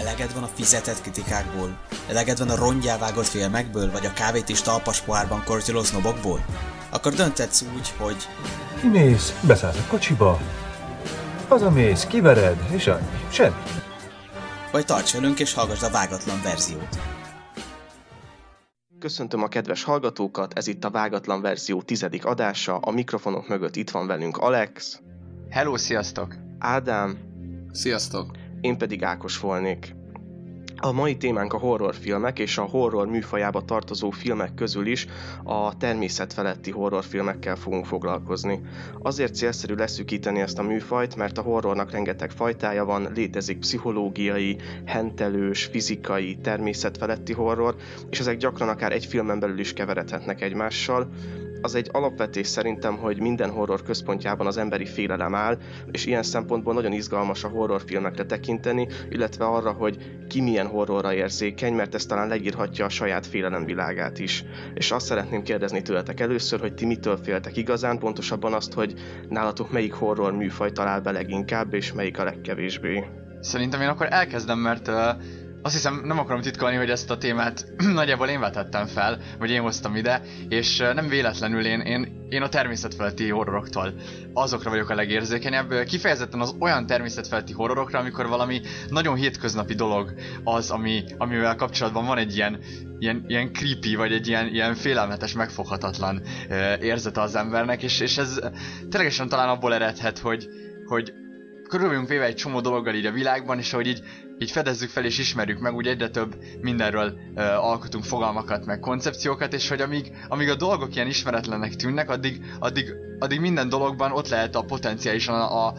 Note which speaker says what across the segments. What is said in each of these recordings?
Speaker 1: Eleged van a fizetett kritikákból? Eleged van a rongyá vágott filmekből, vagy a kávét is talpas pohárban kortyoló sznobokból? Akkor döntetsz úgy, hogy...
Speaker 2: Kimész, beszállsz a kocsiba, hazamész, kivered, és annyi. Semmi.
Speaker 1: Vagy tarts velünk és hallgassd a vágatlan verziót.
Speaker 3: Köszöntöm a kedves hallgatókat, ez itt a Vágatlan verzió 10. adása, a mikrofonok mögött itt van velünk Alex.
Speaker 4: Hello, sziasztok!
Speaker 3: Ádám.
Speaker 5: Sziasztok!
Speaker 3: Én pedig Ákos volnék. A mai témánk a horrorfilmek, és a horror műfajába tartozó filmek közül is a természetfeletti horrorfilmekkel fogunk foglalkozni. Azért célszerű leszűkíteni ezt a műfajt, mert a horrornak rengeteg fajtája van, létezik pszichológiai, hentelős, fizikai, természetfeletti horror, és ezek gyakran akár egy filmen belül is keveredhetnek egymással. Az egy alapvetés szerintem, hogy minden horror központjában az emberi félelem áll, és ilyen szempontból nagyon izgalmas a horrorfilmekre tekinteni, illetve arra, hogy ki milyen horrorra érzékeny, mert ez talán leírhatja a saját félelemvilágát is. És azt szeretném kérdezni tőletek először, hogy ti mitől féltek igazán, pontosabban azt, hogy nálatok melyik horror műfaj talál be leginkább, és melyik a legkevésbé.
Speaker 4: Szerintem én akkor elkezdem, mert azt hiszem, nem akarom titkolni, hogy ezt a témát nagyjából én vetettem fel, vagy én hoztam ide, és nem véletlenül én a természetfeletti horroroktól azokra vagyok a legérzékenyebb. Kifejezetten az olyan természetfeletti horrorokra, amikor valami nagyon hétköznapi dolog az, amivel kapcsolatban van egy ilyen creepy, vagy egy ilyen félelmetes, megfoghatatlan érzete az embernek, és ez ténylegesen talán abból eredhet, hogy körül vagyunk véve egy csomó dologgal így a világban, és ahogy így fedezzük fel és ismerjük meg, úgy egyre több mindenről alkotunk fogalmakat, meg koncepciókat, és hogy amíg a dolgok ilyen ismeretlenek tűnnek, addig minden dologban ott lehet a potenciálisan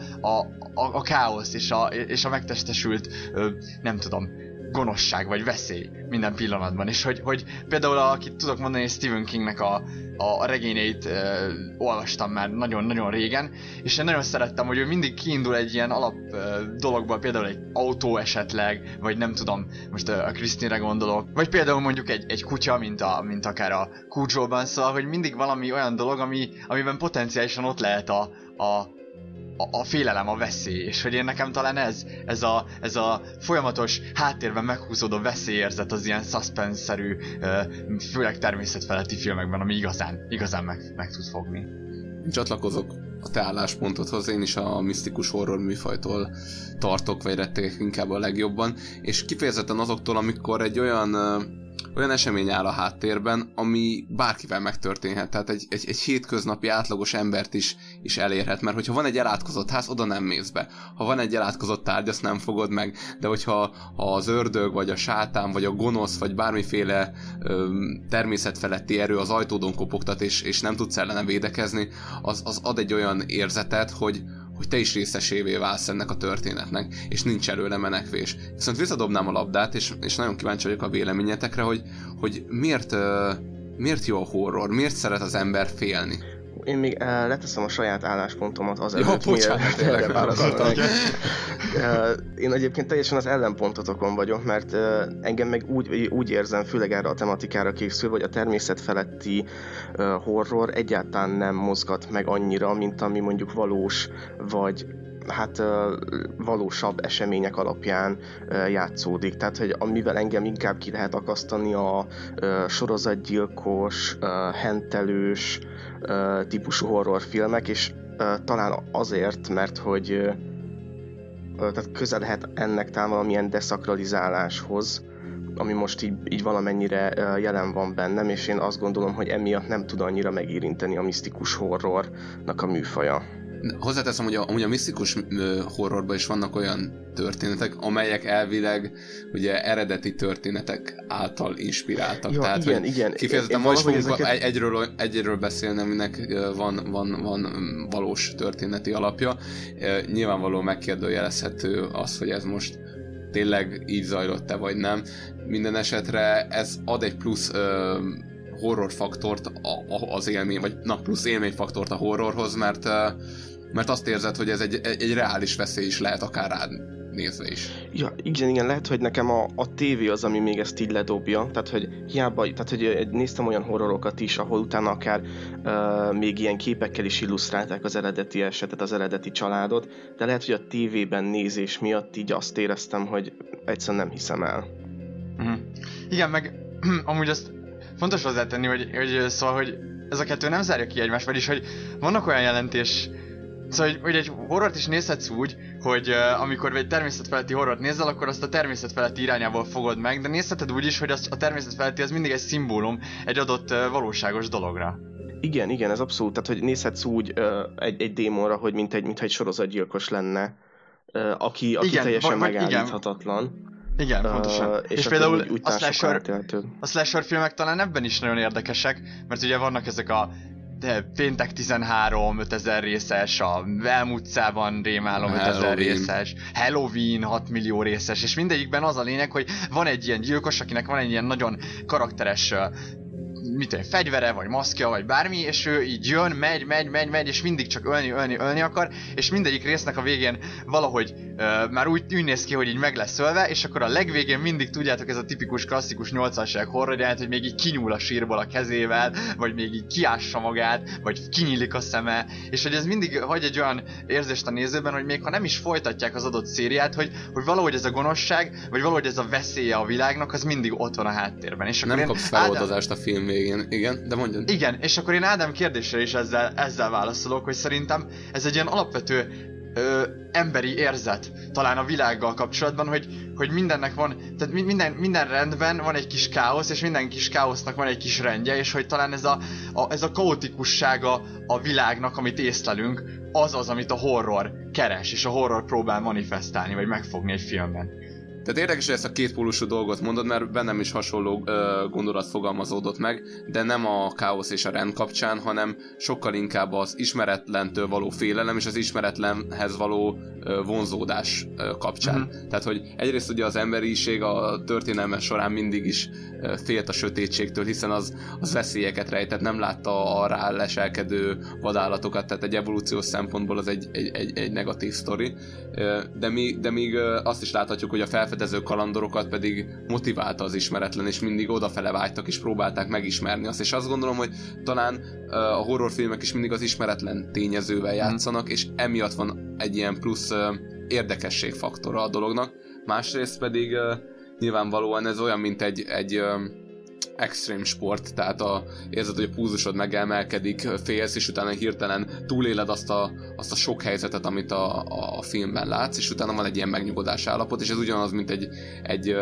Speaker 4: a káosz és a megtestesült, nem tudom, gonoszság vagy veszély minden pillanatban. És hogy például akit tudok mondani, Stephen Kingnek a regényeit olvastam már nagyon-nagyon régen, és én nagyon szerettem, hogy ő mindig kiindul egy ilyen alap dologból, például egy autó esetleg, vagy nem tudom, most a Christine-re gondolok, vagy például mondjuk egy kutya, mint akár a Cujo-ban, szóval, hogy mindig valami olyan dolog, amiben potenciálisan ott lehet a félelem, a veszély, és hogy én nekem talán ez a folyamatos háttérben meghúzódó veszélyérzet az ilyen suspense-szerű, főleg természetfeletti filmekben, ami igazán meg tud fogni.
Speaker 5: Csatlakozok a te álláspontodhoz, én is a misztikus horror műfajtól tartok, vagy rettegek inkább a legjobban, és kifejezetten azoktól, amikor egy olyan esemény áll a háttérben, ami bárkivel megtörténhet, tehát egy hétköznapi átlagos embert is elérhet, mert hogyha van egy elátkozott ház, oda nem mész be. Ha van egy elátkozott tárgy, azt nem fogod meg, de hogyha az ördög, vagy a sátán, vagy a gonosz, vagy bármiféle természetfeletti erő az ajtódon kopogtat, és nem tudsz ellene védekezni, az ad egy olyan érzetet, hogy te is részesévé válsz ennek a történetnek, és nincs előle menekvés. Viszont visszadobnám a labdát, és nagyon kíváncsi vagyok a véleményetekre, hogy miért jó a horror, miért szeret az ember félni?
Speaker 3: Én még leteszem a saját álláspontomat
Speaker 5: azelőtt,
Speaker 3: Én egyébként teljesen az ellenpontotokon vagyok, mert engem meg úgy érzem, főleg erre a tematikára készülve, hogy a természetfeletti horror egyáltalán nem mozgat meg annyira, mint ami mondjuk valós, vagy valósabb események alapján játszódik. Tehát, hogy amivel engem inkább ki lehet akasztani a sorozatgyilkos, hentelős típusú horrorfilmek, és talán azért, mert hogy tehát közel lehet ennek talán valamilyen deszakralizáláshoz, ami most így valamennyire jelen van bennem, és én azt gondolom, hogy emiatt nem tud annyira megérinteni a misztikus horrornak a műfaja.
Speaker 5: Hozzáteszem, hogy amúgy a misztikus horrorban is vannak olyan történetek, amelyek elvileg ugye eredeti történetek által inspiráltak.
Speaker 3: Ja,
Speaker 5: tehát,
Speaker 3: igen.
Speaker 5: Kifejezetten most fogunk egyről beszélni, aminek van valós történeti alapja. Nyilvánvalóan megkérdőjelezhető az, hogy ez most tényleg így zajlott-e vagy nem. Minden esetre ez ad egy plusz horrorfaktort az élmény, vagy plusz élményfaktort a horrorhoz, mert azt érzed, hogy ez egy reális veszély is lehet akár rád nézve is.
Speaker 3: Ja, igen, lehet, hogy nekem a tévé az, ami még ezt így ledobja, tehát hogy hiába, tehát hogy néztem olyan horrorokat is, ahol utána akár még ilyen képekkel is illusztrálták az eredeti esetet, az eredeti családot, de lehet, hogy a tévében nézés miatt így azt éreztem, hogy egyszerűen nem hiszem el.
Speaker 4: Igen, meg amúgy azt fontos hozzátenni, hogy szóval, hogy ez a kettő nem zárja ki egymást, vagyis, hogy vannak olyan jelentés, szóval, hogy egy horrort is nézhetsz úgy, hogy amikor egy természetfeletti horrort nézel, akkor azt a természetfeletti irányából fogod meg, de nézheted úgy is, hogy a természetfeletti az mindig egy szimbólum egy adott valóságos dologra.
Speaker 3: Igen, ez abszolút, tehát hogy nézhetsz úgy egy démonra, hogy mint egy sorozatgyilkos lenne, aki igen, teljesen megállíthatatlan.
Speaker 4: Igen, pontosan. És például
Speaker 3: a
Speaker 4: slasher filmek talán ebben is nagyon érdekesek, mert ugye vannak ezek a Péntek 13, 5000 részes, a Elm utcában rémálom 5000 részes, Halloween 6 millió részes, és mindegyikben az a lényeg, hogy van egy ilyen gyilkos, akinek van egy ilyen nagyon karakteres fegyvere, vagy maszkja, vagy bármi, és ő így jön, megy, és mindig csak ölni akar, és mindegyik résznek a végén valahogy már úgy néz ki, hogy így meg lesz ölve, és akkor a legvégén mindig tudjátok, ez a tipikus klasszikus 80-as évek horror jelent, hogy még így kinyúl a sírból a kezével, vagy még így kiássa magát, vagy kinyílik a szeme, és hogy ez mindig hagy egy olyan érzést a nézőben, hogy még ha nem is folytatják az adott szériát, hogy valahogy ez a gonoszság, vagy valahogy ez a veszélye a világnak, az mindig ott van a háttérben. És akkor
Speaker 5: nem kapsz feloldozást a film végén, igen, de mondjad.
Speaker 4: Igen, és akkor én Ádám kérdésre is ezzel válaszolok, hogy szerintem ez egy ilyen alapvető emberi érzet talán a világgal kapcsolatban, hogy mindennek van, tehát minden rendben van egy kis káosz, és minden kis káosznak van egy kis rendje, és hogy talán ez a kaotikussága a világnak, amit észlelünk, az, amit a horror keres, és a horror próbál manifestálni, vagy megfogni egy filmben.
Speaker 5: Tehát érdekes, hogy ezt a kétpólusú dolgot mondod, mert bennem is hasonló gondolat fogalmazódott meg, de nem a káosz és a rend kapcsán, hanem sokkal inkább az ismeretlentől való félelem és az ismeretlenhez való vonzódás kapcsán. Tehát, hogy egyrészt ugye az emberiség a történelme során mindig is félt a sötétségtől, hiszen az veszélyeket rejtett, nem látta a rá leselkedő vadállatokat, tehát egy evolúciós szempontból az egy negatív sztori. De még azt is láthatjuk, hogy a felfedező kalandorokat pedig motiválta az ismeretlen, és mindig odafele vágytak, és próbálták megismerni azt. És azt gondolom, hogy talán a horrorfilmek is mindig az ismeretlen tényezővel játszanak, és emiatt van egy ilyen plusz érdekességfaktora a dolognak. Másrészt pedig nyilvánvalóan ez olyan, mint egy extrém sport, tehát érzed, hogy a pulzusod megemelkedik, félsz, és utána hirtelen túléled azt a sok helyzetet, amit a filmben látsz, és utána van egy ilyen megnyugodás állapot, és ez ugyanaz, mint egy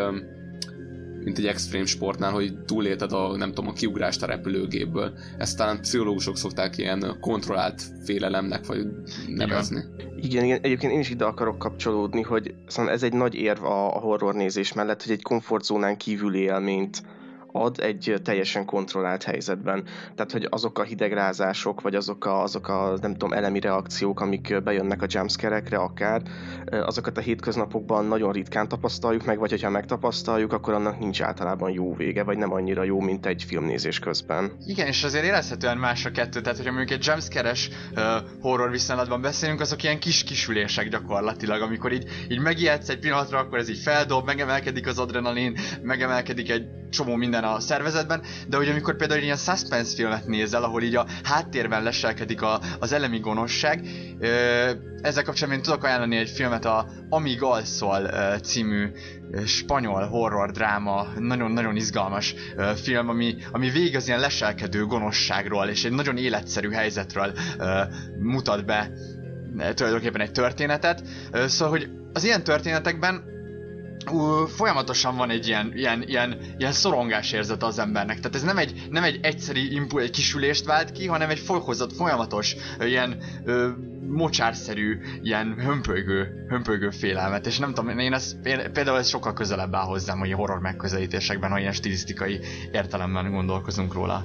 Speaker 5: extrém sportnál, hogy túlélted a kiugrást a repülőgépből. Ezt talán pszichológusok szokták ilyen kontrollált félelemnek vagy nevezni.
Speaker 3: Igen, egyébként én is ide akarok kapcsolódni, hogy szóval ez egy nagy érv a horrornézés mellett, hogy egy komfortzónán kívüli élményt ad egy teljesen kontrollált helyzetben. Tehát, hogy azok a hidegrázások, vagy azok a nem tudom, elemi reakciók, amik bejönnek a jumpscare-ekre akár, azokat a hétköznapokban nagyon ritkán tapasztaljuk meg, vagy hogyha megtapasztaljuk, akkor annak nincs általában jó vége, vagy nem annyira jó, mint egy filmnézés közben.
Speaker 4: Igen, és azért érezhetően más a kettő, tehát hogyha mondjuk egy jumpscare-es horror viszonylatban beszélünk, azok ilyen kisülések gyakorlatilag, amikor így megijedsz egy pillanatra, akkor ez így feldob, megemelkedik az adrenalin, megemelkedik egy csomó minden a szervezetben, de hogy amikor például egy ilyen suspense filmet nézel, ahol így a háttérben leselkedik az elemi gonoszság, ezzel kapcsolatban én tudok ajánlani egy filmet, a Amíg alszol című spanyol horror dráma, nagyon-nagyon izgalmas film, ami végig az ilyen leselkedő gonoszságról és egy nagyon életszerű helyzetről mutat be tulajdonképpen egy történetet. Szóval, hogy az ilyen történetekben folyamatosan van egy ilyen szorongás érzete az embernek. Tehát ez nem egy egyszeri egy kisülést vált ki, hanem egy folyamatos, ilyen mocsárszerű, ilyen hömpölygő félelmet. És nem tudom, például ez sokkal közelebb áll hozzám, hogy a horror megközelítésekben, ha ilyen stilisztikai értelemben gondolkozunk róla.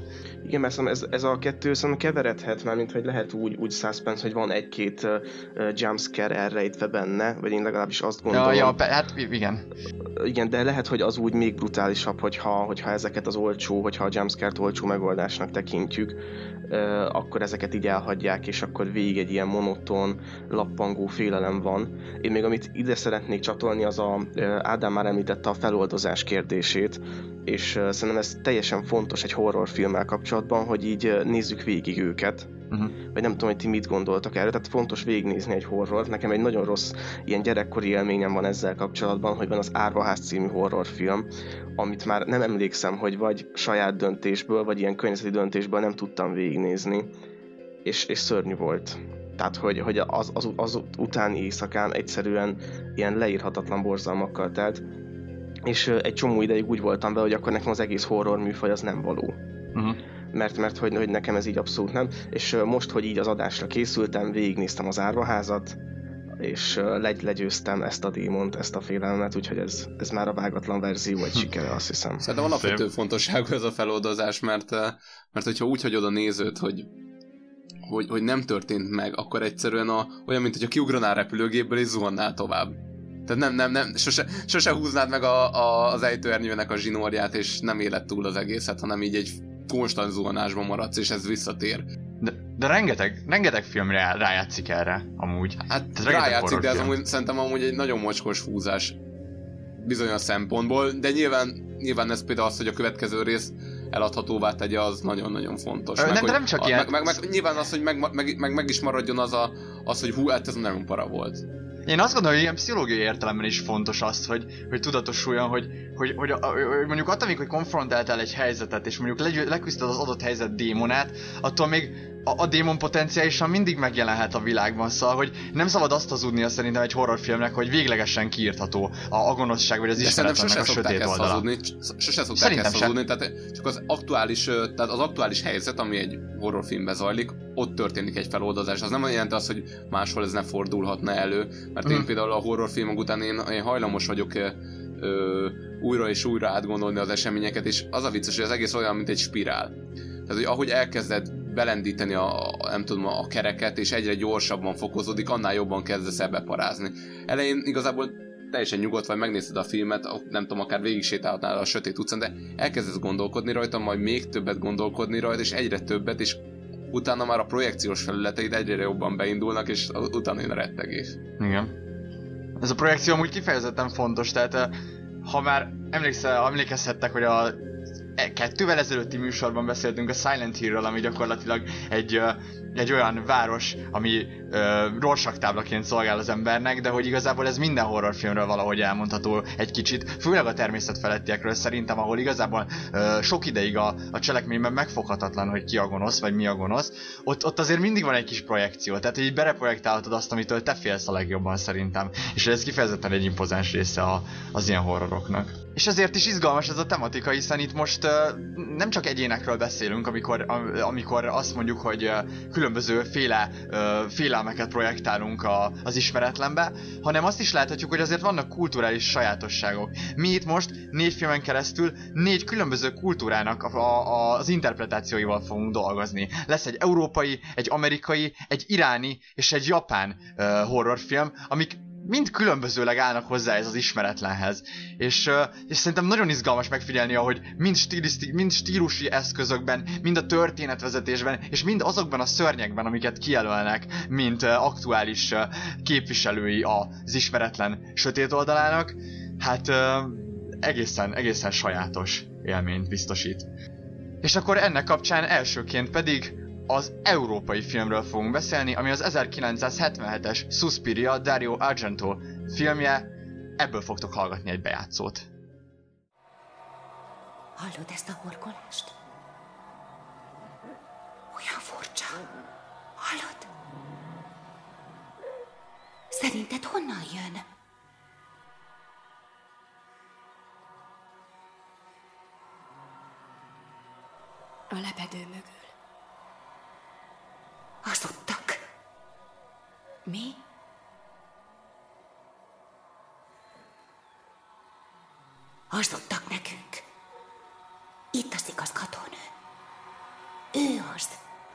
Speaker 3: Igen, mert ez a kettő szerintem keveredhet már, mint hogy lehet úgy suspense, hogy van egy-két jumpscare elrejtve benne, vagy én legalábbis azt gondolom.
Speaker 4: Hát igen.
Speaker 3: Igen, de lehet, hogy az úgy még brutálisabb, hogyha ezeket az hogyha a jumpscare-t olcsó megoldásnak tekintjük, akkor ezeket így elhagyják, és akkor végig egy ilyen monoton, lappangó félelem van. Én még amit ide szeretnék csatolni, az Ádám már említette a feloldozás kérdését, és szerintem ez teljesen fontos egy horrorfilmmel kapcsolatban, hogy így nézzük végig őket. Vagy nem tudom, hogy ti mit gondoltak erről, tehát fontos végignézni egy horrort. Nekem egy nagyon rossz ilyen gyerekkori élményem van ezzel kapcsolatban, hogy van az Árvaház című horrorfilm, amit már nem emlékszem, hogy vagy saját döntésből, vagy ilyen környezeti döntésből nem tudtam végignézni, és szörnyű volt. Tehát, hogy az utáni éjszakám egyszerűen ilyen leírhatatlan borzalmakkal telt, és egy csomó ideig úgy voltam vele, hogy akkor nekem az egész horror műfaj az nem való. Mert hogy nekem ez így abszolút nem. És most, hogy így az adásra készültem, végignéztem az Árvaházat, és legyőztem ezt a démont, ezt a félelmet, úgyhogy ez már a vágatlan verzió egy sikere, azt hiszem.
Speaker 5: Szerintem alapvető fontosságú ez a feloldozás, mert hogyha úgy hagyod a nézőt, hogy nem történt meg, akkor egyszerűen olyan, mint hogyha kiugranál repülőgépből és zuhannál tovább. Tehát nem, sose húznád meg az ejtőernyőnek a zsinórját, és nem éled túl az egészet, hanem így egy konstant zuhanásban maradsz, és ez visszatér.
Speaker 4: De rengeteg film rájátszik erre, amúgy.
Speaker 5: Hát rájátszik, de ez szerintem amúgy egy nagyon mocskos húzás bizonyos szempontból, de nyilván ez például az, hogy a következő rész eladhatóvá tegye, az nagyon-nagyon fontos.
Speaker 4: De nem csak ilyen...
Speaker 5: Nyilván az, hogy meg is maradjon az, hogy hú, hát ez nagyon para volt.
Speaker 4: Én azt gondolom, hogy ilyen pszichológiai értelemben is fontos az, hogy tudatosuljon, hogy mondjuk attól még, hogy konfrontáltál egy helyzetet, és mondjuk leküzdöd az adott helyzet démonát, attól még a démon potenciálisan mindig megjelenhet a világban, szóval, hogy nem szabad azt hazudnia szerintem egy horrorfilmnek, hogy véglegesen kiírtható a gonoszság vagy az ismeretlennek a sötét oldala.
Speaker 5: Sose szokták ezt hazudni, tehát csak az aktuális helyzet, ami egy horrorfilmben zajlik, ott történik egy feloldozás. Az nem jelenti azt, hogy máshol ez ne fordulhatna elő, mert én például a horrorfilmek után én hajlamos vagyok újra és újra átgondolni az eseményeket, és az a vicces, hogy az egész olyan, mint egy spirál. Tehát, hogy ahogy elkezded belendíteni a kereket, és egyre gyorsabban fokozódik, annál jobban kezdesz ebbe parázni. Elején igazából teljesen nyugodt vagy, megnézted a filmet, nem tudom, akár végig sétálhatnál a sötét utcán, de elkezdesz gondolkodni rajta, majd még többet gondolkodni rajta, és egyre többet, és utána már a projekciós felületeid egyre jobban beindulnak, és utána jön a rettegés.
Speaker 4: Igen. Ez a projekció amúgy kifejezetten fontos, tehát ha már emlékezhettek, hogy a 2-vel ezelőtti műsorban beszéltünk a Silent Hill-ről, ami gyakorlatilag egy olyan város, ami Rorschach-táblaként szolgál az embernek, de hogy igazából ez minden horrorfilmről valahogy elmondható egy kicsit, főleg a természetfelettiekről szerintem, ahol igazából sok ideig a cselekményben megfoghatatlan, hogy ki a gonosz, vagy mi a gonosz, ott azért mindig van egy kis projekció, tehát hogy így bereprojektálhatod azt, amitől te félsz a legjobban szerintem, és ez kifejezetten egy impozáns része az ilyen horroroknak. És ezért is izgalmas ez a tematika, hiszen itt most nem csak beszélünk, amikor azt mondjuk, hogy különböző félelmeket projektálunk az ismeretlenbe, hanem azt is láthatjuk, hogy azért vannak kulturális sajátosságok. Mi itt most 4 filmen keresztül 4 különböző kultúrának az interpretációival fogunk dolgozni. Lesz egy európai, egy amerikai, egy iráni és egy japán horrorfilm, amik mind különbözőleg állnak hozzá ez az ismeretlenhez. És szerintem nagyon izgalmas megfigyelni, ahogy mind stílusi eszközökben, mind a történetvezetésben, és mind azokban a szörnyekben, amiket kijelölnek, mint aktuális képviselői az ismeretlen sötét oldalának, hát egészen sajátos élményt biztosít. És akkor ennek kapcsán elsőként pedig az európai filmről fogunk beszélni, ami az 1977-es Suspiria Dario Argento filmje. Ebből fogtok hallgatni egy bejátszót.
Speaker 6: Hallod ezt a horkolást? Olyan furcsa. Hallod? Szerinted honnan jön?
Speaker 7: A lepedő mögül.
Speaker 6: Hazudtak.
Speaker 7: Mi?
Speaker 6: Hazudtak nekünk. Itt az igazgatónő.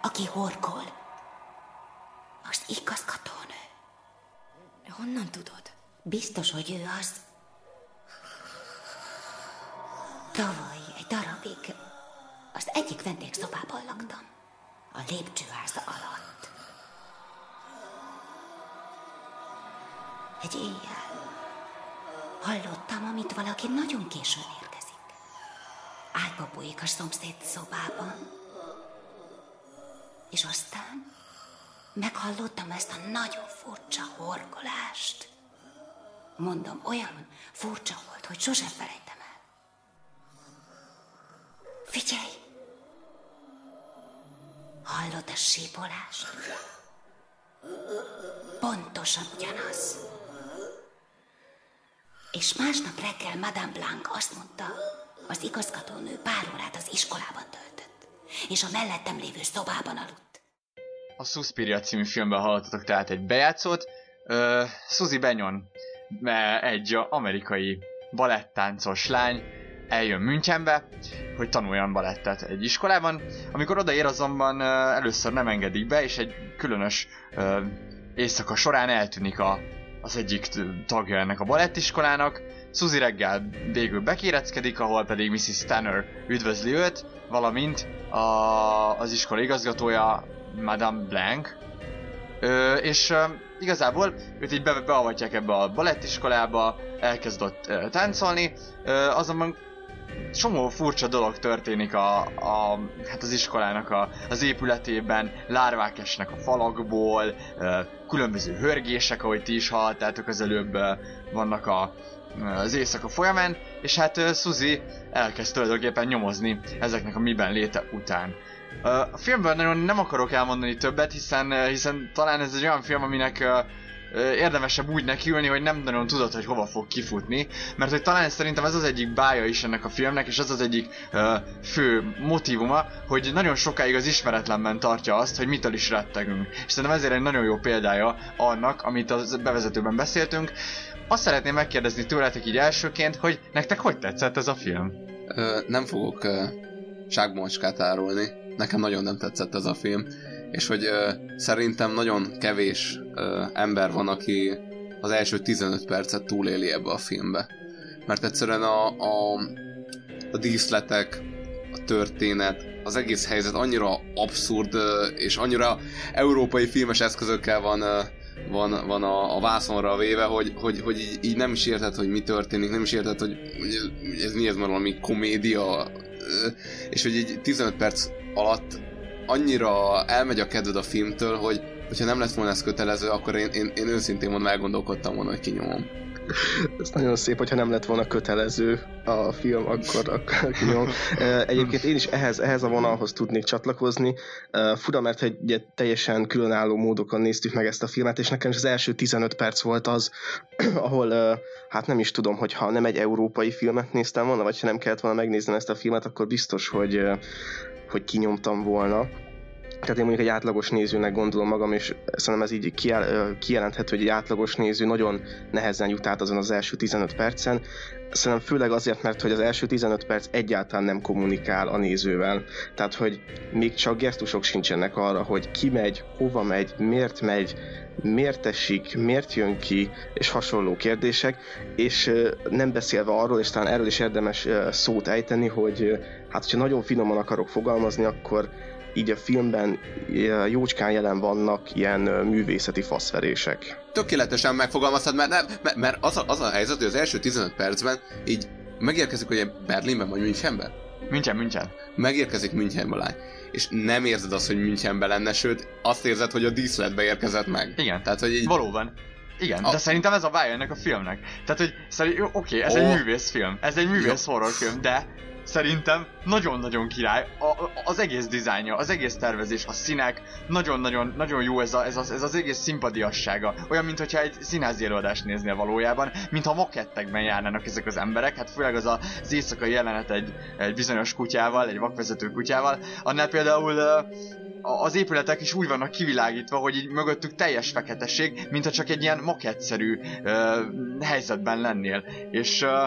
Speaker 6: aki horkol. Az igazgatónő.
Speaker 7: Honnan tudod?
Speaker 6: Biztos, hogy ő az. Tavaly egy darabig az egyik vendégszobában laktam. A lépcsőház alatt. Egy éjjel hallottam, amit valaki nagyon későn érkezik. Ágyba bújik a szomszéd szobában. És aztán meghallottam ezt a nagyon furcsa horkolást. Mondom, olyan furcsa volt, hogy sosem felejtem el. Figyelj! Hallod a sípolást? Pontosan ugyanaz. És másnap reggel Madame Blanc azt mondta, az igazgatónő pár órát az iskolában töltött, és a mellettem lévő szobában aludt.
Speaker 4: A Suspiria című filmben hallottatok tehát egy bejátszót. Suzy Benyon, egy amerikai balettáncos lány, eljön Münchenbe, hogy tanuljon balettet egy iskolában. Amikor odaér, azonban először nem engedik be, és egy különös éjszaka során eltűnik az egyik tagja ennek a balettiskolának. Suzy reggel végül bekéreckedik, ahol pedig Mrs. Tanner üdvözli őt, valamint az iskola igazgatója, Madame Blanc. És igazából őt így beavatják ebbe a balettiskolába, elkezd ott táncolni, azonban csomó furcsa dolog történik hát az iskolának az épületében, lárvák esnek a falakból, különböző hörgések, ahogy ti is hallottátok az előbb, vannak az éjszaka folyamán, és hát Suzy elkezd tulajdonképpen nyomozni ezeknek a miben léte után. A filmből nagyon nem akarok elmondani többet, hiszen talán ez egy olyan film, aminek érdemesebb úgy nekiülni, hogy nem nagyon tudod, hogy hova fog kifutni, mert hogy talán szerintem ez az egyik bája is ennek a filmnek, és az az egyik fő motívuma, hogy nagyon sokáig az ismeretlenben tartja azt, hogy mitől is rettegünk. És szerintem ezért egy nagyon jó példája annak, amit a bevezetőben beszéltünk. Azt szeretném megkérdezni tőletek így elsőként, hogy nektek hogy tetszett ez a film?
Speaker 5: Nem fogok ságmacskát árulni. Nekem nagyon nem tetszett ez a film. És hogy szerintem nagyon kevés ember van, aki az első 15 percet túléli ebbe a filmbe. Mert egyszerűen a díszletek, a történet, az egész helyzet annyira abszurd, és annyira európai filmes eszközökkel van a vászonra véve, hogy így nem is érted, hogy mi történik, nem is érted, hogy ez mi, ez már valami komédia, és hogy így 15 perc alatt annyira elmegy a kedved a filmtől, hogyha nem lett volna ez kötelező, akkor én őszintén mondom, elgondolkodtam volna, hogy kinyomom.
Speaker 8: Ez nagyon szép, hogyha nem lett volna kötelező a film, akkor kinyomom. Egyébként én is ehhez a vonalhoz tudnék csatlakozni. Fura, mert ugye teljesen különálló módokon néztük meg ezt a filmet, és nekem is az első 15 perc volt az, ahol hát nem is tudom, hogyha nem egy európai filmet néztem volna, vagy ha nem kellett volna megnéznem ezt a filmet, akkor biztos, hogy kinyomtam volna. Tehát én mondjuk egy átlagos nézőnek gondolom magam, és szerintem ez így kijelenthető, hogy egy átlagos néző nagyon nehezen jut át azon az első 15 percen. Szerintem főleg azért, mert hogy az első 15 perc egyáltalán nem kommunikál a nézővel. Tehát, hogy még csak gesztusok sincsenek arra, hogy ki megy, hova megy, miért esik, miért jön ki, és hasonló kérdések, és nem beszélve arról, és talán erről is érdemes szót ejteni, hogy hát, hogyha nagyon finoman akarok fogalmazni, akkor így a filmben jócskán jelen vannak ilyen művészeti faszverések.
Speaker 5: Tökéletesen megfogalmaztad, mert az a helyzet, hogy az első 15 percben így megérkezik, hogy Berlinben vagy Münchenben?
Speaker 4: München.
Speaker 5: Megérkezik Münchenbe lány. És nem érzed azt, hogy Münchenben lenne, sőt azt érzed, hogy a díszletbe érkezett meg.
Speaker 4: Igen,
Speaker 5: tehát, hogy így...
Speaker 4: valóban. Igen, de szerintem ez a bája ennek a filmnek. Tehát, hogy oké, ez egy művészfilm, ez egy művész horrorfilm, de szerintem nagyon-nagyon király az egész dizájnja, az egész tervezés, a színek, nagyon jó ez az egész szimpadiassága. Olyan, mintha egy színházi előadást néznél valójában, mintha makettekben járnának ezek az emberek, hát főleg az éjszakai jelenet egy bizonyos kutyával, egy vakvezető kutyával, annál például az épületek is úgy vannak kivilágítva, hogy így mögöttük teljes feketesség, mintha csak egy ilyen makettszerű helyzetben lennél. És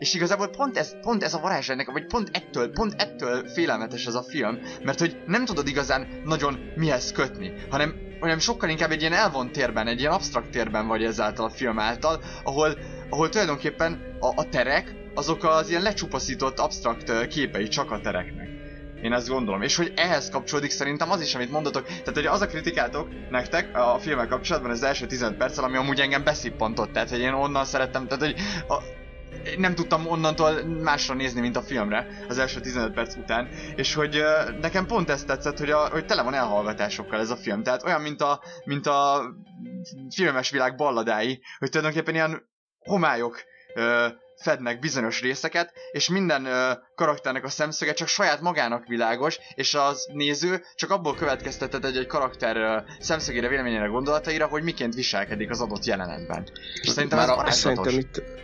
Speaker 4: És igazából pont ez a varázs ennek, vagy pont ettől félelmetes ez a film, mert hogy nem tudod igazán nagyon mihez kötni, hanem sokkal inkább egy ilyen elvont térben, egy ilyen absztrakt térben vagy ezáltal a film által, ahol tulajdonképpen a terek, azok az ilyen lecsupaszított absztrakt képei csak a tereknek. Én ezt gondolom. És hogy ehhez kapcsolódik szerintem az is, amit mondatok. Tehát, hogy az a kritikátok nektek a filmmel kapcsolatban az első 15 perccel, ami amúgy engem beszippantott. Tehát, hogy én onnan szerettem, tehát, hogy nem tudtam onnantól másra nézni, mint a filmre az első 15 perc után. És hogy nekem pont ezt tetszett, hogy tele van elhallgatásokkal ez a film. Tehát olyan, mint a filmes világ balladái, hogy tulajdonképpen ilyen homályok fednek bizonyos részeket, és minden karakternek a szemszöge csak saját magának világos, és az néző csak abból következtetett egy karakter szemszögére, véleményére, gondolataira, hogy miként viselkedik az adott jelenetben. És szerintem ez varázslatos.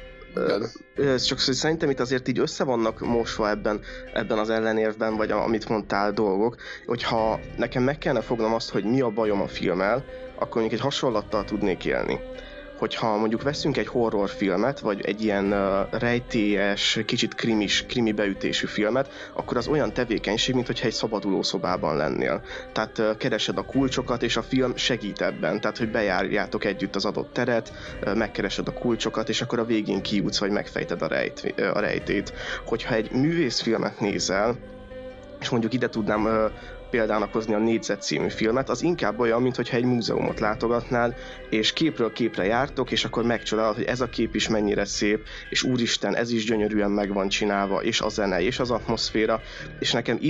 Speaker 8: Szerintem itt azért így össze vannak mosva ebben az ellenérvben, vagy amit mondtál dolgok, hogyha nekem meg kellene fognom azt, hogy mi a bajom a filmmel, akkor mondjuk egy hasonlattal tudnék élni. Hogyha mondjuk veszünk egy horrorfilmet, vagy egy ilyen rejtélyes, kicsit krimi beütésű filmet, akkor az olyan tevékenység, mint hogyha egy szabaduló szobában lennél. Tehát keresed a kulcsokat, és a film segít ebben. Tehát, hogy bejárjátok együtt az adott teret, megkeresed a kulcsokat, és akkor a végén kijutsz, vagy megfejted a rejtét. Hogyha egy művészfilmet nézel, és mondjuk ide tudnám példának hozni a Négyzet című filmet, az inkább olyan, mintha egy múzeumot látogatnál, és képről képre jártok, és akkor megcsodálod, hogy ez a kép is mennyire szép, és úristen, ez is gyönyörűen meg van csinálva, és a zene, és az atmoszféra, és nekem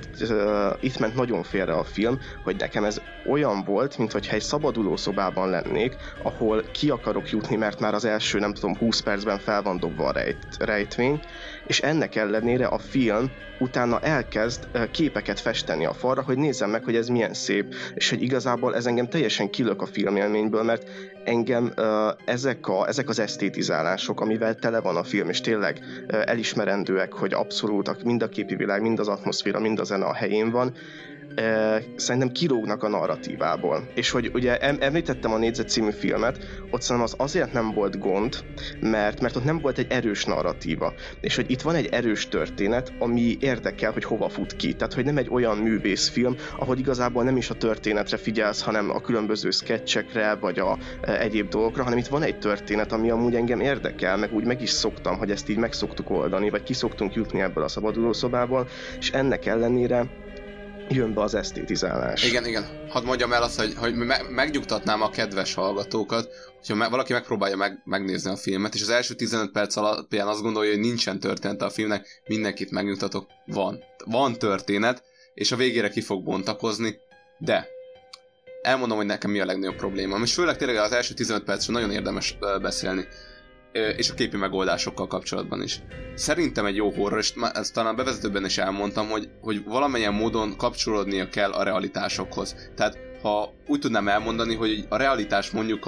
Speaker 8: itt ment nagyon félre a film, hogy nekem ez olyan volt, mintha egy szabaduló szobában lennék, ahol ki akarok jutni, mert már az első, nem tudom, 20 percben fel van dobva a rejtvény, és ennek ellenére a film utána elkezd képeket festeni a falra, hogy nézzem meg, hogy ez milyen szép, és hogy igazából ez engem teljesen kilök a filmélményből, mert engem ezek az esztétizálások, amivel tele van a film, és tényleg elismerendőek, hogy abszolút mind a képi világ, mind az atmoszféra, mind a zene a helyén van, szerintem kilógnak a narratívából. És hogy ugye említettem a Négyzet című filmet, ott szerintem az azért nem volt gond, mert ott nem volt egy erős narratíva. És hogy itt van egy erős történet, ami érdekel, hogy hova fut ki. Tehát, hogy nem egy olyan művészfilm, ahol igazából nem is a történetre figyelsz, hanem a különböző sketchekre, vagy a egyéb dolgokra, hanem itt van egy történet, ami amúgy engem érdekel, meg úgy meg is szoktam, hogy ezt így meg szoktuk oldani, vagy ki szoktunk jutni ebből a szabadulószobából, és ennek ellenére jön be az esztétizálás.
Speaker 5: Igen. Hadd mondjam el azt, hogy megnyugtatnám a kedves hallgatókat, hogyha valaki megpróbálja megnézni a filmet, és az első 15 perc alapján azt gondolja, hogy nincsen történet a filmnek, mindenkit megnyugtatok, van történet, és a végére ki fog bontakozni, de elmondom, hogy nekem mi a legnagyobb probléma. És főleg tényleg az első 15 percről nagyon érdemes beszélni. És a képi megoldásokkal kapcsolatban is. Szerintem egy jó horror, és ezt talán bevezetőben is elmondtam, hogy valamilyen módon kapcsolódnia kell a realitásokhoz. Tehát ha úgy tudnám elmondani, hogy a realitás mondjuk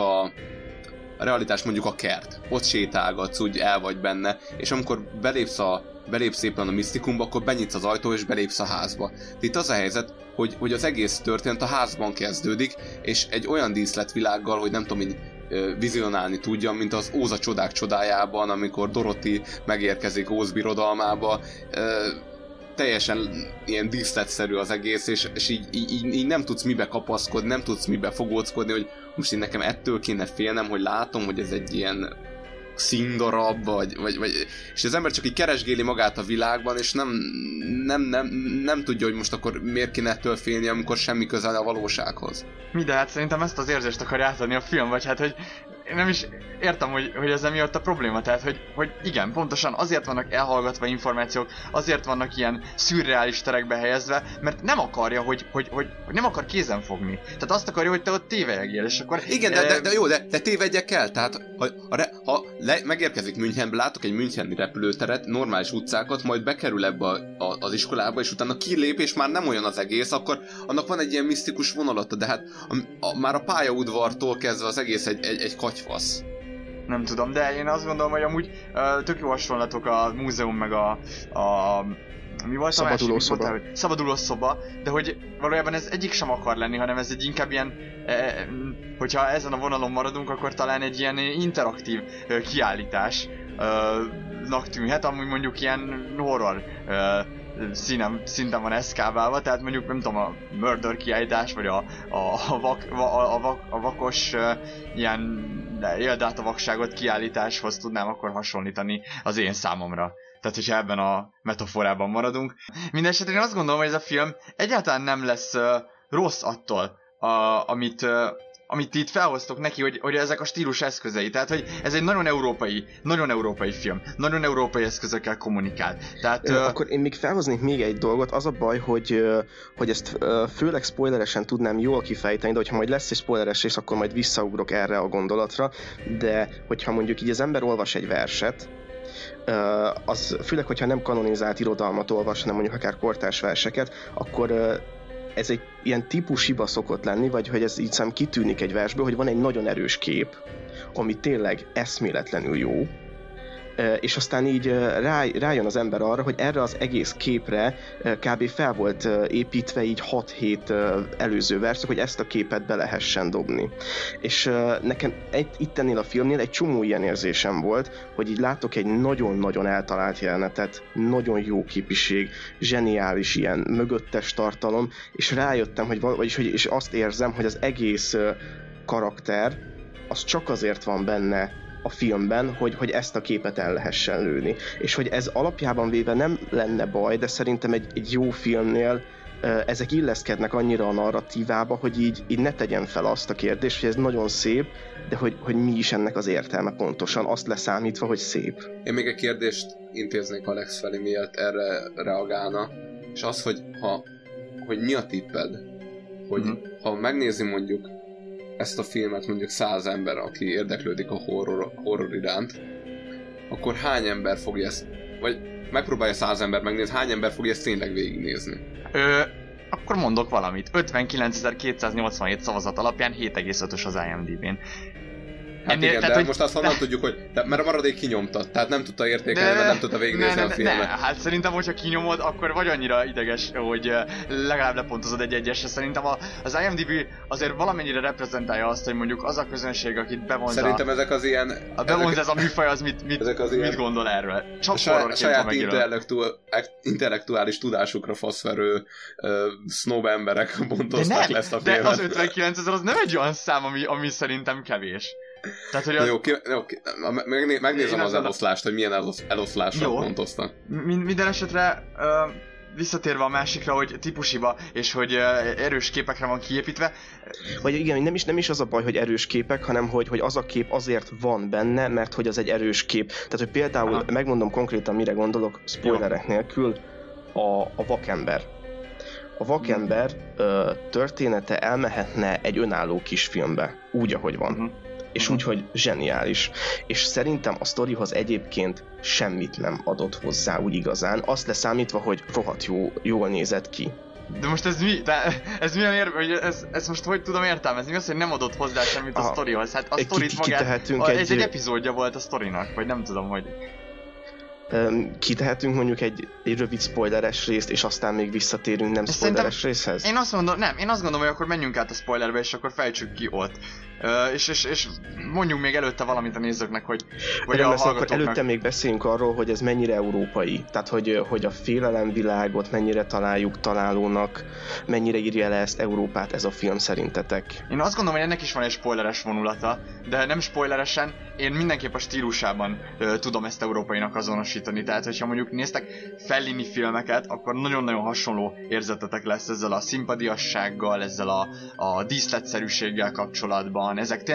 Speaker 5: a kert. Ott sétálgatsz, úgy el vagy benne, és amikor belépsz éppen a misztikumba, akkor benyitsz az ajtó és belépsz a házba. De itt az a helyzet, hogy az egész történet a házban kezdődik, és egy olyan díszletvilággal, hogy nem tudom így vizionálni tudja, mint az Óz a csodák csodájában, amikor Dorothy megérkezik Óz birodalmába. Teljesen ilyen díszletszerű az egész, és így nem tudsz mibe kapaszkodni, nem tudsz mibe fogóckodni, hogy most én nekem ettől kéne félnem, hogy látom, hogy ez egy ilyen színdarab, vagy és az ember csak így keresgéli magát a világban, és nem tudja, hogy most akkor miért kéne ettől félni, amikor semmi közel a valósághoz.
Speaker 4: Mi, de hát szerintem ezt az érzést akarja átadni a film, vagy hát, hogy én nem is értem, hogy ez emiatt a probléma, tehát, hogy igen, pontosan azért vannak elhallgatva információk, azért vannak ilyen szürreális terekbe helyezve, mert nem akarja, hogy nem akar kézen fogni. Tehát azt akarja, hogy te ott tévejegjél, és akkor...
Speaker 5: Igen, de tévedjek el, tehát ha megérkezik Münchenbe, látok egy müncheni repülőteret, normális utcákat, majd bekerül ebbe az iskolába, és utána kilép, és már nem olyan az egész, akkor annak van egy ilyen misztikus vonalata, de hát már a pályaudvartól kezdve az egész egy katyfasz.
Speaker 4: Nem tudom, de én azt gondolom, hogy amúgy tök jó hasonlatok a múzeum meg a mi volt a másik? Szabadulószoba, de hogy valójában ez egyik sem akar lenni, hanem ez egy inkább ilyen, hogyha ezen a vonalon maradunk, akkor talán egy ilyen interaktív kiállítás. horrornak tűnhet, amúgy mondjuk ilyen horror szinten van eszkáválva, tehát mondjuk nem tudom, a murder kiállítás, vagy a vakos ilyen éldát a vakságot kiállításhoz tudnám akkor hasonlítani az én számomra. Tehát, hogyha ebben a metaforában maradunk. Mindenesetre én azt gondolom, hogy ez a film egyáltalán nem lesz rossz attól, amit itt felhoztok neki, hogy ezek a stílus eszközei. Tehát, hogy ez egy nagyon európai film. Nagyon európai eszközökkel kommunikál. Tehát,
Speaker 8: akkor én még felhoznék még egy dolgot. Az a baj, hogy ezt főleg spoileresen tudnám jól kifejteni, de hogyha majd lesz egy spoileres rész, akkor majd visszaugrok erre a gondolatra. De hogyha mondjuk így az ember olvas egy verset, az főleg, hogyha nem kanonizált irodalmat olvas, hanem mondjuk akár kortárs verseket, akkor ez egy ilyen típus hiba szokott lenni, vagy hogy ez így szám kitűnik egy versből, hogy van egy nagyon erős kép, ami tényleg eszméletlenül jó, és aztán így rájön az ember arra, hogy erre az egész képre kb. Fel volt építve így 6-7 előző verszak, hogy ezt a képet be lehessen dobni. És nekem itt ennél a filmnél egy csomó ilyen érzésem volt, hogy így látok egy nagyon-nagyon eltalált jelenetet, nagyon jó képiség, zseniális ilyen mögöttes tartalom, és rájöttem, és azt érzem, hogy az egész karakter az csak azért van benne a filmben, hogy ezt a képet el lehessen lőni. És hogy ez alapjában véve nem lenne baj, de szerintem egy jó filmnél ezek illeszkednek annyira a narratívába, hogy így ne tegyen fel azt a kérdést, hogy ez nagyon szép, de hogy mi is ennek az értelme pontosan, azt leszámítva, hogy szép.
Speaker 5: Én még egy kérdést intéznék Alex felé, miért erre reagálna, és az, hogy mi a tipped? Hogy ha megnézi mondjuk ezt a filmet mondjuk 100 ember, aki érdeklődik a horror iránt, akkor hány ember fogja ezt, vagy megpróbálja 100 ember megnézni, hány ember fogja ezt tényleg végignézni?
Speaker 4: Akkor mondok valamit. 59.287 szavazat alapján 7,5-ös az IMDb-n.
Speaker 5: Hát igen, de most azt honnan tudjuk, hogy... mert a maradék kinyomtat, tehát nem tudta értékelni, mert nem tudta végignézni a filmet.
Speaker 4: Hát szerintem, hogyha kinyomod, akkor vagy annyira ideges, hogy legalább lepontozod egy egyesre. Szerintem az IMDb azért valamennyire reprezentálja azt, hogy mondjuk az a közönség, akit bevonz
Speaker 5: szerintem ezek az ilyen...
Speaker 4: bevonz ez a műfaj, az mit gondol erről? Csak
Speaker 5: saját intellektuális tudásukra faszverő snob emberek bontozták le ezt a filmet.
Speaker 4: De az 59 000 az nem egy olyan szám, ami szerintem kevés. Tehát, hogy
Speaker 5: jó, megnézem az eloszlást, hogy milyen eloszlásra pontoztak.
Speaker 4: Minden esetre visszatérve a másikra, hogy típushiba, és hogy erős képekre van kiépítve.
Speaker 8: Vagy igen, nem is az a baj, hogy erős képek, hanem hogy az a kép azért van benne, mert hogy az egy erős kép. Tehát, hogy például, megmondom konkrétan, mire gondolok, spoilerek nélkül, a vakember. A vakember története elmehetne egy önálló kisfilmbe, úgy, ahogy van. És úgy, hogy zseniális. És szerintem a sztorihoz egyébként semmit nem adott hozzá úgy igazán, azt leszámítva, hogy rohadt jól nézett ki.
Speaker 4: De most ez mi? Ez milyen ez most hogy tudom értelmezni? Mi az, hogy nem adott hozzá semmit a sztorihoz? Hát a sztorit magát... Ez egy epizódja volt a sztorinak, vagy nem tudom, hogy...
Speaker 8: Kitehetünk mondjuk egy rövid spoileres részt, és aztán még visszatérünk nem spoileres részhez?
Speaker 4: Én azt gondolom, hogy akkor menjünk át a spoilerbe, és akkor fejtsük ki ott. És mondjuk még előtte valamit a nézőknek, hogy a hallgatóknak...
Speaker 8: Akkor előtte még beszéljünk arról, hogy ez mennyire európai. Tehát, hogy a félelemvilágot mennyire találjuk találónak, mennyire írja le ezt Európát ez a film szerintetek?
Speaker 4: Én azt gondolom, hogy ennek is van egy spoileres vonulata, de nem spoileresen, én mindenképp a stílusában tudom ezt európainak azonosítani. Tehát, hogyha mondjuk néztek Fellini filmeket, akkor nagyon-nagyon hasonló érzetetek lesz ezzel a szimpadiassággal, ezzel a díszletszerűséggel kapcsolatban.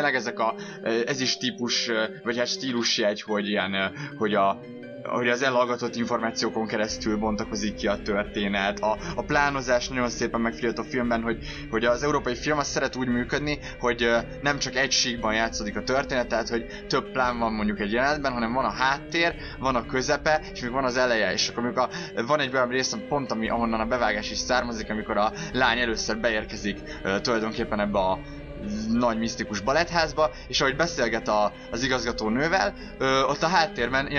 Speaker 4: Ez is típus, vagy hát stílusjegy, hogy ilyen, hogy az elhallgatott információkon keresztül bontakozik ki a történet. A plánozás nagyon szépen megfigyelt a filmben, hogy az európai film az szeret úgy működni, hogy nem csak egy síkban játszódik a történet, tehát hogy több plán van mondjuk egy jelenetben, hanem van a háttér, van a közepe, és még van az eleje. És akkor amikor van egy olyan rész, pont ahonnan a bevágás is származik, amikor a lány először beérkezik tulajdonképpen ebbe a nagy misztikus baletházba, és ahogy beszélget az igazgató nővel, ott a háttérben ilyen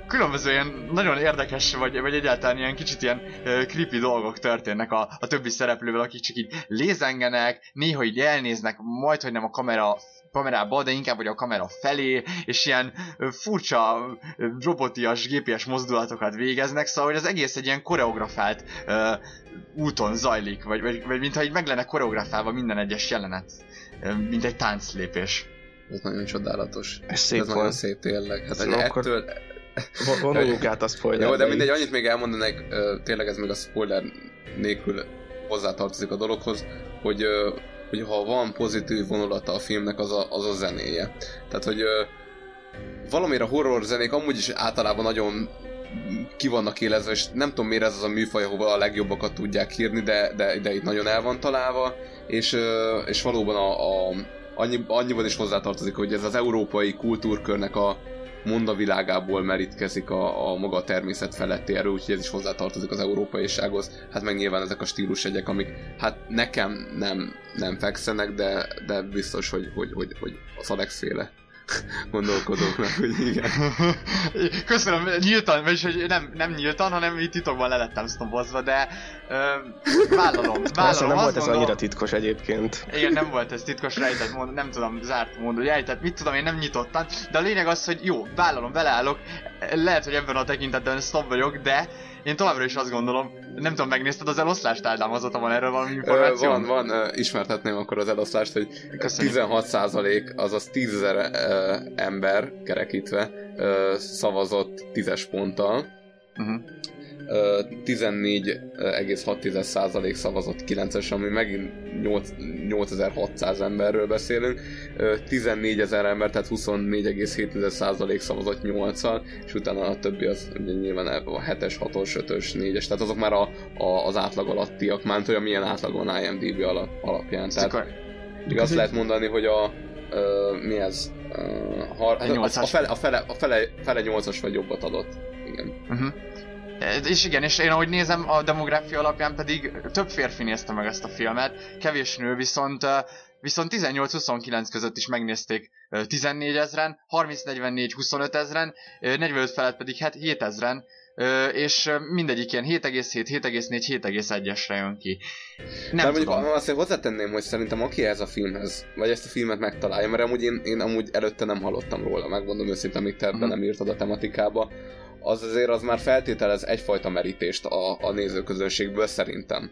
Speaker 4: különböző ilyen nagyon érdekes, vagy egyáltalán ilyen kicsit ilyen creepy dolgok történnek a többi szereplővel, akik csak így lézengenek, néha így elnéznek, majdhogy nem a kamerába, de inkább hogy a kamera felé, és ilyen furcsa robotias, gépies mozdulatokat végeznek, szóval hogy az egész egy ilyen koreografált úton zajlik, vagy mintha így meg lenne koreografálva minden egyes jelenet, mint egy tánclépés.
Speaker 5: Ez nagyon csodálatos.
Speaker 8: Ez szép
Speaker 5: ez nagyon szép tényleg. Hát ettől...
Speaker 8: Vonuljunk át a spoilerbe.
Speaker 5: Jó, de mindegy, annyit még elmondanék, tényleg ez még a spoiler nélkül hozzátartozik a dologhoz, hogy ha van pozitív vonulata a filmnek, az a zenéje. Tehát, hogy valamire a horror zenék amúgy is általában nagyon ki vannak élezve, és nem tudom miért ez az a műfaj, ahova a legjobbakat tudják hírni, de itt nagyon el van találva, és valóban annyiban is hozzátartozik, hogy ez az európai kultúrkörnek a mondavilágából merítkezik a maga természet feletti erő, úgyhogy ez is hozzátartozik az európaisághoz. Hát meg nyilván ezek a stílusjegyek, amik hát nekem nem fekszenek, de biztos, hogy az Alex-féle gondolkodók meg, hogy igen.
Speaker 4: Köszönöm, nyíltan, vagyis hogy nem nyíltan, hanem így titokban lelettem sztobozva, de vállalom.
Speaker 8: Nem volt ez annyira titkos egyébként.
Speaker 4: Igen, nem volt ez titkos, rejtett, nem tudom, zárt mondani, rejtett, mit tudom, én nem nyitottam, de a lényeg az, hogy jó, vállalom, beleállok, lehet, hogy ebben a tekintetben sztob vagyok, de én továbbra is azt gondolom, nem tudom, megnézted az eloszlást, Ádám, van erről valami információ?
Speaker 5: Van, ismertetném akkor az eloszlást, hogy 16%, azaz 10.000 ember kerekítve szavazott 10-es ponttal. 14,6% szavazott 9-es, ami megint 8600 emberről beszélünk, 14.000 ember, tehát 24,7% szavazott 8-al, és utána a többi az ugye nyilván a 7-es, 6-os, 5-ös, 4-es, tehát azok már az átlag alattiak, már hogy milyen átlagon IMDb alapján. Tehát még azt lehet mondani, hogy mi ez? A fele 8-as vagy jobbat adott. Igen.
Speaker 4: És igen, és én ahogy nézem, a demográfia alapján pedig több férfi nézte meg ezt a filmet, kevés nő, viszont 18-29 között is megnézték 14 000-en, 30-44 25 000-en, 45 felett pedig 7 000-en, és mindegyik ilyen 7,7, 7,4, 7,1-esre jön ki. Nem tudom.
Speaker 5: Mondjuk azt hozzátenném, hogy szerintem aki ez a filmhez, vagy ezt a filmet megtalálja, mert én amúgy előtte nem hallottam róla, megmondom őszintén, amíg te nem írtad a tematikába, az azért az már feltételez egyfajta merítést a nézőközönségből szerintem.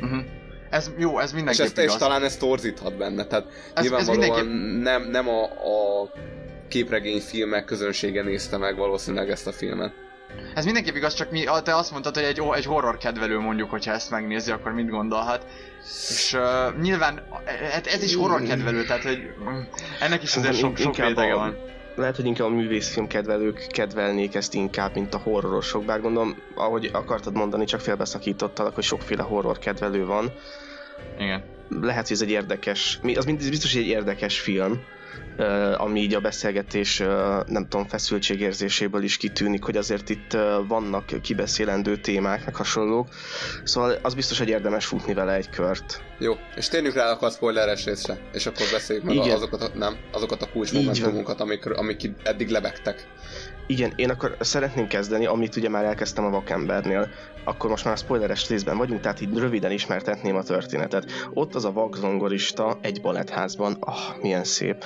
Speaker 4: Ez jó, ez mindenképp igaz.
Speaker 5: És talán ez torzíthat benne, tehát nyilvánvalóan nem a képregényfilmek közönsége nézte meg valószínűleg ezt a filmet.
Speaker 4: Ez mindenképp igaz, csak te azt mondtad, hogy egy horror kedvelő mondjuk, hogyha ezt megnézi, akkor mit gondolhat. És nyilván ez is horror kedvelő, tehát hogy ennek is azért sok rétege van.
Speaker 8: Lehet, hogy inkább a művészfilm kedvelők kedvelnék ezt inkább, mint a horrorosok, bár gondolom, ahogy akartad mondani, csak félbeszakítottalak, hogy sokféle horror kedvelő van.
Speaker 4: Igen.
Speaker 8: Lehet, hogy ez egy érdekes, az biztos, hogy egy érdekes film, ami így a beszélgetés, nem tudom, feszültségérzéséből is kitűnik, hogy azért itt vannak kibeszélendő témák, meg hasonlók. Szóval az biztos, hogy érdemes futni vele egy kört.
Speaker 5: Jó, és térjünk rá akkor a spoileres részre, és akkor beszéljük meg azokat a kulcsmomentumokat, amik eddig lebegtek.
Speaker 8: Igen, én akkor szeretném kezdeni, amit ugye már elkezdtem a Vakembernél, akkor most már a spoileres részben vagyunk, tehát így röviden ismertetném a történetet. Ott az a vakzongorista egy baletházban, milyen szép,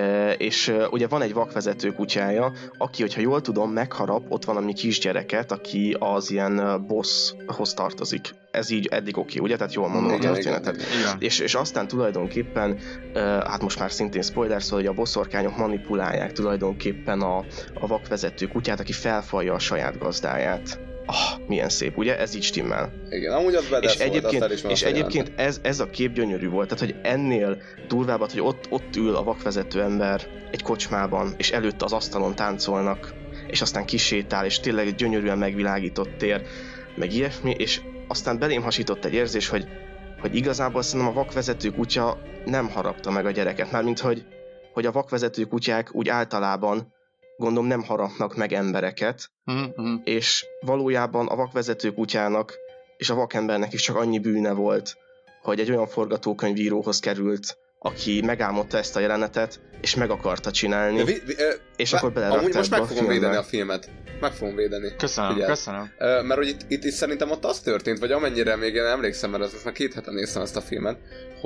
Speaker 8: és ugye van egy vakvezető kutyája, aki, hogyha jól tudom, megharap ott valami kisgyereket, aki az ilyen bosshoz tartozik. Ez így eddig oké, ugye? Tehát jól mondom a történetet. És aztán tulajdonképpen, hát most már szintén spoiler, szóval, hogy a bosszorkányok manipulálják tulajdonképpen a vakvezető kutyát, aki felfalja a saját gazdáját. Milyen szép, ugye? Ez így stimmel.
Speaker 5: Igen, amúgy az bedesz
Speaker 8: és egyébként ez a kép gyönyörű volt, tehát hogy ennél durvábbat, hogy ott ül a vakvezető ember egy kocsmában, és előtt az asztalon táncolnak, és aztán kisétál, és tényleg gyönyörűen megvilágított tér, meg ilyesmi, és aztán belém hasított egy érzés, hogy igazából szerintem a vakvezető kutya nem harapta meg a gyereket, mármint hogy a vakvezető kutyák úgy általában gondolom nem harapnak meg embereket, és valójában a vakvezető kutyának és a vakembernek is csak annyi bűne volt, hogy egy olyan forgatókönyvíróhoz került, aki megálmodta ezt a jelenetet, és meg akarta csinálni, és akkor belerakta
Speaker 5: amúgy most
Speaker 8: ebbe
Speaker 5: meg fogom védeni a filmet. Meg fogom védeni.
Speaker 4: Köszönöm.
Speaker 5: Mert hogy itt is szerintem ott az történt, vagy amennyire még én emlékszem, mert ezt már 2 hete néztem ezt a filmet,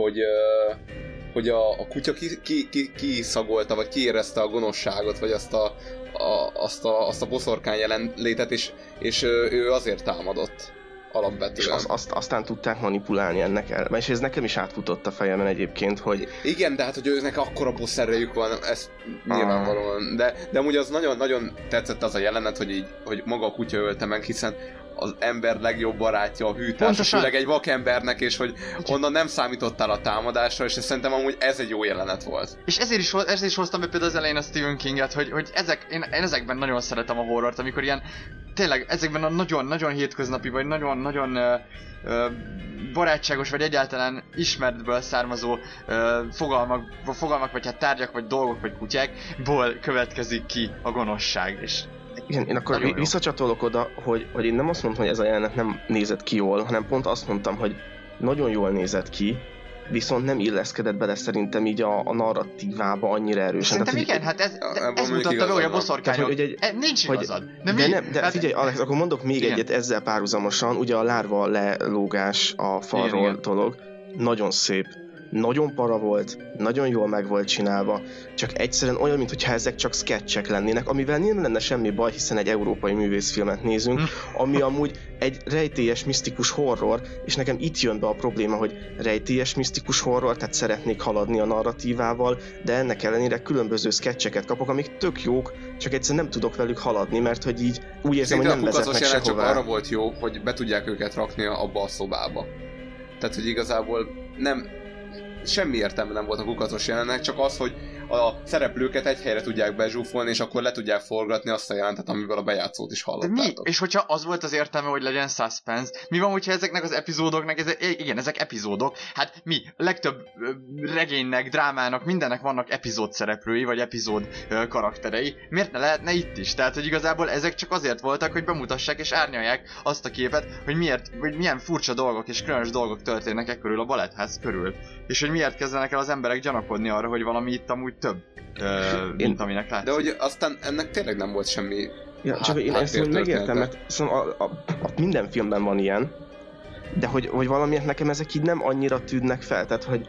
Speaker 5: hogy a kutya kiszagolta, vagy kiérezte a gonoszságot, vagy azt a boszorkány jelenlétet, és ő azért támadott. Alapvetően.
Speaker 8: És aztán tudták manipulálni ennek el. És ez nekem is átfutott a fejemen egyébként, hogy...
Speaker 5: Igen, de hát, hogy őnek akkora boss erejük van, ez nyilvánvalóan. De amúgy az nagyon-nagyon tetszett az a jelenet, hogy maga a kutya ölte meg, hiszen az ember legjobb barátja, a hűtárs, főleg egy vakembernek, és hogy onnan nem számítottál a támadásra, és szerintem amúgy ez egy jó jelenet volt.
Speaker 4: És ezért is hoztam be például az elején a Stephen Kinget, hogy én ezekben nagyon szeretem a horrort, amikor ilyen tényleg ezekben a nagyon-nagyon hétköznapi, vagy nagyon-nagyon barátságos, vagy egyáltalán ismertből származó fogalmak, vagy hát tárgyak, vagy dolgok, vagy kutyákból következik ki a gonoszság, és
Speaker 8: igen, én akkor visszacsatolok oda, hogy én nem azt mondtam, hogy ez a jelenet nem nézett ki jól, hanem pont azt mondtam, hogy nagyon jól nézett ki, viszont nem illeszkedett bele szerintem így a narratívába annyira erősen.
Speaker 4: Szerintem igen, hát ez mutatta be, hogy a boszorkányok. Nincs igazad.
Speaker 8: De figyelj, Alex, akkor mondok még egyet ezzel párhuzamosan, ugye a lárva lelógás a falról dolog, nagyon szép. Nagyon para volt, nagyon jól meg volt csinálva, csak egyszerűen olyan, mintha ezek csak sketchek lennének, amivel nem lenne semmi baj, hiszen egy európai művészfilmet nézünk, ami amúgy egy rejtélyes, misztikus horror, és nekem itt jön be a probléma, hogy rejtélyes, misztikus horror, tehát szeretnék haladni a narratívával, de ennek ellenére különböző sketcheket kapok, amik tök jók, csak egyszerűen nem tudok velük haladni, mert hogy így úgy érzem, hogy nem vezetnek sehová.
Speaker 5: Csak arra volt jó, hogy be tudják őket rakni abba a szobába. Tehát, hogy igazából semmi értelme nem volt a kukacos jelennek, csak az, hogy a szereplőket egy helyre tudják bezsúfolni, és akkor le tudják forgatni azt a jelentet, amiből a bejátszót is hallottátok.
Speaker 4: De mi? És hogyha az volt az értelme, hogy legyen suspense, mi van, hogyha ezeknek az epizódoknak, ezek epizódok, hát mi? Legtöbb regénynek, drámának, mindennek vannak epizód szereplői, vagy epizód karakterei. Miért ne lehetne itt is? Tehát, hogy igazából ezek csak azért voltak, hogy bemutassák és árnyalják azt a képet, hogy milyen furcsa dolgok és különös dolgok történnek körül a balettház körül. És hogy miért kezdenek el az emberek gyanakodni arra, hogy valami itt amúgy több, mint aminek látszik.
Speaker 5: De hogy aztán ennek tényleg nem volt semmi.
Speaker 8: Ja, csak én ezt úgy megértem, mert minden filmben van ilyen, de hogy valamiért nekem ezek így nem annyira tűnnek fel, tehát hogy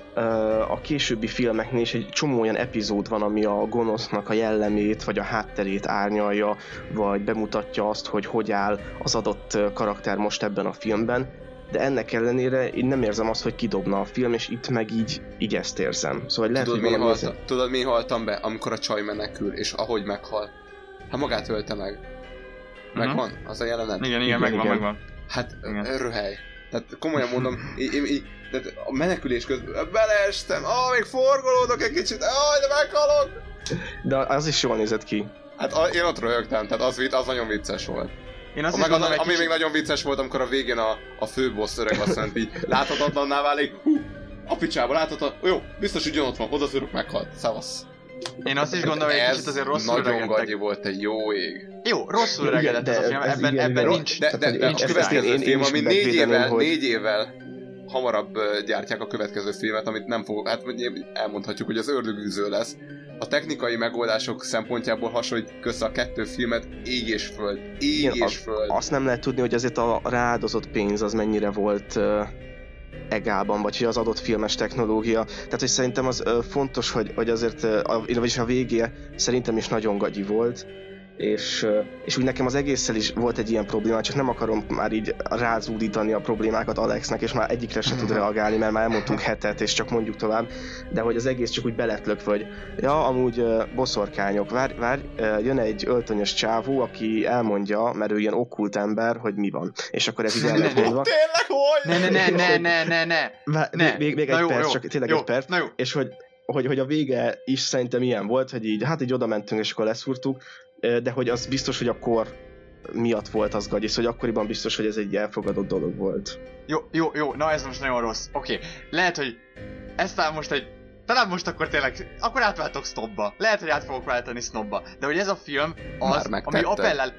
Speaker 8: a későbbi filmeknél is egy csomó olyan epizód van, ami a gonosznak a jellemét, vagy a hátterét árnyalja, vagy bemutatja azt, hogy áll az adott karakter most ebben a filmben, de ennek ellenére én nem érzem azt, hogy kidobna a film, és itt meg így ezt érzem. Szóval lehet,
Speaker 5: Tudod, mi haltam be, amikor a csaj menekül, és ahogy meghal? Hát magát ölte meg. Megvan? Az a jelenet?
Speaker 4: Igen, megvan.
Speaker 5: Hát röhely. Tehát komolyan mondom, tehát a menekülés közben beleestem, még forgolódok egy kicsit, de meghalok!
Speaker 8: De az is jól nézett ki.
Speaker 5: Hát én ott röhögtem, tehát az nagyon vicces volt. Ami még nagyon vicces volt, amikor a végén a főbossz öregasszony így láthatatlanná válik, a picsába láthatatlan, jó, biztos ugyan ott van, odaszörök, meghalt, szavasz.
Speaker 4: Én azt is gondolom, hogy egy kicsit azért rosszul
Speaker 5: öregedtek. Nagyon gagyi volt, egy jó ég.
Speaker 4: Jó, rosszul öregedett ez a film, ebben nincs.
Speaker 5: De a következő film, ami 4 évvel hamarabb gyártják a következő filmet, amit nem fog, hát elmondhatjuk, hogy az Ördögűző lesz. A technikai megoldások szempontjából hasonlít össze a 2 filmet, ég és föld. Föld.
Speaker 8: Azt nem lehet tudni, hogy azért a rááldozott pénz az mennyire volt egálban, vagy hogy az adott filmes technológia. Tehát, hogy szerintem az fontos, hogy azért, vagyis a végé szerintem is nagyon gagyi volt, és úgy nekem az egésszel is volt egy ilyen probléma, csak nem akarom már így rázúdítani a problémákat Alexnek, és már egyikre se tud reagálni, mert már elmondtunk hetet, és csak mondjuk tovább, de hogy az egész csak úgy belettlök, hogy ja, amúgy boszorkányok, várj, jön egy öltönyös csávó, aki elmondja, mert ő ilyen okkult ember, hogy mi van. És akkor ez így el lett mondva.
Speaker 5: Tényleg, hogy?
Speaker 8: Ne. Még egy perc, csak tényleg egy perc, és hogy a vége is szerintem ilyen volt, hogy így oda mentünk, és akkor leszúrtuk, de hogy az biztos, hogy a kor miatt volt az gagyis, hogy akkoriban biztos, hogy ez egy elfogadott dolog volt.
Speaker 4: Jó, na ez most nagyon rossz. Oké. Lehet, hogy ez talán most akkor tényleg, akkor átváltok snobba. Lehet, hogy át fogok váltani snobba. De hogy ez a film az, ami appellál...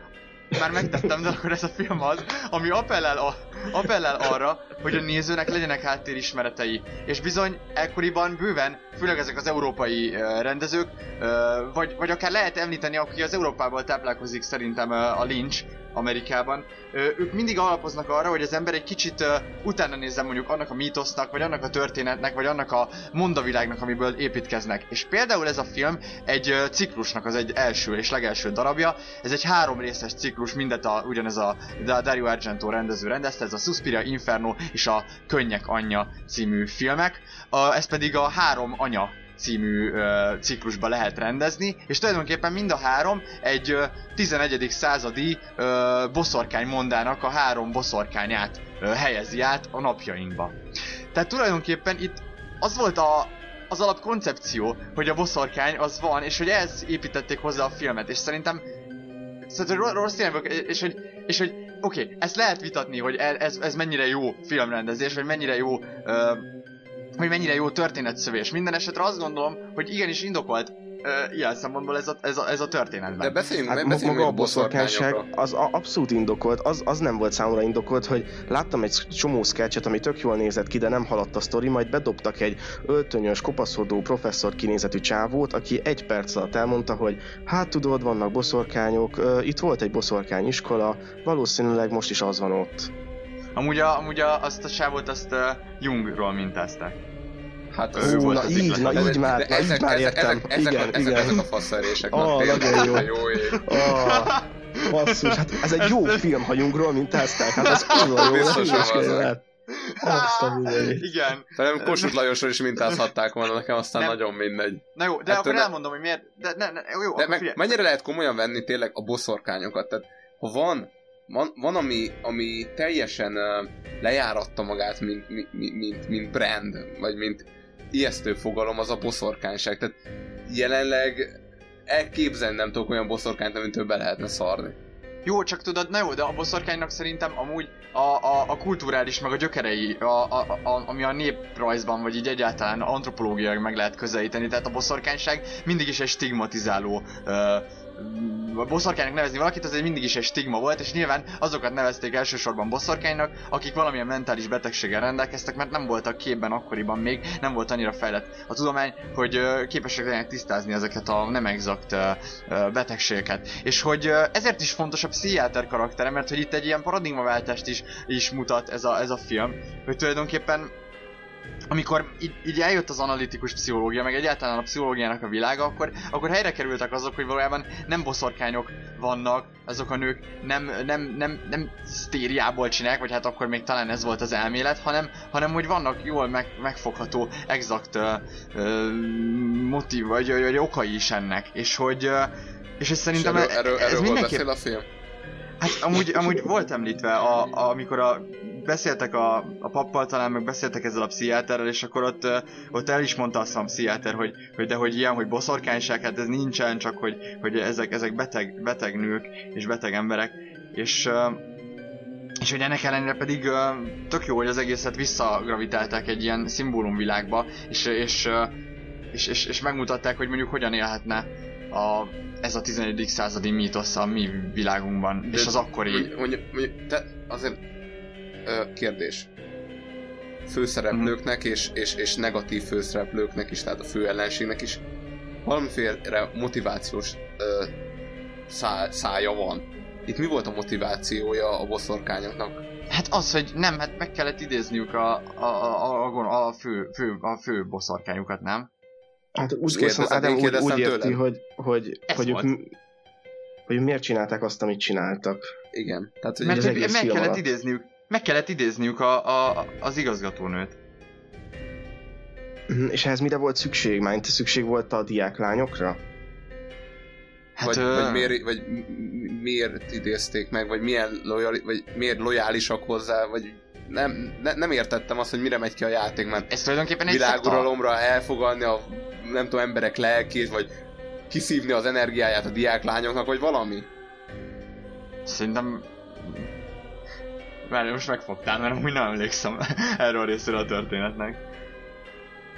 Speaker 4: már megtettem, de akkor ez a film az, ami appellál arra, hogy a nézőnek legyenek háttérismeretei. És bizony ekkoriban bőven, főleg ezek az európai rendezők, vagy akár lehet említeni, aki az Európából táplálkozik szerintem a Lynch Amerikában, ők mindig alapoznak arra, hogy az ember egy kicsit utána nézzen mondjuk annak a mítosznak, vagy annak a történetnek, vagy annak a mondavilágnak, amiből építkeznek. És például ez a film egy ciklusnak az egy első és legelső darabja. Ez egy 3 részes ciklus, mindet ugyanez a Dario Argento rendező rendezte, ez a Suspiria, Inferno és a Könnyek anyja című filmek. Ez pedig a 3 anya című ciklusba lehet rendezni, és tulajdonképpen mind a 3 egy 11. századi boszorkány mondának a 3 boszorkányát helyezi át a napjainkba. Tehát tulajdonképpen itt az volt az alapkoncepció, hogy a boszorkány az van, és hogy ehhez építették hozzá a filmet, és szerintem rossz irányba, és hogy oké, ezt lehet vitatni, hogy ez mennyire jó filmrendezés, vagy mennyire jó történetszövés. Minden esetre azt gondolom, hogy igenis indokolt ilyen szempontból ez a történetben.
Speaker 5: De beszéljünk
Speaker 8: maga a boszorkányság az abszolút indokolt, az nem volt számomra indokolt, hogy láttam egy csomó sketchet, ami tök jól nézett ki, de nem haladt a sztori, majd bedobtak egy öltönyös, kopaszodó professzor kinézetű csávót, aki 1 perc alatt elmondta, hogy hát tudod, vannak boszorkányok, itt volt egy boszorkányiskola, valószínűleg most is az van ott.
Speaker 4: Amúgy azt a sávot azt Jungról mintázták.
Speaker 5: Hát
Speaker 8: ő volt az így már értem.
Speaker 5: Ezek a fasszerések.
Speaker 8: Nagyon jó. Basszus, hát ez egy jó film, ha Jungról mintázták. Hát ez kurva jó.
Speaker 5: Biztosan az.
Speaker 4: Igen.
Speaker 5: Talán Kossuth Lajosról is mintázhatták volna, nekem aztán nem. Nagyon mindegy.
Speaker 4: Na jó, de akkor elmondom, hogy miért. Jó,
Speaker 5: de mennyire lehet komolyan venni tényleg a boszorkányokat? Tehát, ha van ami teljesen lejáratta magát, mint brand, vagy mint ijesztő fogalom, az a boszorkányság. Tehát jelenleg elképzelni nem tudok olyan boszorkányt, amint többen lehetne szarni.
Speaker 4: Jó, csak tudod, na jó, de a boszorkánynak szerintem amúgy a kulturális, meg a gyökerei, ami a néprajzban, vagy így egyáltalán antropológiailag meg lehet közelíteni. Tehát a boszorkányság mindig is egy stigmatizáló a boszorkánynak nevezni valakit, az egy mindig is egy stigma volt, és nyilván azokat nevezték elsősorban boszorkánynak, akik valamilyen mentális betegséggel rendelkeztek, mert nem voltak képben akkoriban még, nem volt annyira fejlett a tudomány, hogy képesek legyenek tisztázni ezeket a nem exakt betegségeket. És hogy ezért is fontos a pszichiáter karaktere, mert hogy itt egy ilyen paradigmaváltást is mutat ez a film, hogy tulajdonképpen amikor így eljött az analitikus pszichológia, meg egyáltalán a pszichológiának a világa, akkor helyre kerültek azok, hogy valójában nem boszorkányok vannak, azok a nők nem hisztériából csinálják, vagy hát akkor még talán ez volt az elmélet, hanem hogy vannak jól megfogható, exakt motív, vagy okai is ennek, és hogy szerintem
Speaker 5: erről mindenképp... a film?
Speaker 4: Hát amúgy volt említve, amikor beszéltek a pappal, talán meg beszéltek ezzel a pszichiáterrel, és akkor ott el is mondta azt a pszichiáter, hogy ilyen, hogy boszorkányság, hát ez nincsen, csak hogy ezek beteg nők és beteg emberek, és hogy ennek ellenére pedig tök jó, hogy az egészet visszagravitálták egy ilyen szimbólumvilágba, és megmutatták, hogy mondjuk hogyan élhetne ez a 11. századi mítosz a mi világunkban, de és az akkori...
Speaker 5: Te azért kérdés. Főszereplőknek és negatív főszereplőknek is, tehát a fő ellenségnek is valamiféle motivációs szája van. Itt mi volt a motivációja a boszorkányoknak?
Speaker 4: Hát az, hogy nem, hát meg kellett idézniük a fő boszorkányukat, nem?
Speaker 8: Hát Ádám úgy érti, hogy miért csinálták azt, amit csináltak.
Speaker 5: Igen. Tehát,
Speaker 4: hogy meg kellett idézniük az igazgatónőt.
Speaker 8: És ehhez mire volt szükség? Mármint szükség volt a diáklányokra?
Speaker 5: Hát, vagy miért idézték meg, vagy miért lojálisak hozzá, vagy nem értettem azt, hogy mire megy ki a játék, mert
Speaker 4: ez tulajdonképpen egy
Speaker 5: világuralomra elfogadni a nem tudom, emberek lelkét, vagy kiszívni az energiáját a diáklányoknak, vagy valami?
Speaker 4: Szerintem... Várj, most megfogtál, mert amúgy nem emlékszem erről a részről a történetnek.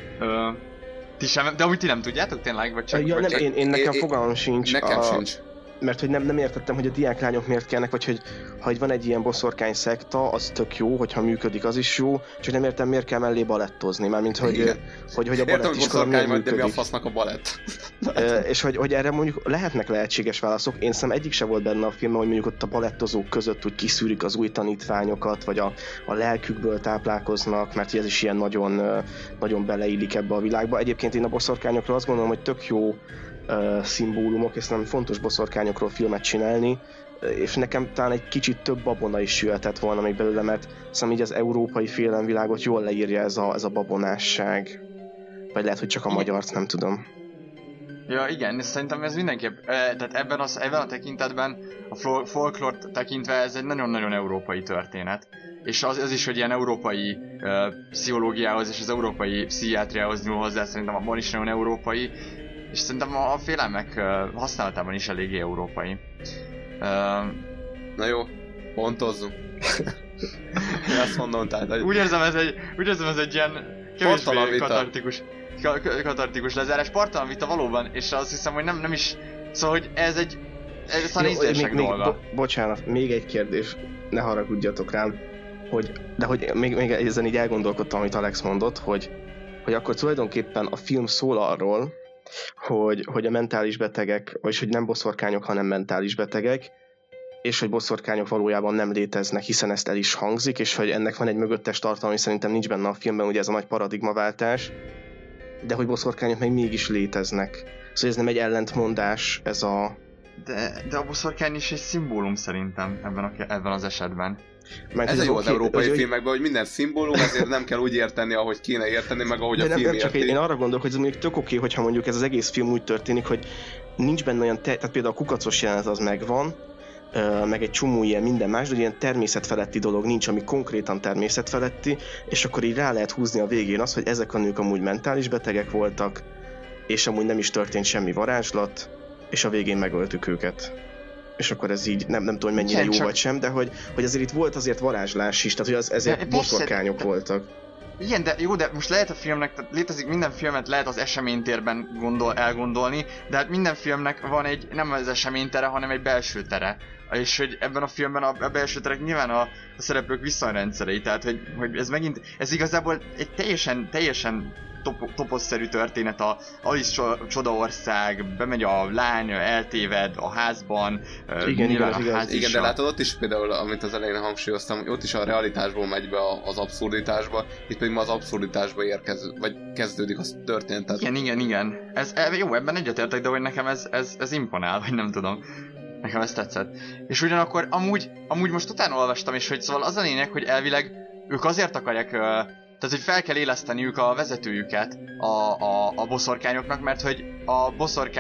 Speaker 4: Ti sem, de amúgy ti nem tudjátok tényleg? Vagy csak,
Speaker 8: nekem fogalmam sincs.
Speaker 5: Nekem sincs.
Speaker 8: mert hogy nem értettem, hogy a diáklányok miért kellnek, vagy hogy ha van egy ilyen boszorkány szekta, az tök jó, hogyha működik, az is jó, csak nem értem, miért kell mellé balettozni, mármint hogy a balett iskola miért működik.
Speaker 5: De mi a fasznak a balett?
Speaker 8: És hogy erre mondjuk lehetnek lehetséges válaszok. Én szerintem egyik se volt benne a filmben, hogy mondjuk ott a balettozók között úgy kiszűrik az új tanítványokat, vagy a lelkükből táplálkoznak, mert ez is ilyen nagyon, nagyon beleillik ebbe a világba. Egyébként én a boszorkányokról azt gondolom, hogy tök jó szimbólumok, és nem fontos boszorkányokról filmet csinálni, és nekem talán egy kicsit több babona is jöhetett volna még belőle, mert szerintem így az európai félelemvilágot jól leírja ez a babonásság. Vagy lehet, hogy csak a magyart, nem tudom.
Speaker 4: Ja, igen, szerintem ez mindenképp, tehát ebben a tekintetben, a folklórt tekintve ez egy nagyon-nagyon európai történet. És az is, hogy ilyen európai pszichológiához és az európai pszichiátriához nyúl hozzá, szerintem abban is nagyon európai, és szerintem a félelmek használatában is eléggé európai.
Speaker 5: Na jó, pontozzunk. Én azt mondom, tehát...
Speaker 4: Úgy érzem, ez egy ilyen kevésbé katartikus lezárás. Partalan vita valóban, és azt hiszem, hogy nem is... Szóval, hogy ez a nézések dolga.
Speaker 8: Bocsánat, még egy kérdés, ne haragudjatok rám, hogy még ezen így elgondolkodtam, amit Alex mondott, hogy akkor tulajdonképpen a film szól arról, hogy a mentális betegek, vagyis hogy nem boszorkányok, hanem mentális betegek, és hogy boszorkányok valójában nem léteznek, hiszen ezt el is hangzik, és hogy ennek van egy mögöttes tartalma, ami szerintem nincs benne a filmben, ugye ez a nagy paradigmaváltás, de hogy boszorkányok meg mégis léteznek. Szóval ez nem egy ellentmondás, ez a...
Speaker 4: De a boszorkány is egy szimbólum szerintem ebben az esetben.
Speaker 5: Mert ez jó az európai filmekben, hogy minden szimbólum, ezért nem kell úgy érteni, ahogy kéne érteni, meg ahogy a film
Speaker 8: nem, csak én arra gondolok, hogy ez mondjuk tök oké, hogyha mondjuk ez az egész film úgy történik, hogy nincs benne olyan, tehát például a kukacos jelenet az megvan, meg egy csomó ilyen minden más, de ilyen természetfeletti dolog nincs, ami konkrétan természetfeletti, és akkor így rá lehet húzni a végén azt, hogy ezek a nők amúgy mentális betegek voltak, és amúgy nem is történt semmi varázslat, és a végén megöltük őket. És akkor ez így, nem tudom, hogy mennyire jó vagy sem, de hogy azért itt volt azért varázslás is, tehát hogy ezért boszorkányok voltak.
Speaker 4: Igen, de jó, de most lehet a filmnek, tehát létezik, minden filmet lehet az eseménytérben elgondolni, de hát minden filmnek van egy, nem az eseménytere, hanem egy belső tere. És hogy ebben a filmben a belső terek nyilván a szereplők viszonyrendszerei, tehát hogy ez igazából egy teljesen toposzszerű történet, a Alice Csodaország, bemegy a lány, eltéved a házban,
Speaker 8: igen,
Speaker 5: igen, de látod, ott is például, amit az elején hangsúlyoztam, hogy ott is a realitásból megy be az abszurditásba, itt pedig ma az abszurditásba kezdődik a történet.
Speaker 4: Igen. Jó, ebben egyetértek, de hogy nekem ez imponál, vagy nem tudom. Nekem ez tetszett. És ugyanakkor amúgy most utána olvastam, és hogy szóval az a lényeg, hogy elvileg ők azért akarják, tehát hogy fel kell éleszteniük a vezetőjüket a boszorkányoknak, mert hogy a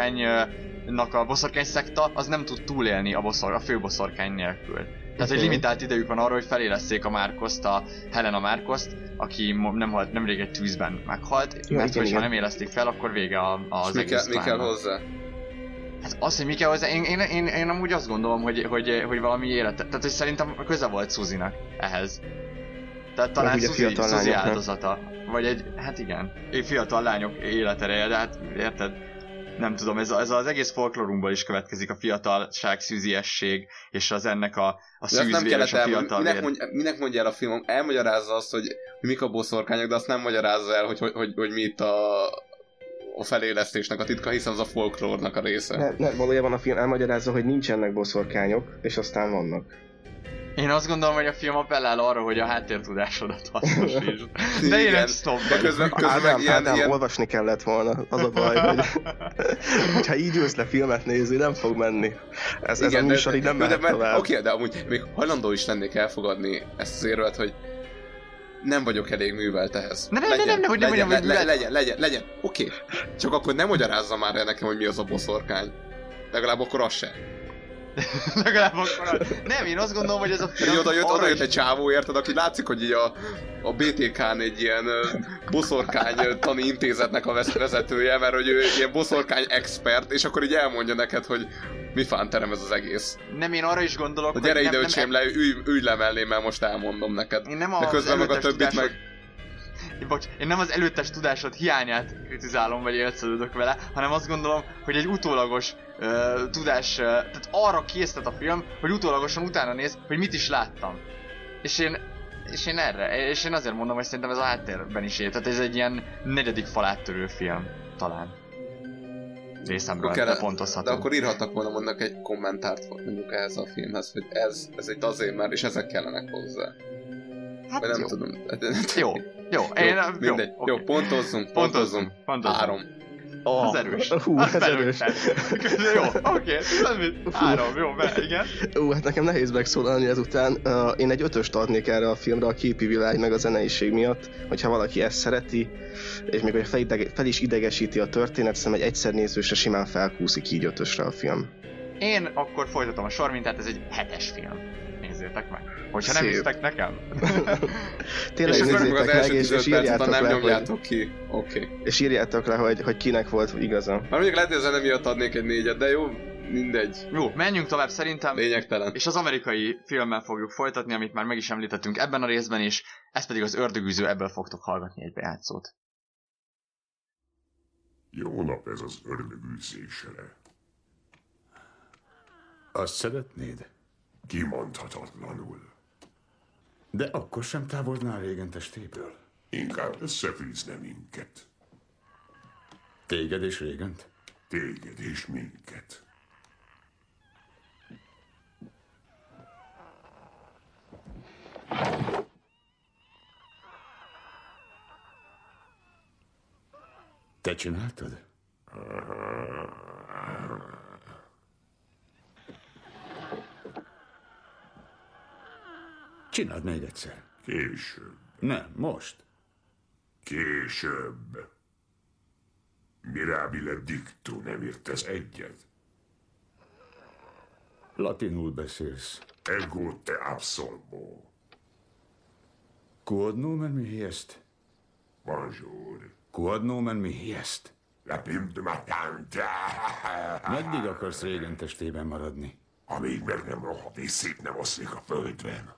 Speaker 4: boszorkány szekta az nem tud túlélni a fő boszorkány nélkül. Tehát hogy limitált idejük van arra, hogy felélesszék a Helena Márkoszt, aki nemrég egy tűzben meghalt, mert hogyha nem éleszték fel, akkor vége az egész
Speaker 5: mi kell hozzá?
Speaker 4: Hát az, hogy mi kell hozzá, én amúgy azt gondolom, hogy valami életet, tehát hogy szerintem köze volt Suzy-nak ehhez. Tehát talán Suzy áldozata, vagy hát igen, fiatal lányok életereje, de hát érted? Nem tudom, ez az egész folklorunkból is következik, a fiatalság, szűziesség, és az ennek a szűzvér és a fiatal vér.
Speaker 5: Minek mondja el a film? Elmagyarázza azt, hogy mik a boszorkányok, de azt nem magyarázza el, hogy mi itt a felélesztésnek a titka, hiszen az a folklórnak a része.
Speaker 8: Valójában a film elmagyarázza, hogy nincsenek boszorkányok, és aztán vannak.
Speaker 4: Én azt gondolom, hogy a film appellál arra, hogy a háttértudásodat hasznosítsd. De én nem stop.
Speaker 5: De közben
Speaker 8: Ádám, olvasni kellett volna. Az a baj, hogyha így ülsz le filmet nézni, nem fog menni. Ez a műsor így nem mehet tovább.
Speaker 5: Oké, de amúgy még hajlandó is lennék elfogadni ezt az érvet, hogy nem vagyok elég művelt ehhez. Legyen. Oké. Csak akkor nem magyarázza már el nekem, hogy mi az a boszorkány. Legalább akkor az se.
Speaker 4: Nem, én azt gondolom, hogy ez a film...
Speaker 5: Oda jött egy csávó, érted, aki látszik, hogy így a BTK-n egy ilyen boszorkány tani intézetnek a vezetője, mert hogy ő ilyen boszorkány expert, és akkor így elmondja neked, hogy mi fánterem ez az egész.
Speaker 4: Nem, én arra is gondolok,
Speaker 5: hogy... Gyere ide, öcsém, ülj le mellé, mert most elmondom neked.
Speaker 4: Én nem
Speaker 5: de közben meg a többit meg...
Speaker 4: én nem az előttes tudásod hiányát kritizálom, vagy élsződök vele, hanem azt gondolom, hogy egy utólagos tudás, tehát arra késztet a film, hogy utólagosan utána néz, hogy mit is láttam. És én azért mondom, hogy szerintem ez a háttérben is ér. Tehát ez egy ilyen negyedik fal áttörő film, talán. Részemről, de pontozhatom.
Speaker 5: De akkor írhatnak volna mondjuk egy kommentárt mondjuk ehhez a filmhez, hogy ez itt azért már, és ezek kellenek hozzá.
Speaker 4: Hát
Speaker 5: nem
Speaker 4: jó.
Speaker 5: tudom.
Speaker 4: Jó.
Speaker 5: Mindegy.
Speaker 4: Okay.
Speaker 5: Jó, pontozzunk. 3.
Speaker 4: Az erős.
Speaker 8: Ez erős.
Speaker 4: Jó, oké. 3, jó, igen.
Speaker 8: Hát nekem nehéz megszólalni ezután. Én egy 5-öst adnék erre a filmre a képi világ meg a zeneiség miatt, hogyha valaki ezt szereti, és még hogy fel is idegesíti a történet, szerintem egy egyszer nézősre simán felkúszik így 5-ösre a film.
Speaker 4: Én akkor folytatom a sormintát, ez egy 7-es film. Nézzétek meg. Hogyha
Speaker 8: Szép.
Speaker 4: nem hisztek nekem.
Speaker 8: Tényleg nézzétek meg, és írjátok
Speaker 5: nem
Speaker 8: le,
Speaker 5: nyomjátok ki. Oké.
Speaker 8: És írjátok le, hogy kinek volt igaza.
Speaker 5: Már mondjuk lehet, hogy a zene miatt adnék egy 4-et, de jó, mindegy.
Speaker 4: Jó, menjünk tovább szerintem.
Speaker 5: Lényegtelen.
Speaker 4: És az amerikai filmmel fogjuk folytatni, amit már meg is említettünk ebben a részben is. Ez pedig az Ördögűző, ebből fogtok hallgatni egy bejátszót.
Speaker 9: Jó nap ez az ördögűzésre.
Speaker 10: Azt szeretnéd?
Speaker 9: Kimondhatatlanul.
Speaker 10: De akkor sem távoznál régen testéből.
Speaker 9: Inkább összefűzne minket.
Speaker 10: Téged és Régent?
Speaker 9: Téged és minket.
Speaker 10: Te csináltad? Csináld még egyszer.
Speaker 9: Később.
Speaker 10: Nem, most.
Speaker 9: Később. Mirabile dictu, nem értesz egyet?
Speaker 10: Latinul beszélsz.
Speaker 9: Ego te absolvo.
Speaker 10: Quod nomen mihi est?
Speaker 9: Bonjour.
Speaker 10: Quod nomen mihi est?
Speaker 9: La pim de ma tante.
Speaker 10: Meddig akarsz Régen testében maradni?
Speaker 9: Amíg meg nem rohad és szét nem oszlik a földben.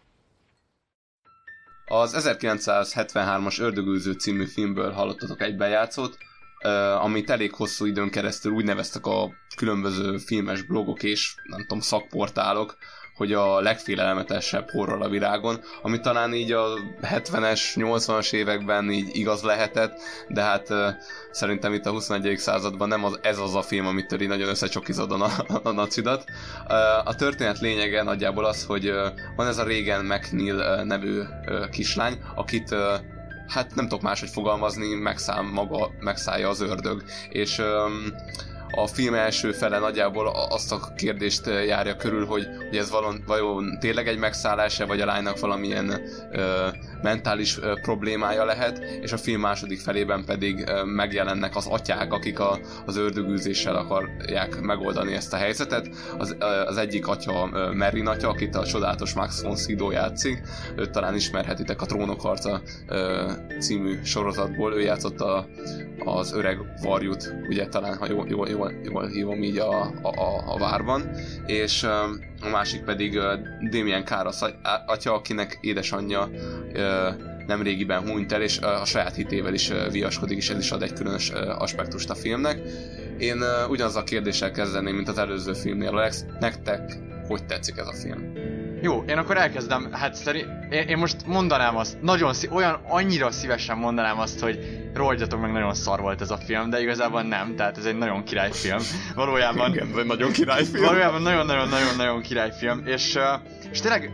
Speaker 5: Az 1973-as Ördögűző című filmből hallottatok egy bejátszót, amit elég hosszú időn keresztül úgy neveztek a különböző filmes blogok és nem tudom, szakportálok, hogy a legfélelmetesebb horror a világon, ami talán így a 70-es, 80-as években így igaz lehetett, de hát szerintem itt a 21. században nem ez az a film, amitől így nagyon összecsokizod a nacidat. A történet lényege nagyjából az, hogy van ez a Regan McNeil nevű kislány, akit hát nem tudok máshogy fogalmazni, megszállja az ördög, és a film első fele nagyjából azt a kérdést járja körül, hogy ez vajon tényleg egy megszállás-e, vagy a lánynak valamilyen mentális problémája lehet, és a film második felében pedig megjelennek az atyák, akik az ördögűzéssel akarják megoldani ezt a helyzetet. Az egyik atya Merrin atya, akit a csodálatos Max von Sydow játszik, őt talán ismerhetitek a Trónok harca című sorozatból, ő játszotta az öreg varjut, ugye talán, ha jól hívom így a várban, és a másik pedig Damien Karras atya, akinek édesanyja nemrégiben hunyt el, és a saját hitével is viaskodik, és ez is ad egy különös aspektust a filmnek. Én ugyanaz a kérdéssel kezdeném, mint az előző filmnél. Alex, nektek hogy tetszik ez a film?
Speaker 4: Jó, én akkor elkezdem. Hát én most mondanám azt, annyira szívesen mondanám azt, hogy rohadjatok meg, nagyon szar volt ez a film, de igazából nem, tehát ez egy nagyon királyfilm. Valójában...
Speaker 5: Igen, ez egy nagyon királyfilm.
Speaker 4: Valójában nagyon királyfilm, és tényleg...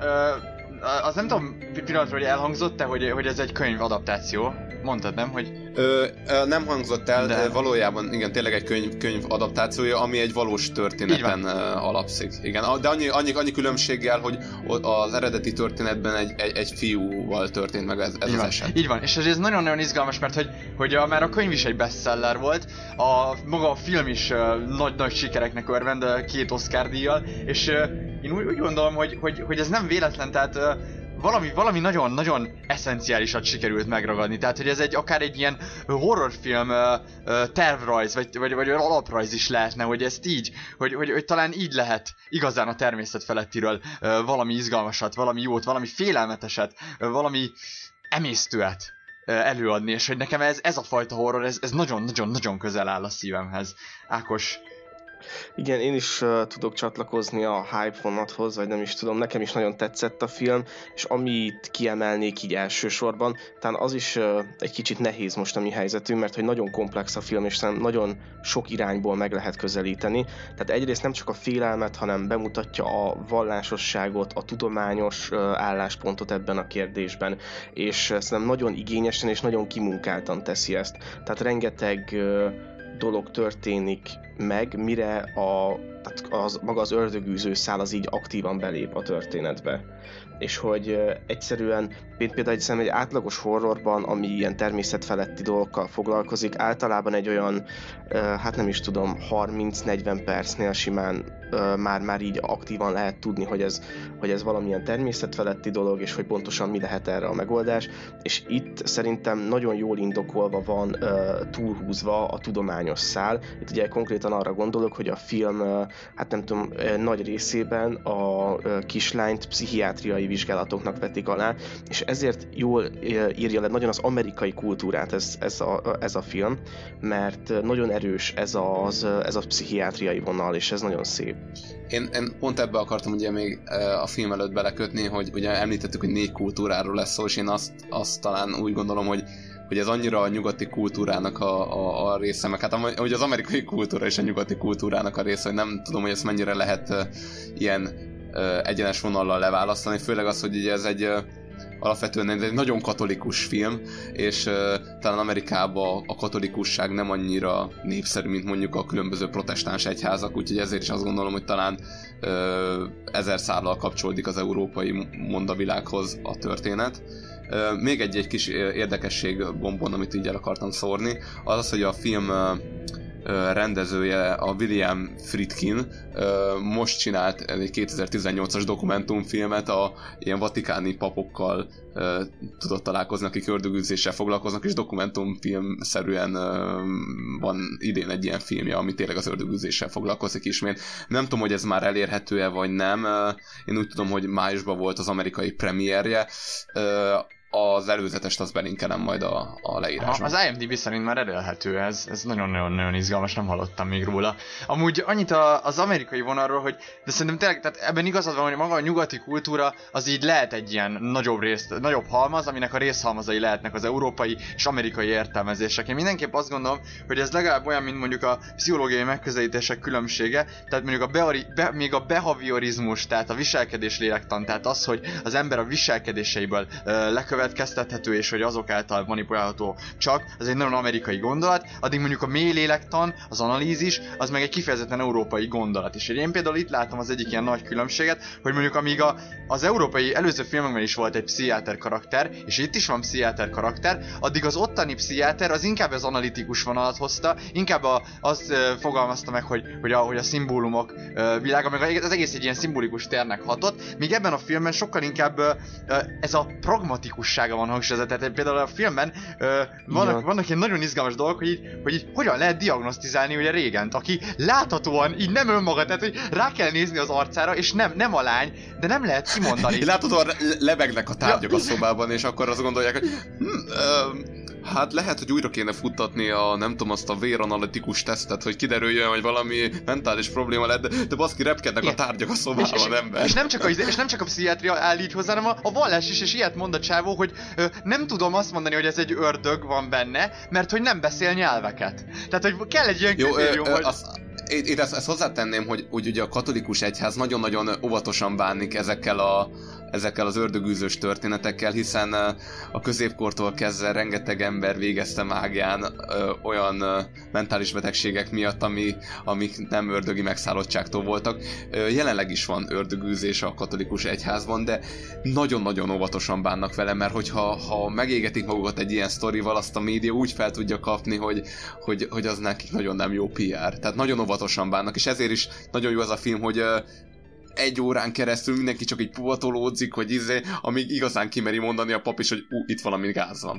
Speaker 4: az nem tudom pillanatra, hogy elhangzott-e, hogy ez egy könyv adaptáció. Mondtad, nem? Hogy...
Speaker 5: Nem hangzott el, de valójában igen, tényleg egy könyv adaptációja, ami egy valós történeten alapszik. Igen, de annyi különbséggel, hogy az eredeti történetben egy fiúval történt meg ez az eset.
Speaker 4: Így van, és ez nagyon-nagyon izgalmas, mert hogy már a könyv is egy bestseller volt, maga a film is nagy sikereknek örvend, 2 Oscar díjjal, és én úgy gondolom, hogy ez nem véletlen, tehát valami nagyon-nagyon eszenciálisat sikerült megragadni, tehát hogy ez akár egy ilyen horrorfilm tervrajz, vagy alaprajz is lehetne, hogy ezt így, hogy talán így lehet igazán a természet felettiről valami izgalmasat, valami jót, valami félelmeteset, valami emésztőet előadni, és hogy nekem ez a fajta horror, ez nagyon-nagyon közel áll a szívemhez. Ákos?
Speaker 8: Igen, én is tudok csatlakozni a hype vonathoz, vagy nem is tudom, nekem is nagyon tetszett a film, és amit kiemelnék így elsősorban, talán az is egy kicsit nehéz most a mi helyzetünk, mert hogy nagyon komplex a film, és nagyon sok irányból meg lehet közelíteni. Tehát egyrészt nem csak a félelmet, hanem bemutatja a vallásosságot, a tudományos álláspontot ebben a kérdésben, és szerintem nagyon igényesen és nagyon kimunkáltan teszi ezt. Tehát rengeteg dolog történik meg, mire maga az ördögűző szál az így aktívan belép a történetbe. És hogy egyszerűen, például egy átlagos horrorban, ami ilyen természetfeletti dolgokkal foglalkozik, általában egy olyan, hát nem is tudom, 30-40 percnél simán már így aktívan lehet tudni, hogy ez valamilyen természetfeletti dolog, és hogy pontosan mi lehet erre a megoldás. És itt szerintem nagyon jól indokolva van túlhúzva a tudományos szál. Itt ugye konkrétan arra gondolok, hogy a film, hát nem tudom, nagy részében a kislányt pszichiátriai vizsgálatoknak vetik alá, és ezért jól írja le nagyon az amerikai kultúrát ez a film, mert nagyon erős ez a pszichiátriai vonal, és ez nagyon szép.
Speaker 5: Én pont ebbe akartam ugye még a film előtt belekötni, hogy ugye említettük, hogy 4 kultúráról lesz szó, és én azt talán úgy gondolom, hogy ez annyira a nyugati kultúrának a része, meg hát hogy az amerikai kultúra és a nyugati kultúrának a része, hogy nem tudom, hogy ezt mennyire lehet ilyen egyenes vonallal leválasztani, főleg az, hogy ugye ez alapvetően egy nagyon katolikus film, és talán Amerikában a katolikusság nem annyira népszerű, mint mondjuk a különböző protestáns egyházak, úgyhogy ezért is azt gondolom, hogy talán 1000 szállal kapcsolódik az európai mondavilághoz a történet. Még egy kis érdekesség bombon, amit így el akartam szórni, az, hogy a film rendezője, a William Friedkin most csinált egy 2018-as dokumentumfilmet, ilyen vatikáni papokkal tudott találkozni, akik ördögűzéssel foglalkoznak, és dokumentumfilmszerűen van idén egy ilyen filmje, ami tényleg az ördögűzéssel foglalkozik ismét. Nem tudom, hogy ez már elérhető-e, vagy nem. Én úgy tudom, hogy májusban volt az amerikai premierje. Az előzetest azt belinkelem majd a leírásban.
Speaker 4: Az IMDb szerint már elérhető ez nagyon-nagyon izgalmas, nem hallottam még róla. Amúgy annyit az amerikai vonalról, hogy de szerintem tényleg, tehát ebben igazad van, hogy maga a nyugati kultúra az így lehet egy ilyen nagyobb halmaz, aminek a részhalmazai lehetnek az európai és amerikai értelmezések. Én mindenképp azt gondolom, hogy ez legalább olyan, mint mondjuk a pszichológiai megközelítések különbsége, tehát mondjuk még a behaviorizmus, tehát a viselkedés lélektan, tehát az, hogy az ember a viselkedéseiből következtethető, és hogy azok által manipulálható csak, az egy nagyon amerikai gondolat, addig mondjuk a mély lélektan, az analízis, az meg egy kifejezetten európai gondolat. És én például itt látom az egyik ilyen nagy különbséget, hogy mondjuk amíg az európai előző filmekben is volt egy pszichiáter karakter, és itt is van pszichiáter karakter, addig az ottani pszichiáter az inkább az analitikus vonalat hozta, inkább azt fogalmazta meg, hogy a szimbólumok világa, meg az egész egy ilyen szimbolikus térnek hatott, míg ebben a filmben sokkal inkább ez a pragmatikus van hangsúlyozva. Tehát például a filmben vannak ilyen nagyon izgalmas dolgok, hogy így hogyan lehet diagnosztizálni ugye Régent, aki láthatóan így nem önmaga, tehát hogy rá kell nézni az arcára, és nem a lány, de nem lehet kimondani.
Speaker 5: Láthatóan lebegnek a tárgyak a szobában, és akkor azt gondolják, hogy hát lehet, hogy újra kéne futtatni nem tudom, azt a véranalitikus tesztet, hogy kiderüljön, hogy valami mentális probléma lett, de baszki, repkednek a tárgyak a szobában, ember.
Speaker 4: És nem csak a pszichiátria áll így hozzá, hanem a vallás is, és ilyet mond a csávó, hogy nem tudom azt mondani, hogy ez egy ördög van benne, mert hogy nem beszél nyelveket. Tehát, hogy kell egy ilyen kritérium, hogy...
Speaker 5: Én ezt hozzátenném, hogy ugye a katolikus egyház nagyon-nagyon óvatosan bánik ezekkel az ördögűzős történetekkel, hiszen a középkortól kezdve rengeteg ember végezte mágián olyan mentális betegségek miatt, amik nem ördögi megszállottságtól voltak. Jelenleg is van ördögűzés a katolikus egyházban, de nagyon-nagyon óvatosan bánnak vele, mert hogyha megégetik magukat egy ilyen sztorival, azt a média úgy fel tudja kapni, hogy az nekik nagyon nem jó PR. Tehát nagyon óvatosan bánnak, és ezért is nagyon jó az a film, hogy 1 órán keresztül mindenki csak így puhatolódzik, hogy amíg igazán kimeri mondani a pap is, hogy itt valami gáz van.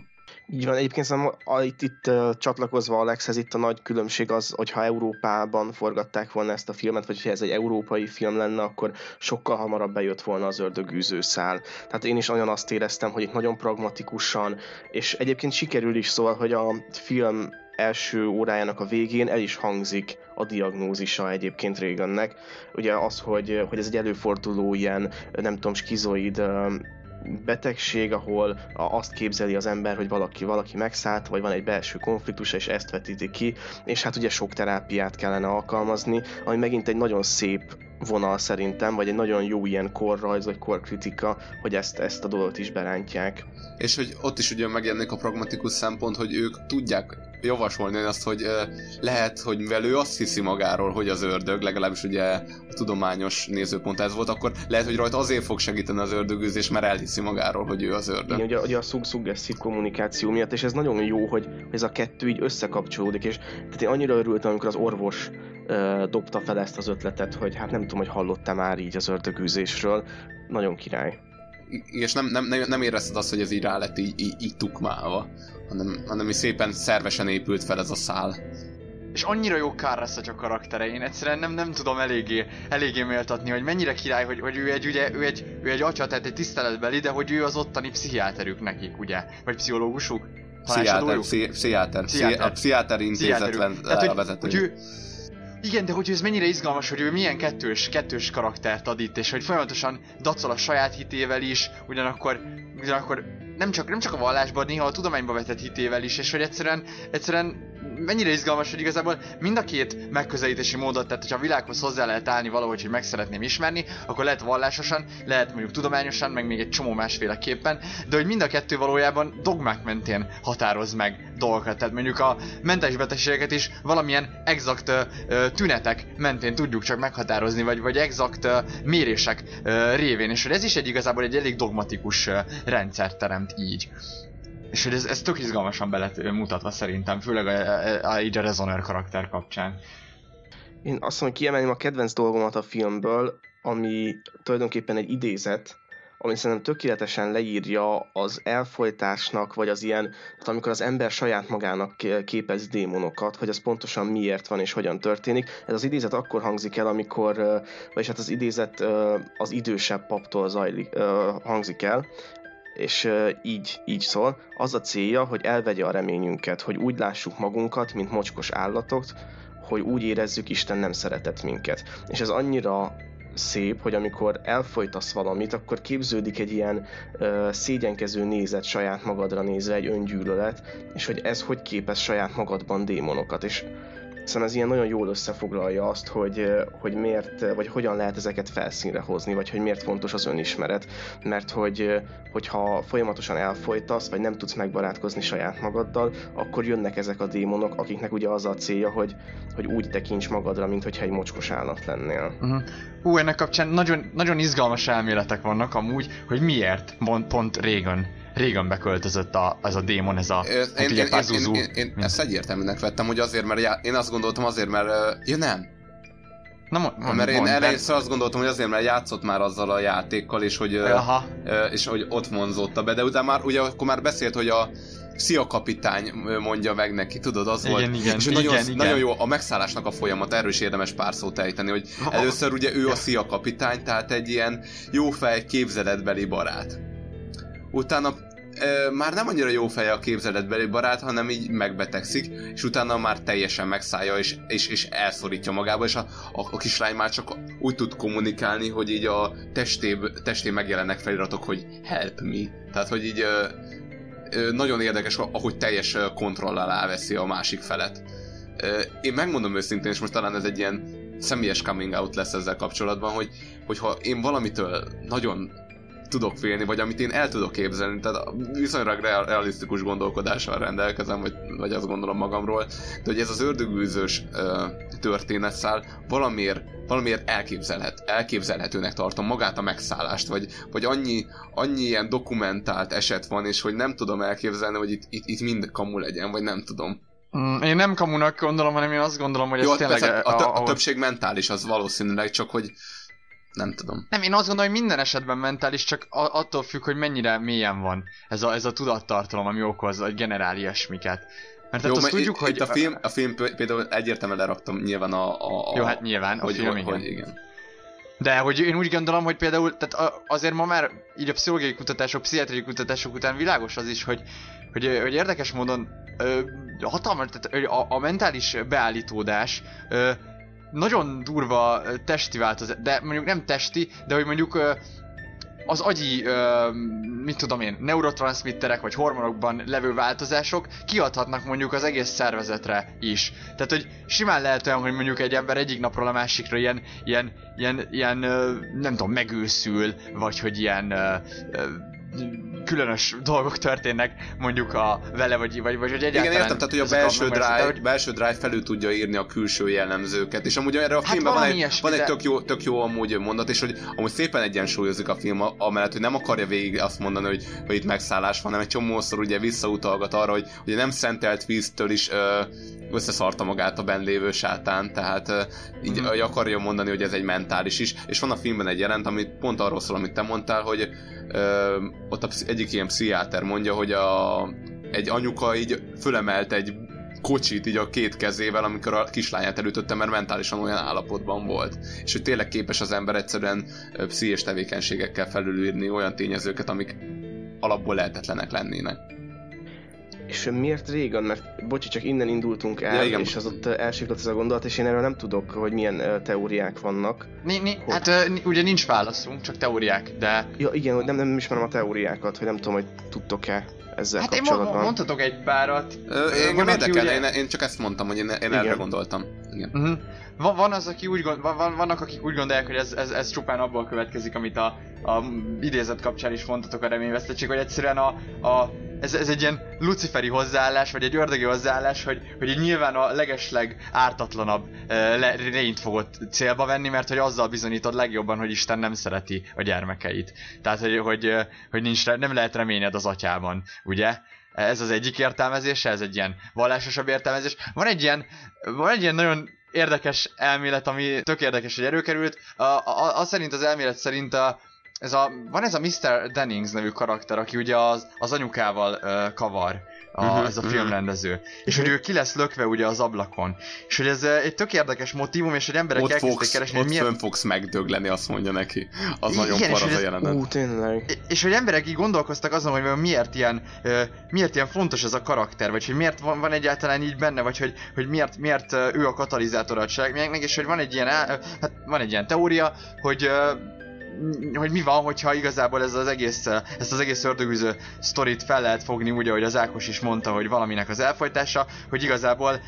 Speaker 8: Így van, egyébként szerintem itt csatlakozva Alexhez, itt a nagy különbség az, hogyha Európában forgatták volna ezt a filmet, vagy ha ez egy európai film lenne, akkor sokkal hamarabb bejött volna az ördögűző szál. Tehát én is nagyon azt éreztem, hogy itt nagyon pragmatikusan, és egyébként sikerül is, szóval, hogy a film első órájának a végén el is hangzik a diagnózisa egyébként Reagannek. Ugye az, hogy ez egy előforduló ilyen, nem tudom, skizoid betegség, ahol azt képzeli az ember, hogy valaki megszállt, vagy van egy belső konfliktus, és ezt vetíti ki, és hát ugye sok terápiát kellene alkalmazni, ami megint egy nagyon szép vonal szerintem, vagy egy nagyon jó ilyen korrajz, vagy korkritika, hogy ezt a dolgot is berántják.
Speaker 5: És hogy ott is ugye megjelenik a pragmatikus szempont, hogy ők tudják javasolni azt, hogy lehet, hogy mivel ő azt hiszi magáról, hogy az ördög, legalábbis ugye a tudományos nézőpont ez volt, akkor lehet, hogy rajta azért fog segíteni az ördögűzés, mert elhiszi magáról, hogy ő az ördög.
Speaker 8: Igen, ugye a szuggesszív kommunikáció miatt, és ez nagyon jó, hogy ez a kettő így összekapcsolódik, és tehát én annyira örültem, amikor az orvos dobta fel ezt az ötletet, hogy hát nem tudom, hogy hallottam már így az ördögűzésről. Nagyon király.
Speaker 5: És nem érezted azt, hogy ez így rá lett így tukmálva, hanem így szépen szervesen épült fel ez a szál.
Speaker 4: És annyira jó Carl Russell a karaktere, én egyszerűen nem tudom eléggé méltatni, hogy mennyire király, hogy ő egy atya, tehát egy tiszteletbeli, de hogy ő az ottani pszichiáterük nekik, ugye? Vagy pszichológusuk?
Speaker 5: Pszichiáter. A pszichiáter intézetlen a vezető.
Speaker 4: Igen, de hogy ez mennyire izgalmas, hogy ő milyen kettős karaktert ad itt, és hogy folyamatosan dacol a saját hitével is, ugyanakkor nem csak a vallásban, néha a tudományba vetett hitével is, és hogy egyszerűen mennyire izgalmas, hogy igazából mind a két megközelítési módot, tehát hogyha a világhoz hozzá lehet állni valahogy, hogy meg szeretném ismerni, akkor lehet vallásosan, lehet mondjuk tudományosan, meg még egy csomó másféleképpen, de hogy mind a kettő valójában dogmák mentén határoz meg dolgokat, tehát mondjuk a mentális betegségeket is valamilyen exakt tünetek mentén tudjuk csak meghatározni, vagy exakt mérések révén, és hogy ez is igazából egy elég dogmatikus rendszert teremt így. És hogy ez tök izgalmasan be lett mutatva szerintem, főleg így a Rezoner karakter kapcsán.
Speaker 8: Én azt mondom, hogy kiemelném a kedvenc dolgomat a filmből, ami tulajdonképpen egy idézet, ami szerintem tökéletesen leírja az elfojtásnak, vagy az ilyen, tehát amikor az ember saját magának képez démonokat, hogy az pontosan miért van és hogyan történik. Ez az idézet akkor hangzik el, amikor, vagyis hát az idézet az idősebb paptól hangzik el, és így szól. Az a célja, hogy elvegye a reményünket, hogy úgy lássuk magunkat, mint mocskos állatok, hogy úgy érezzük, Isten nem szeretett minket. És ez annyira szép, hogy amikor elfojtasz valamit, akkor képződik egy ilyen szégyenkező nézet saját magadra nézve, egy öngyűlölet, és hogy ez hogy képez saját magadban démonokat. És szerintem ez ilyen nagyon jól összefoglalja azt, hogy miért, vagy hogyan lehet ezeket felszínre hozni, vagy hogy miért fontos az önismeret. Mert hogyha folyamatosan elfojtasz, vagy nem tudsz megbarátkozni saját magaddal, akkor jönnek ezek a démonok, akiknek ugye az a célja, hogy úgy tekints magadra, mint hogyha egy mocskos állat lennél.
Speaker 4: Ennek kapcsán nagyon, nagyon izgalmas elméletek vannak amúgy, hogy miért pont Reagan beköltözött ez a démon, ez a Pazuzu.
Speaker 5: Én ezt egyértelműnek vettem, hogy azért, mert én azt gondoltam mert nem. Mert én először azt gondoltam, hogy azért, mert játszott már azzal a játékkal, és hogy ott vonzódta be, de utána már, ugye akkor már beszélt, hogy a Szia kapitány mondja meg neki, tudod, az volt.
Speaker 4: Igen,
Speaker 5: és nagyon jó a megszállásnak a folyamat, erről is érdemes pár szót ejteni, hogy először ugye ő a Szia kapitány, tehát egy ilyen jófej képzeletbeli barát. Utána már nem annyira jó feje a képzeletbeli barát, hanem így megbetegszik, és utána már teljesen megszállja, és elszorítja magába, és a kislány már csak úgy tud kommunikálni, hogy így a testén megjelennek feliratok, hogy help me. Tehát, hogy így nagyon érdekes, ahogy teljes kontroll alá veszi a másik felet. Én megmondom őszintén, és most talán ez egy ilyen személyes coming out lesz ezzel kapcsolatban, hogyha én valamitől nagyon tudok félni, vagy amit én el tudok képzelni, tehát viszonylag realisztikus gondolkodással rendelkezem, vagy azt gondolom magamról, de hogy ez az ördögűzős történetszál valamiért elképzelhetőnek tartom magát a megszállást, vagy annyi ilyen dokumentált eset van, és hogy nem tudom elképzelni, hogy itt mind kamu legyen, vagy nem tudom.
Speaker 4: Én nem kamunak gondolom, hanem én azt gondolom, hogy ez tényleg...
Speaker 5: A többség mentális, az valószínűleg, csak hogy Nem tudom.
Speaker 4: Nem, én azt gondolom, hogy minden esetben mentális, csak attól függ, hogy mennyire mélyen van ez a tudattartalom, ami okoz, vagy generál ilyesmiket. Mert
Speaker 5: jó,
Speaker 4: azt tudjuk, hogy...
Speaker 5: A film például egyértelműen leraktam nyilván
Speaker 4: Jó, hát nyilván, a film
Speaker 5: igen.
Speaker 4: De hogy én úgy gondolom, hogy például, tehát azért ma már így a pszichológiai kutatások, pszichiátriai kutatások után világos az is, hogy érdekes módon hatalmas, tehát a mentális beállítódás nagyon durva testi változás, de mondjuk nem testi, de hogy mondjuk az agyi, mit tudom én, neurotranszmitterek vagy hormonokban levő változások kiadhatnak mondjuk az egész szervezetre is. Tehát, hogy simán lehet olyan, hogy mondjuk egy ember egyik napról a másikra ilyen nem tudom, megőszül, vagy hogy ilyen különös dolgok történnek mondjuk vele, vagy egyáltalán...
Speaker 5: Igen, értem, tehát hogy a belső drive felül tudja írni a külső jellemzőket, és amúgy erre a filmben van egy tök jó amúgy mondat, és hogy amúgy szépen egyensúlyozik a film, amellett, hogy nem akarja végig azt mondani, hogy itt megszállás van, hanem egy csomószor ugye visszautalgat arra, hogy ugye nem szentelt víztől is összeszarta magát a benn lévő sátán, tehát így akarja mondani, hogy ez egy mentális is, és van a filmben egy jelent, amit pont arról szól, amit te mondtál, hogy ott egyik ilyen pszichiáter mondja, hogy egy anyuka így fölemelt egy kocsit így a két kezével, amikor a kislányát elütötte, mert mentálisan olyan állapotban volt. És hogy tényleg képes az ember egyszerűen pszichés tevékenységekkel felülírni olyan tényezőket, amik alapból lehetetlenek lennének.
Speaker 8: És miért Reagan? Mert bocsi, csak innen indultunk el, ja, és az ott elsiklott ez a gondolat, és én erről nem tudok, hogy milyen teóriák vannak.
Speaker 4: Hát ugye nincs válaszunk, csak teóriák, de...
Speaker 8: Ja igen, nem ismerem a teóriákat, hogy nem tudom, hogy tudtok-e ezzel kapcsolatban.
Speaker 4: Hát én mondhatok egy párat.
Speaker 5: Engem érdekel, én csak ezt mondtam, hogy én erre gondoltam. Igen.
Speaker 4: Vannak, akik úgy gondolják, hogy ez csupán abból következik, amit a idézet kapcsán is mondhatok a reményvesztettség, hogy egyszerűen ez egy ilyen luciferi hozzáállás, vagy egy ördögi hozzáállás, hogy így nyilván a legesleg ártatlanabb lényt fogod célba venni, mert hogy azzal bizonyítod legjobban, hogy Isten nem szereti a gyermekeit. Tehát, hogy nem lehet reményed az atyában, ugye? Ez az egyik értelmezése, ez egy ilyen vallásosabb értelmezés. Van egy ilyen nagyon érdekes elmélet, ami tök érdekes, hogy előkerült. Az elmélet szerint van ez a Mr. Dennings nevű karakter, aki ugye az anyukával kavar, ez a filmrendező. És hogy ő ki lesz lökve ugye az ablakon. És hogy ez egy tök érdekes motívum, és hogy emberek elkezdték keresni, hogy
Speaker 5: miért... Ott fönn fogsz megdögleni, azt mondja neki. Az igen, nagyon par az a jelenet.
Speaker 8: Tényleg.
Speaker 4: És hogy emberek így gondolkoztak azon, hogy miért ilyen fontos ez a karakter, vagy hogy miért van egyáltalán így benne, vagy hogy miért ő a katalizátora a cselekményeknek, és hogy van egy ilyen teória, hogy mi van, hogyha igazából ezt az egész ördögűző sztorit fel lehet fogni úgy, ahogy az Ákos is mondta, hogy valaminek az elfojtása, hogy igazából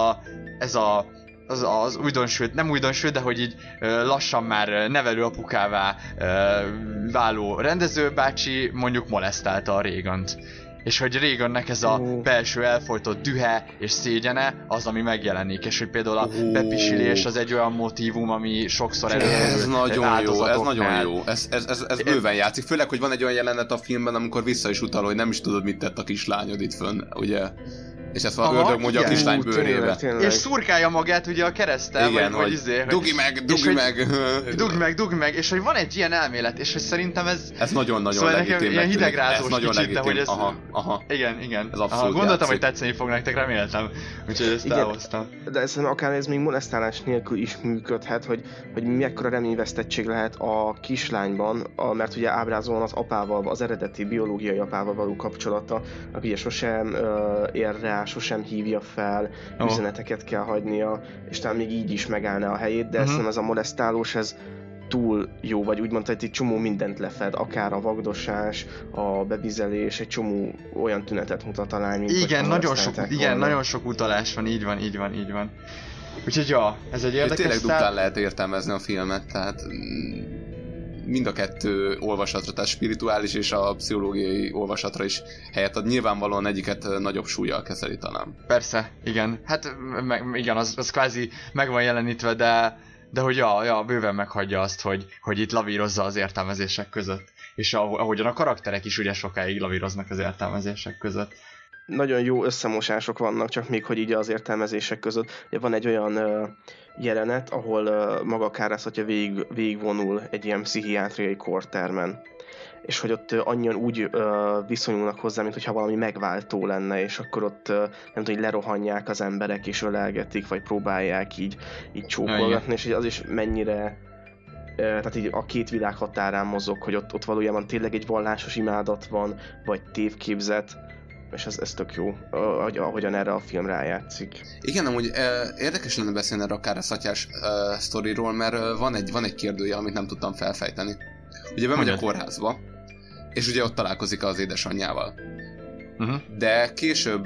Speaker 4: az újdonsült, nem újdonsült, de hogy így lassan már nevelőapukává váló rendezőbácsi mondjuk molesztálta a Reagant. És hogy Reagannek ez a belső elfojtott dühe és szégyene az, ami megjelenik, és hogy például a bepisilés az egy olyan motívum, ami sokszor előkerül.
Speaker 5: Ez nagyon jó, ez bőven játszik, főleg, hogy van egy olyan jelenet a filmben, amikor vissza is utal, hogy nem is tudod, mit tett a kislányod itt fönn, ugye? És ezt van ördög mondja a kislány bőrébe.
Speaker 4: És szurkálja magát ugye a keresztel,
Speaker 5: igen, vagy dugj
Speaker 4: meg, és hogy van egy ilyen elmélet, és hogy szerintem ez
Speaker 5: nagyon-nagyon
Speaker 4: szóval
Speaker 5: legitim.
Speaker 4: Ilyen hidegrázós kicsit,
Speaker 5: de
Speaker 4: hogy ez...
Speaker 5: Aha.
Speaker 4: Igen.
Speaker 5: Ez abszolút
Speaker 4: gondoltam,
Speaker 5: játszik.
Speaker 4: hogy tetszeni fog nektek, reméltem. Úgyhogy ezt elhoztam.
Speaker 8: De ez akár ez még molesztálás nélkül is működhet, hogy mekkora reményvesztettség lehet a kislányban, mert ugye ábrázolon az apával, az eredeti biológiai apával való kapcsolata, aki ugye sosem ér rá, sosem hívja fel, üzeneteket kell hagynia, és talán még így is megállná a helyét, de szerintem ez a molesztálós, ez túl jó, vagy úgymond, hogy egy csomó mindent lefed, akár a vagdosás, a bevizelés, egy csomó olyan tünetet mutat a lány, mint
Speaker 4: igen, nagyon sok utalás van, így van. Úgyhogy ez egy érdekes
Speaker 5: tényleg duplán lehet értelmezni a filmet, tehát mind a kettő olvasatra, tehát spirituális és a pszichológiai olvasatra is helyet ad. Nyilvánvalóan egyiket nagyobb súllyal kezeli talán.
Speaker 4: Persze, igen. Hát igen, az kvázi meg van jelenítve, de hogy bőven meghagyja azt, hogy itt lavírozza az értelmezések között. És ahogyan a karakterek is ugye sokáig lavíroznak az értelmezések között.
Speaker 8: nagyon jó összemosások vannak, csak még hogy így az értelmezések között. Van egy olyan jelenet, ahol maga Káraszatya végigvonul egy ilyen pszichiátriai kórtermen. És hogy ott annyian úgy viszonyulnak hozzá, mintha valami megváltó lenne, és akkor ott nem tudom, hogy lerohanják az emberek, és ölelgetik, vagy próbálják így csókolgatni, és az is mennyire, tehát így a két világ határán mozog, hogy ott valójában tényleg egy vallásos imádat van, vagy tévképzet, és ez tök jó, ahogyan erre a film rájátszik.
Speaker 5: Igen, amúgy érdekes lenne beszélni erre a Káraszatyás sztoriról, mert van egy kérdője, amit nem tudtam felfejteni. Ugye bemegy a kórházba, és ugye ott találkozik az édesanyjával. De később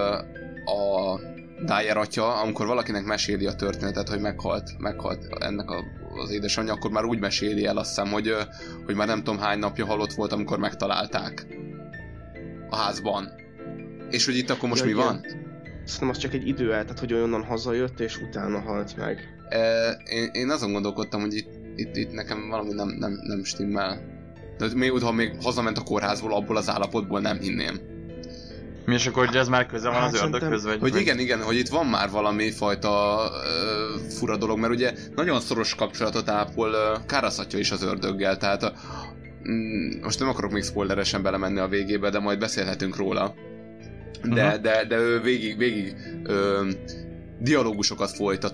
Speaker 5: a Dyer atya, amikor valakinek meséli a történetet, hogy meghalt ennek az édesanyja, akkor már úgy meséli el, azt hiszem, hogy már nem tudom hány napja halott volt, amikor megtalálták a házban. És hogy itt akkor most mi van?
Speaker 8: Szerintem az csak egy idő el, tehát hogy onnan hazajött, és utána halt meg.
Speaker 5: Én azon gondolkodtam, hogy itt nekem valami nem stimmel. De ha még hazament a kórházból, abból az állapotból nem hinném.
Speaker 4: Mi és akkor, hogy ez már köze van az ördöghöz?
Speaker 5: Hogy igen, hogy itt van már valami fajta fura dolog, mert ugye nagyon szoros kapcsolatot ápol Káraszatya is az ördöggel, tehát most nem akarok még spoileresen belemenni a végébe, de majd beszélhetünk róla. De ő végig dialógusokat folytat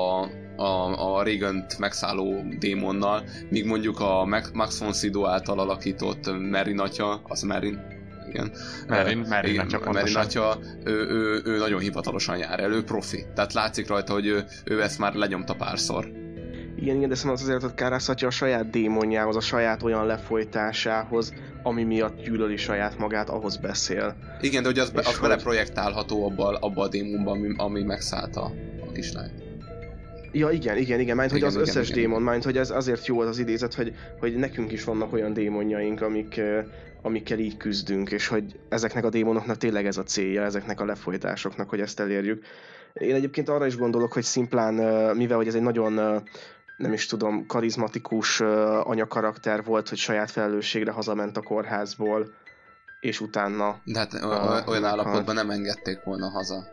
Speaker 5: a Regent megszálló démonnal, míg mondjuk a Max von Sydow által alakított Merrin atya, az Merrin, igen. Merrin atya, ő nagyon hivatalosan jár el, ő profi. Tehát látszik rajta, hogy ő ezt már lenyomta párszor.
Speaker 8: Igen, de szerintem azért, hogy Kárasatya a saját démonjához, a saját olyan lefolytásához, ami miatt gyűlöli saját magát, ahhoz beszél.
Speaker 5: Igen, de hogy az beleprojektálható abba a démonba, ami megszállta a kislányt.
Speaker 8: Ja, igen, mert hogy az összes démon, mert hogy ez azért jó az idézet, hogy nekünk is vannak olyan démonjaink, amikkel így küzdünk, és hogy ezeknek a démonoknak tényleg ez a célja, ezeknek a lefolytásoknak, hogy ezt elérjük. Én egyébként arra is gondolok, hogy szimplán, mivel hogy ez egy nagyon, nem is tudom, karizmatikus anyakarakter volt, hogy saját felelősségre hazament a kórházból, és utána...
Speaker 5: De hát olyan állapotban nem engedték volna haza.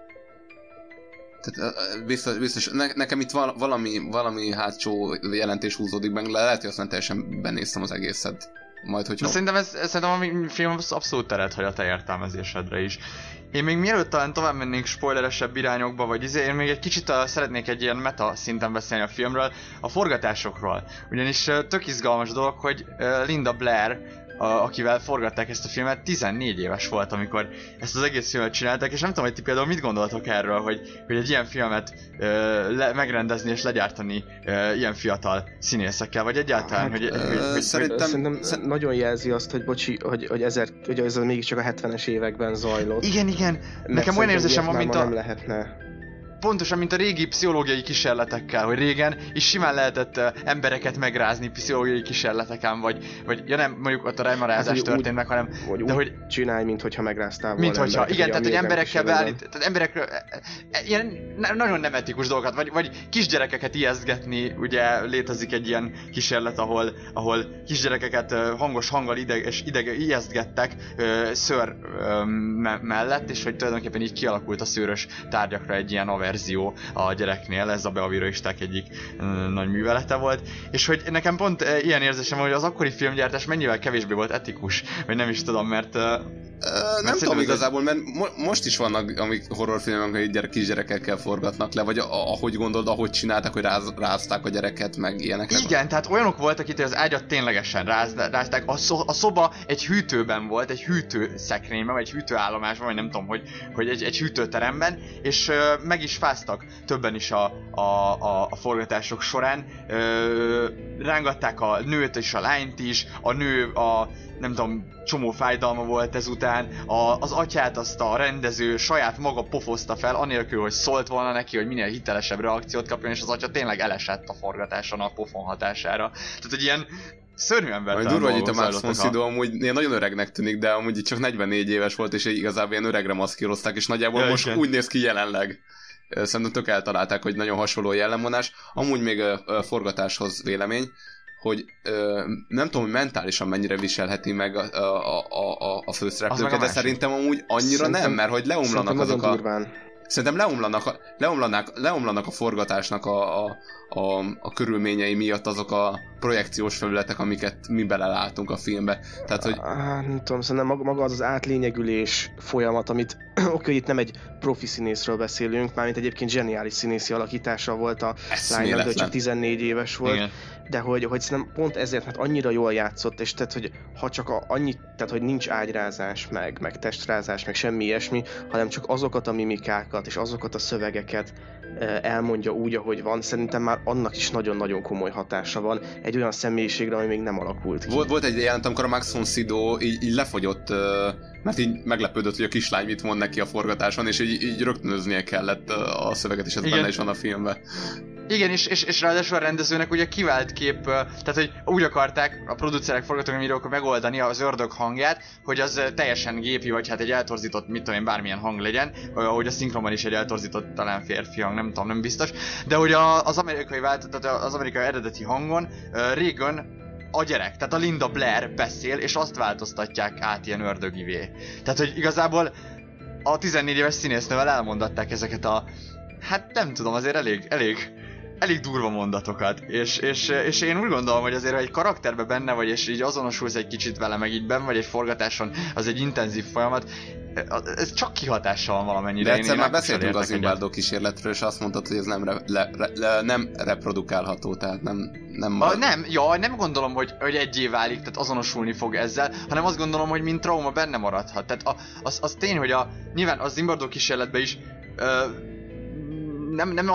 Speaker 5: Tehát biztos nekem itt valami hátsó jelentés húzódik meg, lehet, hogy aztán teljesen benéztem az egészet. Majd, hogyha...
Speaker 4: Szerintem a film abszolút teret hagy a te értelmezésedre is. Én még mielőtt talán tovább mennénk spoileresebb irányokba, vagy én még egy kicsit szeretnék egy ilyen meta szinten beszélni a filmről, a forgatásokról. Ugyanis tök izgalmas dolog, hogy Linda Blair, akivel forgatták ezt a filmet, 14 éves volt, amikor ezt az egész filmet csinálták, és nem tudom, hogy ti például mit gondoltok erről, hogy egy ilyen filmet megrendezni és legyártani ilyen fiatal színészekkel, vagy egyáltalán, hogy
Speaker 8: szerintem nagyon jelzi azt, hogy bocsi, hogy ez mégiscsak a 70-es években zajlott.
Speaker 4: Igen. Nekem olyan érzésem van, mint
Speaker 8: nem lehetne.
Speaker 4: Pontosan, mint a régi pszichológiai kísérletekkel, hogy régen is simán lehetett embereket megrázni pszichológiai kísérleteken, vagy ja nem, mondjuk ott a rájmarázás történt meg, hanem...
Speaker 8: de hogy csinálj, minthogyha megráztál volna
Speaker 4: embereket. Igen, tehát hogy emberekkel beállít, tehát emberekről ilyen nagyon nem etikus dolgokat, vagy kisgyerekeket ijesztgetni, ugye létezik egy ilyen kísérlet, ahol kisgyerekeket hangos hanggal ijesztgettek szőr mellett, és hogy tulajdonképpen így kialakult a szőrös tárgyakra egy ilyen averzió a gyereknél, ez a behavioristák egyik nagy művelete volt, és hogy nekem pont ilyen érzésem, hogy az akkori filmgyártás mennyivel kevésbé volt etikus, vagy nem is tudom, mert
Speaker 5: nem tudom igazából, mert most is vannak horrorfilmek, hogy kisgyerekekkel forgatnak le, vagy ahogy gondolod, ahogy csinálták, hogy rázták a gyereket, meg ilyeneket.
Speaker 4: Igen, tehát olyanok voltak itt, hogy az ágyat ténylegesen rázták. A szoba egy hűtőben volt, egy hűtőszekrényben, vagy egy hűtőállomásban, vagy nem tudom, hogy egy hűtőteremben, és meg is fáztak többen is a forgatások során. Rángatták a nőt és a lányt is, a nő nem tudom, csomó fájdalma volt ezután, az atyát azt a rendező saját maga pofozta fel, anélkül, hogy szólt volna neki, hogy minél hitelesebb reakciót kapjon, és az atya tényleg elesett a forgatáson a pofon hatására. Tehát, hogy ilyen szörnyű embertelen
Speaker 5: durva, hogy itt a Max von Sydow amúgy nagyon öregnek tűnik, de amúgy csak 44 éves volt, és igazából ilyen öregre maszkírozták, és nagyjából most igen. Úgy néz ki jelenleg. Szerintem tök eltalálták, hogy nagyon hasonló jellemvonás. Amúgy még a forgatáshoz vélemény, hogy nem tudom, hogy mentálisan mennyire viselheti meg a főszereplőket, de szerintem amúgy annyira nem, mert hogy leomlanak azok Szerintem leomlanak a forgatásnak a körülményei miatt azok a projekciós felületek, amiket mi belelátunk a filmbe. Tehát, hogy...
Speaker 8: Nem tudom, szerintem maga az átlényegülés folyamat, amit oké, itt nem egy profi színészről beszélünk, mármint egyébként zseniális színészi alakítása volt a lánynak, de csak 14 éves volt. Igen. De hogy szerintem pont ezért, mert annyira jól játszott, és tehát, hogy ha csak annyit, tehát, hogy nincs ágyrázás, meg testrázás, meg semmi ilyesmi, hanem csak azokat a mimikákat, és azokat a szövegeket elmondja úgy, ahogy van, szerintem már annak is nagyon-nagyon komoly hatása van egy olyan személyiségre, ami még nem alakult ki.
Speaker 5: Volt egy jelent, amikor a Max von Sydow így lefogyott, mert így meglepődött, hogy a kislány mit mond neki a forgatáson, és így rögtönöznie kellett a szöveget, és ez benne is van a filmben.
Speaker 4: Igen, és ráadásul a rendezőnek ugye kivált kép, tehát hogy úgy akarták a producerek, forgatókönyvírók megoldani az ördög hangját, hogy az teljesen gépi, vagy hát egy eltorzított, mit tudom én, bármilyen hang legyen, ahogy a szinkronban is egy eltorzított, talán férfi hang, nem tudom, nem biztos, de hogy az amerikai tehát az amerikai eredeti hangon Reagan a gyerek, tehát a Linda Blair beszél, és azt változtatják át ilyen ördögivé. Tehát, hogy igazából a 14 éves színésznővel elmondatták ezeket a, hát nem tudom, azért elég durva mondatokat, és én úgy gondolom, hogy azért, ha egy karakterben benne vagy, és így azonosulsz egy kicsit vele, meg így benn vagy egy forgatáson, az egy intenzív folyamat, ez csak kihatással van valamennyire.
Speaker 5: De egyszer már beszéltünk az Zimbardo kísérletről, és azt mondtad, hogy ez nem reprodukálható, tehát
Speaker 4: nem gondolom, hogy egyé válik, tehát azonosulni fog ezzel, hanem azt gondolom, hogy mint trauma benne maradhat. Tehát az tény, hogy nyilván a Zimbardo kísérletben is nem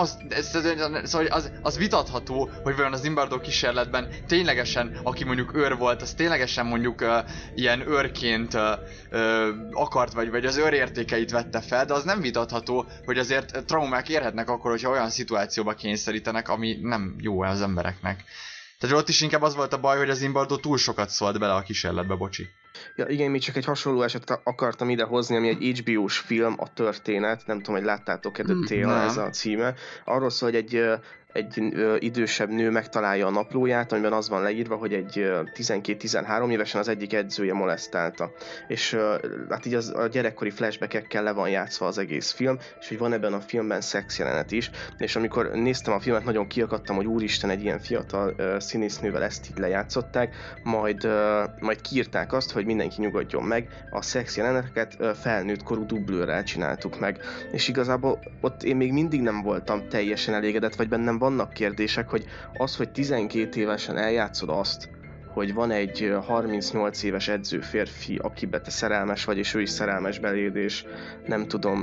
Speaker 4: az vitatható, hogy vajon az Zimbardo kísérletben ténylegesen, aki mondjuk őr volt, az ténylegesen mondjuk ilyen őrként akart, vagy az őr értékeit vette fel, de az nem vitatható, hogy azért traumák érhetnek akkor, hogyha olyan szituációba kényszerítenek, ami nem jó az embereknek. Tehát ott is inkább az volt a baj, hogy az Zimbardo túl sokat szólt bele a kísérletbe, bocsi.
Speaker 8: Ja, igen, még csak egy hasonló esetet akartam ide hozni, ami egy HBO-s film, A történet, nem tudom, hogy láttátok-e, The Tale, ez a címe. Arról szól, hogy egy idősebb nő megtalálja a naplóját, amiben az van leírva, hogy egy 12-13 évesen az egyik edzője molesztálta. És hát így a gyerekkori flashbackekkel le van játszva az egész film, és hogy van ebben a filmben szexjelenet is. És amikor néztem a filmet, nagyon kiakadtam, hogy úristen, egy ilyen fiatal színésznővel ezt így lejátszották, majd kiírták azt, hogy mindenki nyugodjon meg, a szexjeleneteket felnőtt korú dublőrrel csináltuk meg. És igazából ott én még mindig nem voltam teljesen elégedett, vagy bennem vannak kérdések, hogy az, hogy 12 évesen eljátszod azt, hogy van egy 38 éves edző férfi, akibe te szerelmes vagy, és ő is szerelmes beléd, és nem tudom,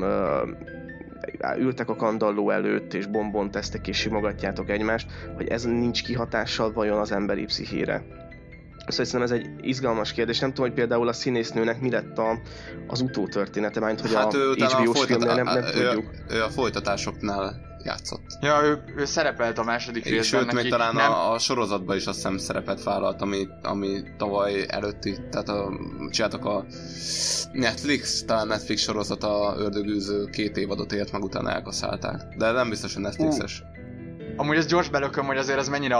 Speaker 8: ültek a kandalló előtt, és bombont tesztek, és simogatjátok egymást, hogy ez nincs kihatással vajon az emberi pszichére. Szóval ez egy izgalmas kérdés. Nem tudom, hogy például a színésznőnek mi lett az utótörténete, mert hogy
Speaker 5: hát
Speaker 8: a HBO-s filmnél nem tudjuk.
Speaker 5: Ő a folytatásoknál játszott.
Speaker 4: Ja, ő szerepelt a második részben.
Speaker 5: Sőt, még talán a sorozatban is azt hiszem szerepet vállalt, ami tavaly előtti, tehát csináltak a Netflix sorozat, a Ördögűző 2 évadot élt, meg utána elkaszálták. De nem biztos, hogy Netflixes.
Speaker 4: Amúgy ez gyors belököm, hogy azért ez mennyire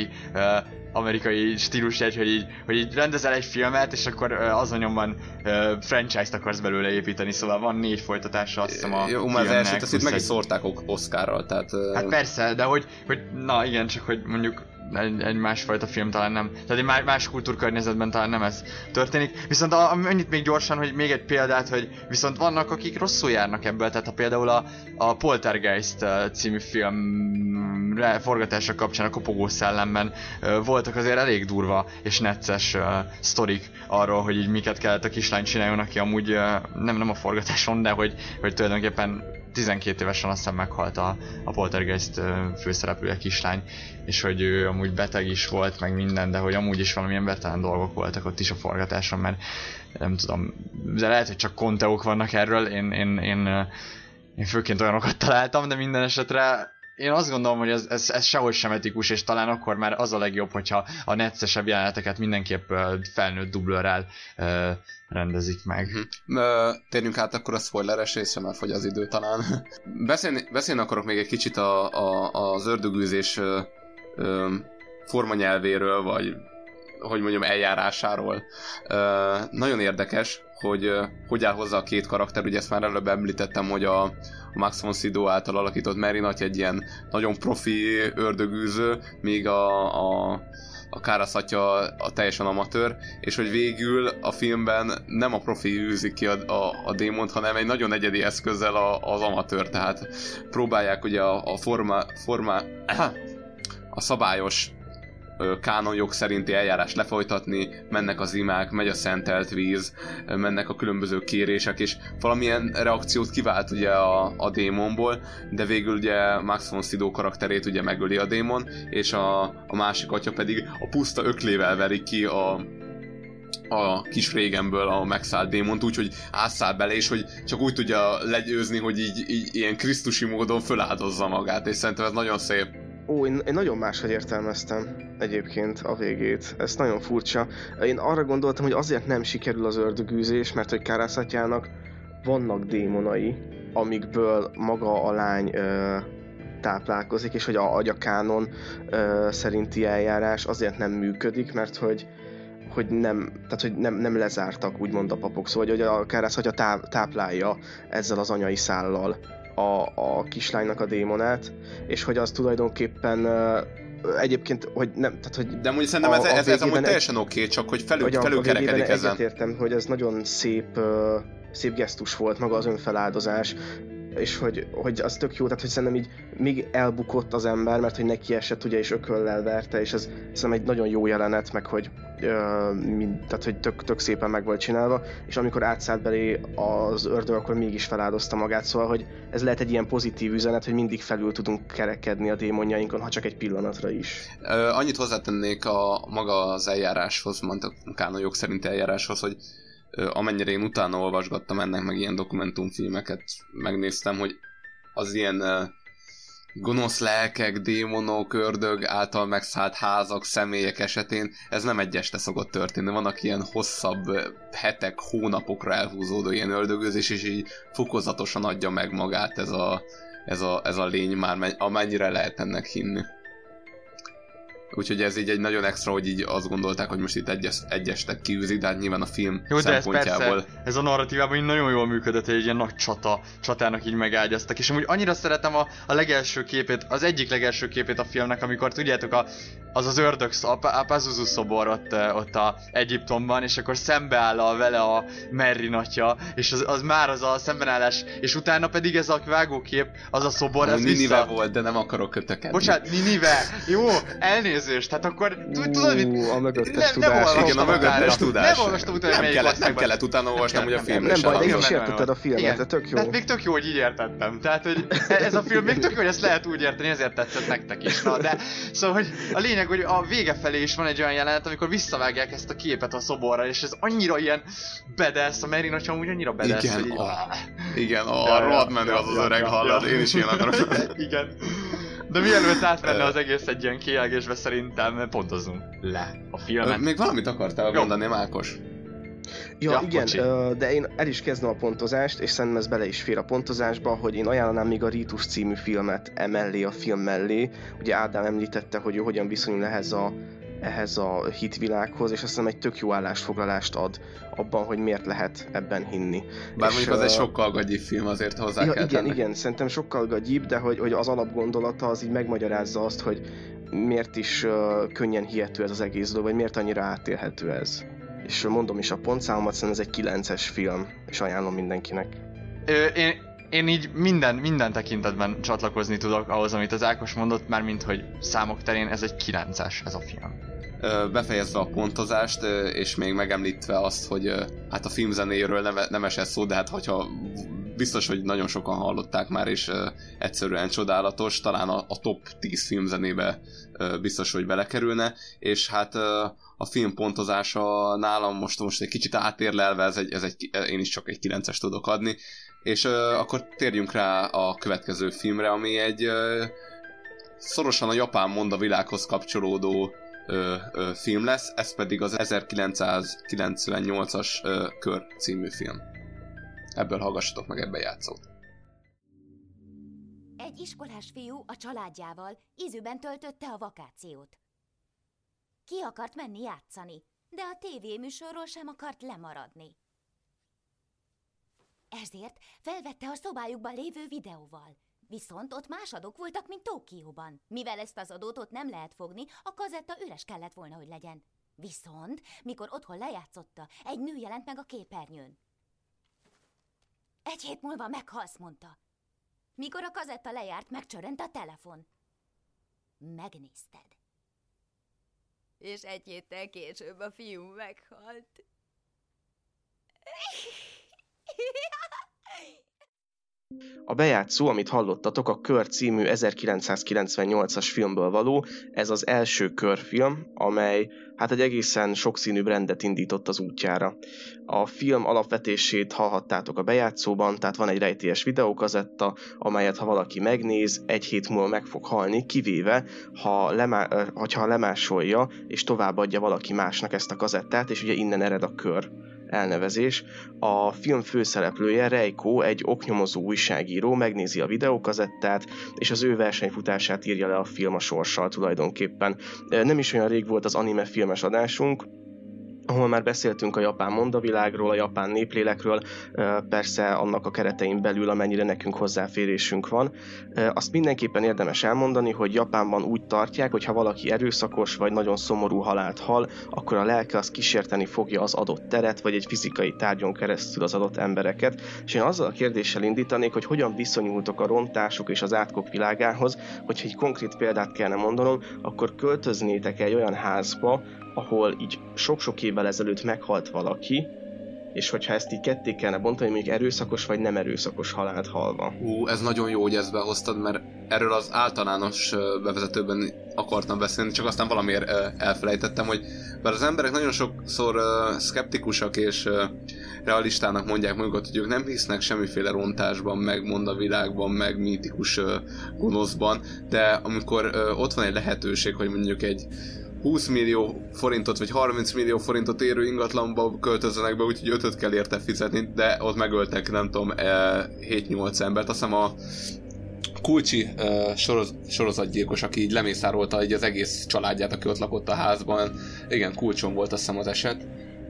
Speaker 4: amerikai stílusjegy, hogy így rendezel egy filmet, és akkor azon nyomban franchise-t akarsz belőle építeni, szóval van 4 folytatása, azt hiszem a
Speaker 5: filmnek. Már az elsőt, azt itt meg is szórták Oscarral, tehát...
Speaker 4: Hát persze, de hogy na igen, csak hogy mondjuk egy másfajta film talán nem, tehát egy más kultúrkörnyezetben talán nem ez történik. Viszont annyit még gyorsan, hogy még egy példát, hogy viszont vannak, akik rosszul járnak ebből, tehát ha például a Poltergeist című film forgatása kapcsán a Kopogó szellemben voltak azért elég durva és necces sztorik arról, hogy így miket kellett a kislány csináljon, aki amúgy nem a forgatáson, de hogy tulajdonképpen 12 évesen azt hiszem meghalt a Poltergeist főszereplője kislány, és hogy ő amúgy beteg is volt, meg minden, de hogy amúgy is valamilyen betelen dolgok voltak ott is a forgatáson, mert nem tudom, de lehet, hogy csak konteók vannak erről, én főként olyanokat találtam, de minden esetre én azt gondolom, hogy ez sehogy sem etikus, és talán akkor már az a legjobb, hogyha a neccesebb jeleneteket mindenképp felnőtt dublőrrel rendezik meg.
Speaker 5: Térjünk át akkor a spoileres részre, mert fogy az idő talán. Beszélni akarok még egy kicsit az ördögűzés formanyelvéről, vagy hogy mondjam, eljárásáról. Nagyon érdekes, hogy áll hozzá a két karakter, ugye ezt már előbb említettem, hogy a Max von Sydow által alakított Merinat egy ilyen nagyon profi ördögűző, míg a Karasz atya a teljesen amatőr, és hogy végül a filmben nem a profi űzik ki a démont, hanem egy nagyon egyedi eszközzel az amatőr, tehát próbálják ugye a szabályos kánonjog szerinti eljárás lefolytatni, mennek az imák, megy a szentelt víz, mennek a különböző kérések, és valamilyen reakciót kivált ugye a démonból, de végül ugye Max von Sydow karakterét ugye megöli a démon, és a másik atya pedig a puszta öklével veri ki a kis régemből a megszállt démont, úgyhogy átszáll bele, és hogy csak úgy tudja legyőzni, hogy így ilyen krisztusi módon föláldozza magát, és szerintem ez nagyon szép.
Speaker 8: Én nagyon máshogy értelmeztem egyébként a végét. Ez nagyon furcsa. Én arra gondoltam, hogy azért nem sikerül az ördögűzés, mert hogy Karasz atyának vannak démonai, amikből maga a lány táplálkozik, és hogy a kánon szerinti eljárás azért nem működik, mert hogy nem lezártak, úgymond a papok. Szóval, hogy a Karasz atya táplálja ezzel az anyai szállal a kislánynak a démonát, és hogy az tulajdonképpen egyébként, hogy nem, tehát hogy...
Speaker 5: De amúgy szerintem ez amúgy teljesen oké, csak hogy felülkerekedik ezen.
Speaker 8: Egyetértem, hogy ez nagyon szép gesztus volt, maga az önfeláldozás, és hogy az tök jó, tehát hogy szerintem így még elbukott az ember, mert hogy neki esett ugye, és ököllel verte, és ez szerintem egy nagyon jó jelenet, meg hogy tehát hogy tök szépen meg volt csinálva, és amikor átszállt belé az ördög, akkor mégis feláldozta magát, szóval hogy ez lehet egy ilyen pozitív üzenet, hogy mindig felül tudunk kerekedni a démonjainkon, ha csak egy pillanatra is.
Speaker 5: Annyit hozzátennék maga az eljáráshoz, mondta a kánonjog szerinti eljáráshoz, hogy amennyire én utána olvasgattam ennek, meg ilyen dokumentumfilmeket megnéztem, hogy az ilyen gonosz lelkek, démonok, ördög által megszállt házak, személyek esetén ez nem egy este szokott történni. Vannak ilyen hosszabb hetek, hónapokra elhúzódó ilyen ördögözés, és így fokozatosan adja meg magát ez a lény már, amennyire lehet ennek hinni. Úgyhogy ez így egy nagyon extra, hogy így azt gondolták, hogy most itt egy estet kiűzik, de hát nyilván a film
Speaker 4: jó,
Speaker 5: szempontjából...
Speaker 4: Jó, de ez a narratívában így nagyon jól működött, hogy egy ilyen nagy csatának így megágyaztak, és amúgy annyira szeretem a legelső képét, az egyik legelső képét a filmnek, amikor tudjátok, az ördög, a Pazuzu szobor ott a Egyiptomban, és akkor szembeáll vele a Merrin atya, és az már az a szembenállás, és utána pedig ez a vágókép, az a szobor, ez
Speaker 5: Ninive volt, de nem akarok kötökedni.
Speaker 4: Bocsánat, Ninive! Jó, elnézést, tehát akkor tudod mit?
Speaker 8: A mögöttes tudás.
Speaker 5: Igen, a mögöttes tudás.
Speaker 4: Nem olvastam utána,
Speaker 5: nem kellett utána olvastam, hogy a film
Speaker 8: nem baj, de is értetted a filmet, de tök jó.
Speaker 4: Tehát még tök jó, hogy így értettem. Tehát, hogy ez a film még tök jó, hogy ezt lehet úgy érteni, ezért tetszett nektek is. Na, de szóval, hogy a lényeg, hogy a vége felé is van egy olyan jelenet, amikor visszavágják ezt a képet a szoborra, és ez annyira ilyen bedesz, a Merrin atya amúgy annyira bedesz,
Speaker 5: igen,
Speaker 4: hogy
Speaker 5: igen, rohadt menő az öreg hallad, én is ilyen akarok.
Speaker 4: Igen. De mielőtt átmenne az egész egy ilyen kielgésbe, szerintem pontozzunk le a filmet.
Speaker 5: Még valamit akartál mondani, Mákos?
Speaker 8: Ja, igen, de én el is kezdem a pontozást, és szerintem ez bele is fér a pontozásba, hogy én ajánlanám még a Ritus című filmet emellé, a film mellé. Ugye Ádám említette, hogy ő hogyan viszonyul ehhez a hitvilághoz, és azt hiszem egy tök jó állásfoglalást ad abban, hogy miért lehet ebben hinni.
Speaker 5: Bár és mondjuk az egy sokkal gagyibb film, azért hozzá kell tenni.
Speaker 8: Igen, szerintem sokkal gagyibb, de hogy az alapgondolata az így megmagyarázza azt, hogy miért is könnyen hihető ez az egész dolog, vagy miért annyira átélhető ez. És mondom is a pontszámomat, szerintem ez egy 9-es film, és ajánlom mindenkinek.
Speaker 4: Én így minden tekintetben csatlakozni tudok ahhoz, amit az Ákos mondott, mármint hogy számok terén ez egy 9-es ez a film.
Speaker 5: Befejezve a pontozást, és még megemlítve azt, hogy hát a filmzenéről nem esett szó, de hát hogyha biztos, hogy nagyon sokan hallották már, és egyszerűen csodálatos, talán a top 10 filmzenébe biztos, hogy belekerülne, és hát a film pontozása nálam most egy kicsit átérlelve, én is csak egy 9-es tudok adni, és akkor térjünk rá a következő filmre, ami egy szorosan a japán monda világhoz kapcsolódó film lesz, ez pedig az 1998-as Kör című film. Ebből hallgassatok meg, ebben játszót.
Speaker 11: Egy iskolás fiú a családjával ízűben töltötte a vakációt.
Speaker 6: Ki akart menni játszani, de a tévéműsorról sem akart lemaradni. Ezért felvette a szobájukban lévő videóval. Viszont ott más adók voltak, mint Tokióban. Mivel ezt az adót ott nem lehet fogni, a kazetta üres kellett volna, hogy legyen. Viszont, mikor otthon lejátszotta, egy nő jelent meg a képernyőn. 1 hét múlva meghalsz, mondta. Mikor a kazetta lejárt, megcsörrent a telefon. Megnézted. És 1 héttel később a fiú meghalt.
Speaker 3: A bejátszó, amit hallottatok, a Kör című 1998-as filmből való. Ez az első Kör-film, amely hát egy egészen sokszínű rendet indított az útjára. A film alapvetését hallhattátok a bejátszóban, tehát van egy rejtélyes videókazetta, amelyet ha valaki megnéz, 1 hét múlva meg fog halni, kivéve, ha lemásolja és továbbadja valaki másnak ezt a kazettát, és ugye innen ered a Kör elnevezés. A film főszereplője, Reiko, egy oknyomozó újságíró, megnézi a videókazettát, és az ő versenyfutását írja le a film a sorssal tulajdonképpen. Nem is olyan rég volt az anime filmes adásunk, ahol már beszéltünk a japán mondavilágról, a japán néplélekről, persze annak a keretein belül, amennyire nekünk hozzáférésünk van. Azt mindenképpen érdemes elmondani, hogy Japánban úgy tartják, hogy ha valaki erőszakos vagy nagyon szomorú halált hal, akkor a lelke az kísérteni fogja az adott teret, vagy egy fizikai tárgyon keresztül az adott embereket. És én azzal a kérdéssel indítanék, hogy hogyan viszonyultok a rontások és az átkok világához, hogyha egy konkrét példát kellene mondanom, akkor költöznétek egy olyan házba, ahol így sok-sok évvel ezelőtt meghalt valaki, és hogyha ezt így ketté kellene bontani, mondjuk erőszakos vagy nem erőszakos halált halva.
Speaker 5: Ez nagyon jó, hogy ezt behoztad, mert erről az általános bevezetőben akartam beszélni, csak aztán valamiért elfelejtettem, hogy bár az emberek nagyon sokszor szkeptikusak és realistának mondják magukat, hogy ők nem hisznek semmiféle rontásban, meg mondavilágban, meg mítikus gonoszban, de amikor ott van egy lehetőség, hogy mondjuk egy 20 millió forintot vagy 30 millió forintot érő ingatlanba költözzenek be, úgyhogy 5-öt kell érte fizetni, de ott megöltek, nem tudom, 7-8 embert. Azt hiszem a Kulcsi sorozatgyilkos, aki így lemészárolta így az egész családját, aki ott lakott a házban. Igen, Kulcson volt azt hiszem az eset.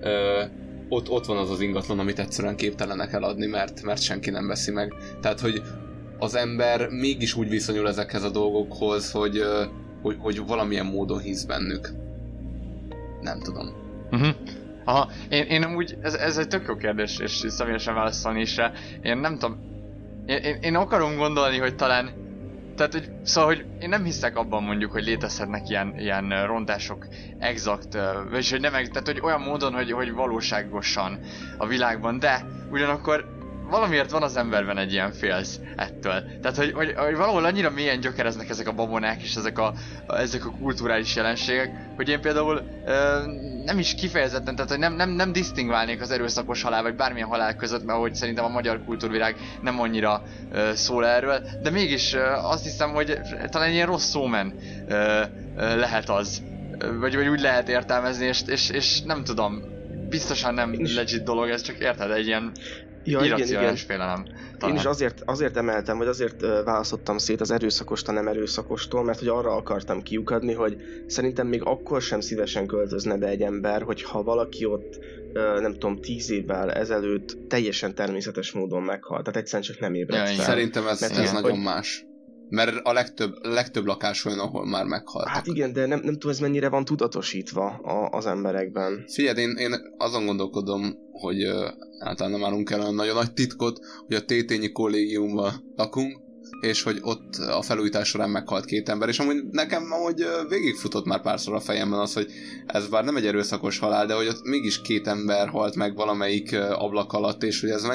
Speaker 5: Ott van az az ingatlan, amit egyszerűen képtelenek eladni, mert senki nem veszi meg. Tehát, hogy az ember mégis úgy viszonyul ezekhez a dolgokhoz, hogy valamilyen módon hisz bennük. Nem tudom.
Speaker 4: Aha, én amúgy, ez egy tök jó kérdés, és személyesen válaszolni is rá. Én nem tudom, én akarom gondolni, hogy talán, tehát, hogy, szóval, hogy én nem hiszek abban mondjuk, hogy létezhetnek ilyen rontások exakt, vagyis hogy nem, tehát, hogy olyan módon, hogy valóságosan a világban, de ugyanakkor valamiért van az emberben egy ilyen félsz ettől. Tehát, hogy valahol annyira mélyen gyökereznek ezek a babonák és ezek a kulturális jelenségek, hogy én például nem is kifejezetten, tehát hogy nem disztingválnék az erőszakos halál vagy bármilyen halál között, mert ahogy szerintem a magyar kultúrvilág nem annyira szól erről, de mégis azt hiszem, hogy talán ilyen rossz szómen lehet az, vagy úgy lehet értelmezni, és nem tudom, biztosan nem legit dolog, ez csak érted, egy ilyen irracionális félelem.
Speaker 3: Talán. Én is azért emeltem, vagy azért választottam szét az erőszakost a nem erőszakostól, mert hogy arra akartam kiukadni, hogy szerintem még akkor sem szívesen költözne be egy ember, hogyha valaki ott, nem tudom, 10 évvel ezelőtt teljesen természetes módon meghalt. Tehát egyszerűen csak nem ébredt fel.
Speaker 5: Szerintem ez nagyon más. Mert a legtöbb lakás olyan, ahol már meghaltak.
Speaker 3: Hát igen, de nem tudom, ez mennyire van tudatosítva az emberekben.
Speaker 5: Figyeld, én azon gondolkodom, hogy általán nem árulunk el olyan nagyon nagy titkot, hogy a Tétényi kollégiumban lakunk, és hogy ott a felújítás során meghalt 2 ember, és amúgy nekem végigfutott már párszor a fejemben az, hogy ez bár nem egy erőszakos halál, de hogy ott mégis 2 ember halt meg valamelyik ablak alatt, és hogy ez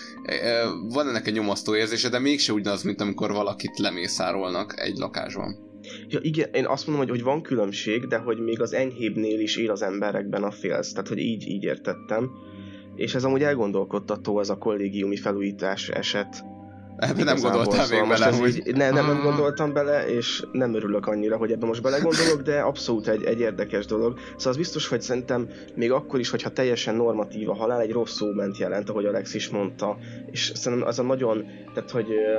Speaker 5: van ennek egy nyomasztó érzése, de mégse ugyanaz, mint amikor valakit lemészárolnak egy lakásban.
Speaker 3: Ja igen, én azt mondom, hogy van különbség, de hogy még az enyhébbnél is él az emberekben a félsz, tehát hogy így értettem. És ez amúgy elgondolkodtató, ez a kollégiumi felújítás eset.
Speaker 5: Ebben nem gondoltál még bele, hogy...
Speaker 3: Nem gondoltam bele, és nem örülök annyira, hogy ebben most belegondolok, de abszolút egy érdekes dolog. Szóval az biztos, hogy szerintem még akkor is, hogyha teljesen normatív a halál, egy rossz szóment jelent, ahogy Alex is mondta. És szerintem az a nagyon, tehát hogy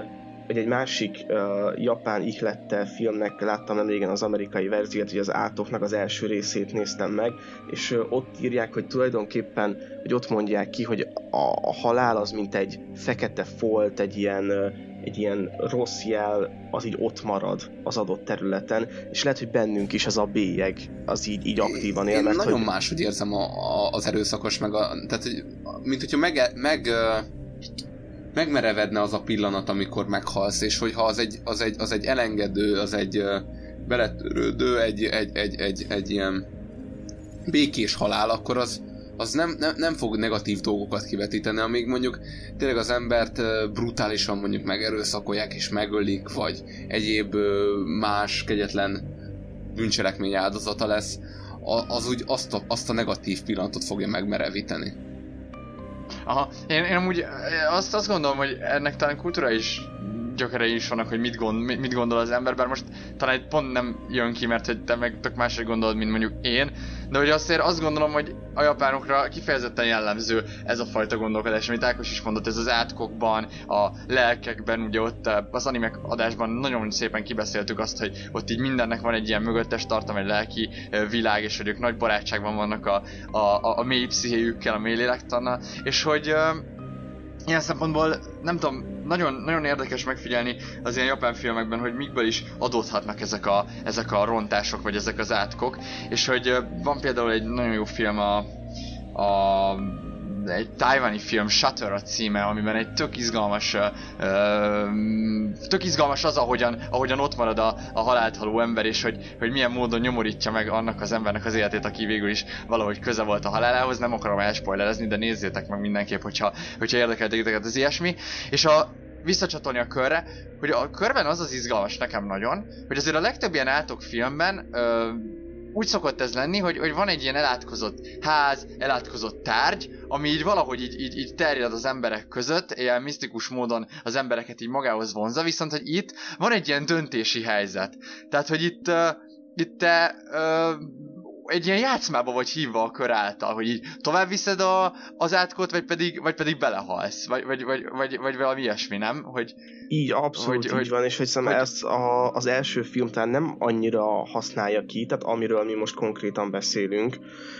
Speaker 8: egy másik japán ihlettel filmnek láttam nem régen az amerikai verziót, hogy az Átoknak az első részét néztem meg, és ott írják, hogy tulajdonképpen, hogy ott mondják ki, hogy a halál az mint egy fekete folt, egy ilyen rossz jel, az így ott marad az adott területen, és lehet, hogy bennünk is az a bélyeg, az így aktívan él.
Speaker 5: Én
Speaker 8: mert
Speaker 5: nagyon máshogy érzem az erőszakos, tehát, hogy, mint hogyha megmerevedne az a pillanat, amikor meghalsz, és hogyha az egy elengedő, az egy beletörődő, egy ilyen békés halál, akkor az nem fog negatív dolgokat kivetíteni, amíg mondjuk tényleg az embert brutálisan mondjuk megerőszakolják és megölik, vagy egyéb más kegyetlen bűncselekmény áldozata lesz, az úgy azt a negatív pillanatot fogja megmerevíteni.
Speaker 4: Aha, én amúgy azt gondolom, hogy ennek talán kulturális gyökerei is vannak, hogy mit gondol az ember, bár most talán pont nem jön ki, mert hogy te meg tök máshogy gondolod, mint mondjuk én, de hogy azért azt gondolom, hogy a japánokra kifejezetten jellemző ez a fajta gondolkodás, amit Ákos is mondott, ez az átkokban, a lelkekben, ugye ott az animek adásban nagyon szépen kibeszéltük azt, hogy ott így mindennek van egy ilyen mögöttes tartalom, egy lelki világ, és hogy ők nagy barátságban vannak a mély pszichéjükkel, a mély lélektannal, és hogy ilyen szempontból, nem tudom, nagyon, nagyon érdekes megfigyelni az ilyen japán filmekben, hogy mikből is adódhatnak ezek a rontások, vagy ezek az átkok, és hogy van például egy nagyon jó film, egy tájvani film, Shutter a címe, amiben egy tök izgalmas az, ahogyan ott marad a halált haló ember, és hogy milyen módon nyomorítja meg annak az embernek az életét, aki végül is valahogy köze volt a halálához. Nem akarom elspoilerezni, de nézzétek meg mindenképp, hogyha érdekel titeket az ilyesmi. És visszacsatolni a körre, hogy a körben az izgalmas nekem nagyon, hogy azért a legtöbb ilyen átok filmben úgy szokott ez lenni, hogy van egy ilyen elátkozott ház, elátkozott tárgy, ami így valahogy így terjed az emberek között, ilyen misztikus módon az embereket így magához vonzza, viszont hogy itt van egy ilyen döntési helyzet. Tehát, hogy itt te egy ilyen játszmába vagy hívva a kör által, hogy így tovább viszed az átkot, vagy pedig belehalsz, vagy valami ilyesmi, nem? Hogy,
Speaker 8: így, abszolút így van, és hogy szerintem ezt az első film talán nem annyira használja ki, tehát amiről mi most konkrétan beszélünk,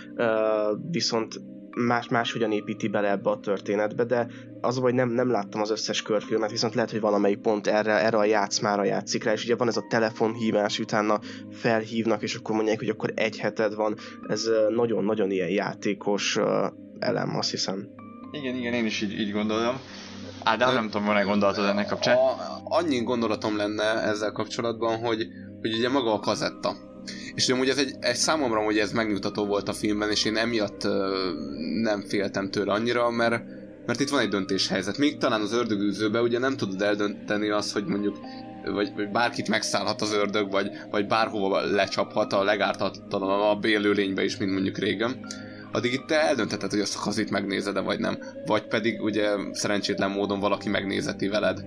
Speaker 8: viszont máshogyan építi bele ebbe a történetbe, de az, hogy nem láttam az összes körfilmet, viszont lehet, hogy valamelyik pont erre a játszmára játszik rá, és ugye van ez a telefonhívás, utána felhívnak, és akkor mondják, hogy akkor egy heted van, ez nagyon-nagyon ilyen játékos elem, azt hiszem.
Speaker 4: Igen, én is így gondolom. Ádám, nem tudom, van-e gondolatod ennek kapcsán?
Speaker 5: Annyi gondolatom lenne ezzel kapcsolatban, hogy ugye maga a kazetta. És amúgy ez egy számomra, hogy ez megnyugtató volt a filmben, és én emiatt nem féltem tőle annyira, mert itt van egy döntéshelyzet. Még talán az ördögűzőben ugye nem tudod eldönteni azt, hogy mondjuk vagy bárkit megszállhat az ördög, vagy bárhova lecsaphat a legártatlanabb élőlénybe is, mint mondjuk régen. Addig itt te eldöntheted, hogy azt a kazit megnézed-e, vagy nem. Vagy pedig ugye szerencsétlen módon valaki megnézeti veled.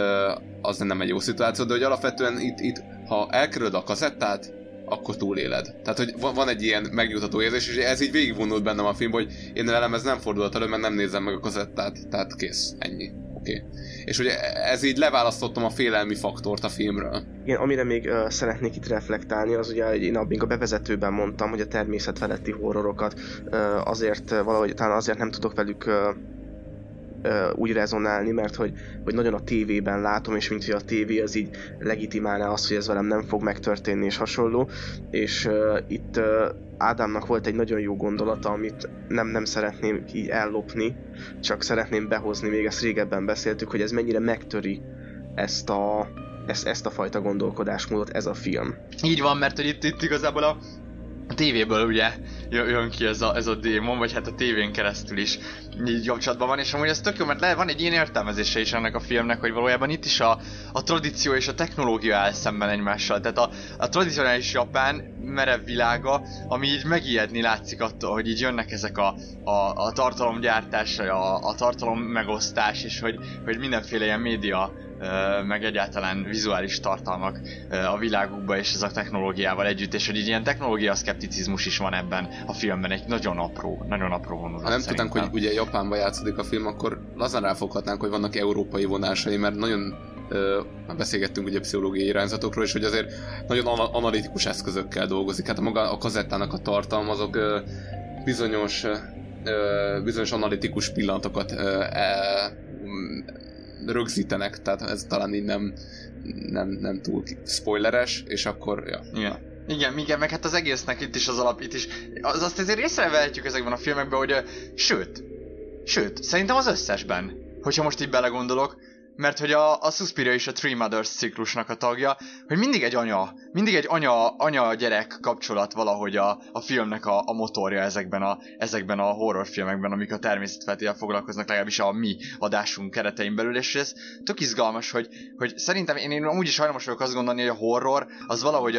Speaker 5: Az nem egy jó szituáció, de hogy alapvetően itt ha elkerülöd a kazettát, akkor túléled. Tehát, hogy van egy ilyen megnyugtató érzés, és ez így végigvonult bennem a filmben, hogy én velem ez nem fordulhat elő, mert nem nézem meg a kazettát, tehát kész, ennyi. Oké. És ugye ez így leválasztottam a félelmi faktort a filmről.
Speaker 8: Igen, amire még szeretnék itt reflektálni, az ugye én még a bevezetőben mondtam, hogy a természetfeletti horrorokat azért valahogy, talán azért nem tudok velük úgy rezonálni, mert hogy nagyon a tévében látom, és mint hogy a tévé az így legitimálná azt, hogy ez velem nem fog megtörténni, és hasonló. És itt Ádámnak volt egy nagyon jó gondolata, amit nem szeretném így ellopni, csak szeretném behozni, még ezt régebben beszéltük, hogy ez mennyire megtöri ezt a fajta gondolkodásmódot ez a film.
Speaker 4: Így van, mert hogy itt igazából a tévéből ugye jön ki ez a démon, vagy hát a tévén keresztül is így kapcsolatban van, és amúgy ez tök jó, mert van egy ilyen értelmezése is ennek a filmnek, hogy valójában itt is a tradíció és a technológia áll szemben egymással. Tehát a tradicionális japán merev világa, ami így megijedni látszik attól, hogy így jönnek ezek a tartalomgyártás, a tartalom megosztás, és hogy mindenféle ilyen média meg egyáltalán vizuális tartalmak a világukba és ez a technológiával együtt, és hogy így ilyen technológia szkepticizmus is van ebben a filmben, egy nagyon apró vonulat.
Speaker 5: Ha nem tudnánk, hogy ugye Japánban játszódik a film, akkor lazán ráfoghatnánk, hogy vannak európai vonásai, mert nagyon beszélgettünk ugye pszichológiai irányzatokról, és hogy azért nagyon analitikus eszközökkel dolgozik. Hát maga a kazettának a tartalma azok bizonyos analitikus pillanatokat rögzítenek, tehát ez talán így nem túl spoileres, és akkor, ja.
Speaker 4: Igen, meg hát az egésznek itt is az alap, itt is, azt azért észrevehetjük ezekben a filmekben, hogy sőt, szerintem az összesben, hogyha most így belegondolok, mert hogy a Suspiria is a Three Mothers ciklusnak a tagja, hogy mindig egy anya-gyerek kapcsolat valahogy a filmnek a motorja ezekben a horrorfilmekben, amik a természetfeletével foglalkoznak, legalábbis a mi adásunk keretein belül, és ez tök izgalmas, hogy szerintem én amúgy is hajlamos vagyok azt gondolni, hogy a horror az valahogy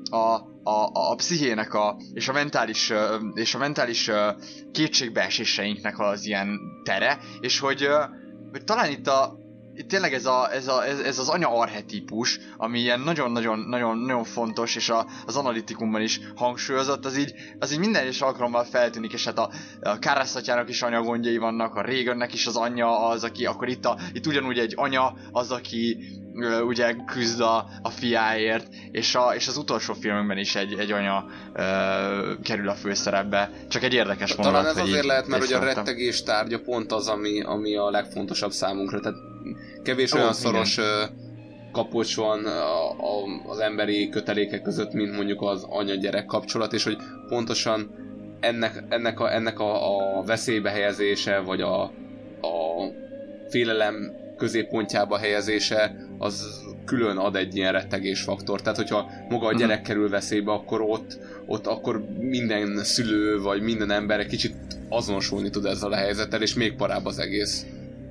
Speaker 4: a pszichének és a mentális kétségbeeséseinknek az ilyen tere, és hogy talán itt tényleg ez az anya archetípus, ami ilyen nagyon fontos, és az analitikumban is hangsúlyozott, az így minden egyes alkalommal feltűnik, és hát a Karaszatyának is anyagondjai vannak, a Regannek is az anyja az, aki, akkor itt ugyanúgy egy anya az, aki ugye küzd a fiáért, és az utolsó filmünkben is egy anya kerül a főszerepbe. Csak egy érdekes mondat.
Speaker 5: Talán ez azért lehet, mert hogy a rettegés tárgya pont az, ami a legfontosabb számunkra. Tehát kevés olyan szoros kapocs van az emberi kötelékek között, mint mondjuk az anya-gyerek kapcsolat, és hogy pontosan ennek a veszélybe helyezése, vagy a félelem középpontjába helyezése, az külön ad egy ilyen rettegésfaktor. Tehát, hogyha maga a gyerek kerül veszélybe, akkor ott akkor minden szülő, vagy minden ember egy kicsit azonosulni tud ezzel a helyzettel, és még parább az egész.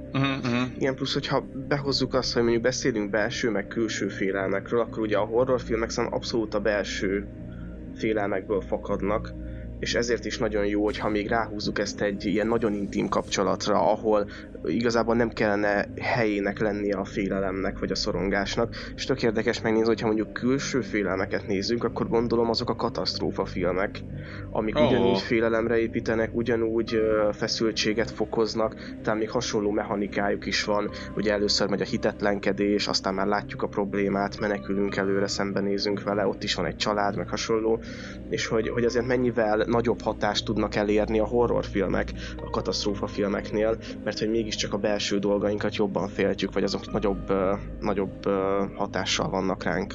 Speaker 8: Igen, plusz, hogyha behozzuk azt, hogy mondjuk beszélünk belső, meg külső félelmekről, akkor ugye a horrorfilmek szerintem abszolút a belső félelmekből fakadnak, és ezért is nagyon jó, hogyha még ráhúzzuk ezt egy ilyen nagyon intim kapcsolatra, ahol igazából nem kellene helyének lennie a félelemnek, vagy a szorongásnak. És tök érdekes megnézni, hogyha mondjuk külső félelmeket nézzünk, akkor gondolom azok a katasztrófa filmek, amik ugyanúgy félelemre építenek, ugyanúgy feszültséget fokoznak, tehát még hasonló mechanikájuk is van. Ugye először megy a hitetlenkedés, aztán már látjuk a problémát, menekülünk előre, szembenézünk vele, ott is van egy család, meg hasonló, és hogy azért mennyivel nagyobb hatást tudnak elérni a horrorfilmek a katasztrófa filmeknél, mert hogy mégiscsak a belső dolgainkat jobban féltjük, vagy azok nagyobb hatással vannak ránk.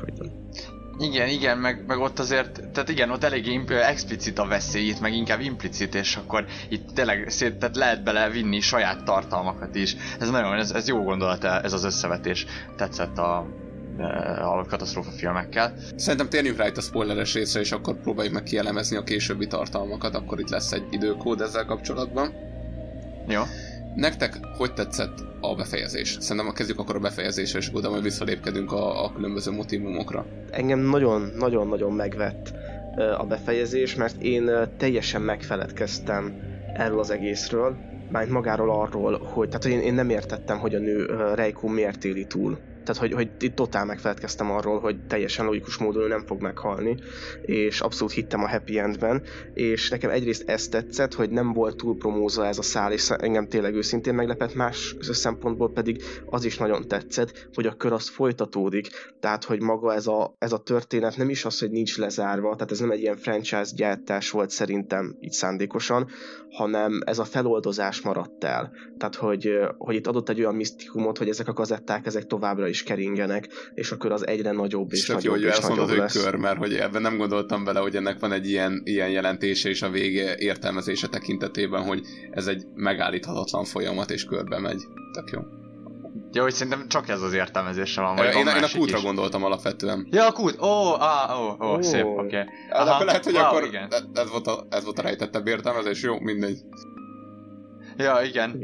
Speaker 4: Igen, meg ott azért, tehát igen, ott eléggé explicit a veszély, itt meg inkább implicit, és akkor itt tényleg tehát lehet bele vinni saját tartalmakat is. Ez jó gondolat, ez az összevetés. Tetszett a katasztrófa filmekkel.
Speaker 5: Szerintem térjünk rá itt a spoileres részre, és akkor próbáljuk meg kielemezni a későbbi tartalmakat, akkor itt lesz egy időkód ezzel kapcsolatban.
Speaker 4: Jó.
Speaker 5: Nektek hogy tetszett a befejezés? Szerintem kezdjük akkor a befejezésre, és oda majd visszalépkedünk a különböző motívumokra.
Speaker 8: Engem nagyon-nagyon megvett a befejezés, mert én teljesen megfeledkeztem erről az egészről, mármint magáról arról, hogy én nem értettem, hogy a nő Reiko miért éli túl. Tehát, hogy itt totál megfeledkeztem arról, hogy teljesen logikus módon ő nem fog meghalni, és abszolút hittem a happy endben, és nekem egyrészt ez tetszett, hogy nem volt túl promózva ez a szál, és engem tényleg őszintén meglepett, más szempontból pedig az is nagyon tetszett, hogy a kör az folytatódik, tehát, hogy maga ez a történet nem is az, hogy nincs lezárva, tehát ez nem egy ilyen franchise gyártás volt szerintem így szándékosan, hanem ez a feloldozás maradt el. Tehát, hogy itt adott egy olyan misztikumot, hogy ezek a kazetták, ezek továbbra is keringenek, és akkor az egyre nagyobb és nagyobb és nagyobb lesz.
Speaker 5: Kör, mert hogy ebben nem gondoltam bele, hogy ennek van egy ilyen jelentése és a vége értelmezése tekintetében, hogy ez egy megállíthatatlan folyamat és körbe megy. Tök jó.
Speaker 4: Ja, hogy szerintem csak ez az értelmezése van.
Speaker 5: Én a kútra gondoltam alapvetően.
Speaker 4: Ja, a kút! Szép, oké.
Speaker 5: Akkor lehet, hogy akkor ez volt a rejtettebb értelmezés, jó, mindegy.
Speaker 4: Ja, igen.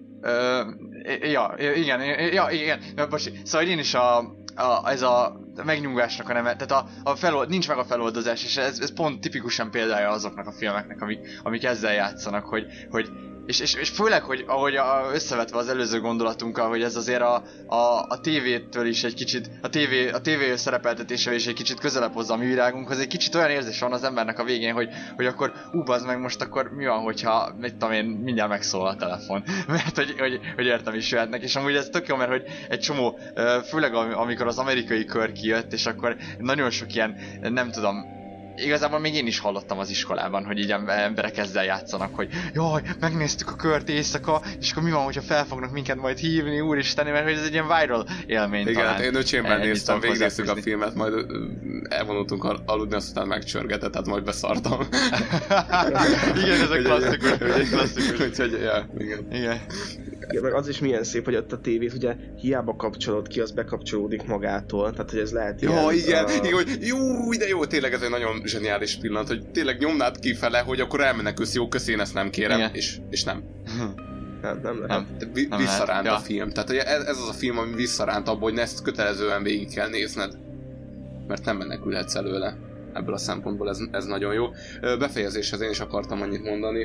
Speaker 4: Igen. Bocsi. Szóval én is ez a megnyugvásnak a neve, tehát nincs meg a feloldozás, és ez pont tipikusan példája azoknak a filmeknek, amik ezzel játszanak, hogy és főleg, hogy ahogy összevetve az előző gondolatunkkal, hogy ez azért a tévétől is egy kicsit, a tévé szerepeltetésével is egy kicsit közelebb hozza a mi világunkhoz, egy kicsit olyan érzés van az embernek a végén, hogy akkor bazd meg, most akkor mi van, hogyha, mit tudom én, mindjárt megszólal a telefon, mert hogy értem is jöhetnek, és amúgy ez tök jó, mert hogy egy csomó, főleg amikor az amerikai kör kijött, és akkor nagyon sok ilyen, nem tudom, igazából még én is hallottam az iskolában, hogy így emberek ezzel játszanak, hogy jaj, megnéztük a kört éjszaka, és akkor mi van, hogyha fel fognak minket majd hívni, úristen, mert hogy ez egy ilyen viral élmény.
Speaker 5: Igen, hát én öcsémmel néztem, végignéztük a filmet, majd elvonultunk aludni, aztán megcsörgetett, tehát majd beszartam.
Speaker 4: Igen, ez a klasszikus.
Speaker 5: Úgyhogy, ja, igen.
Speaker 4: Igen.
Speaker 8: Igen, meg az is milyen szép, hogy ott a tévét ugye hiába kapcsolod ki, az bekapcsolódik magától, tehát hogy ez lehet ilyen...
Speaker 5: Ja, igen, hogy jó, de jó, tényleg ez egy nagyon zseniális pillanat, hogy tényleg nyomnád kifele, hogy akkor elmenekülsz, jó, köszi, én ezt nem kérem, és nem.
Speaker 8: Nem lehet.
Speaker 5: Visszaránt a film, tehát ez az a film, ami visszaránt abba, hogy ezt kötelezően végig kell nézned, mert nem menekülhetsz előle. Ebből a szempontból ez nagyon jó. Befejezéshez én is akartam annyit mondani,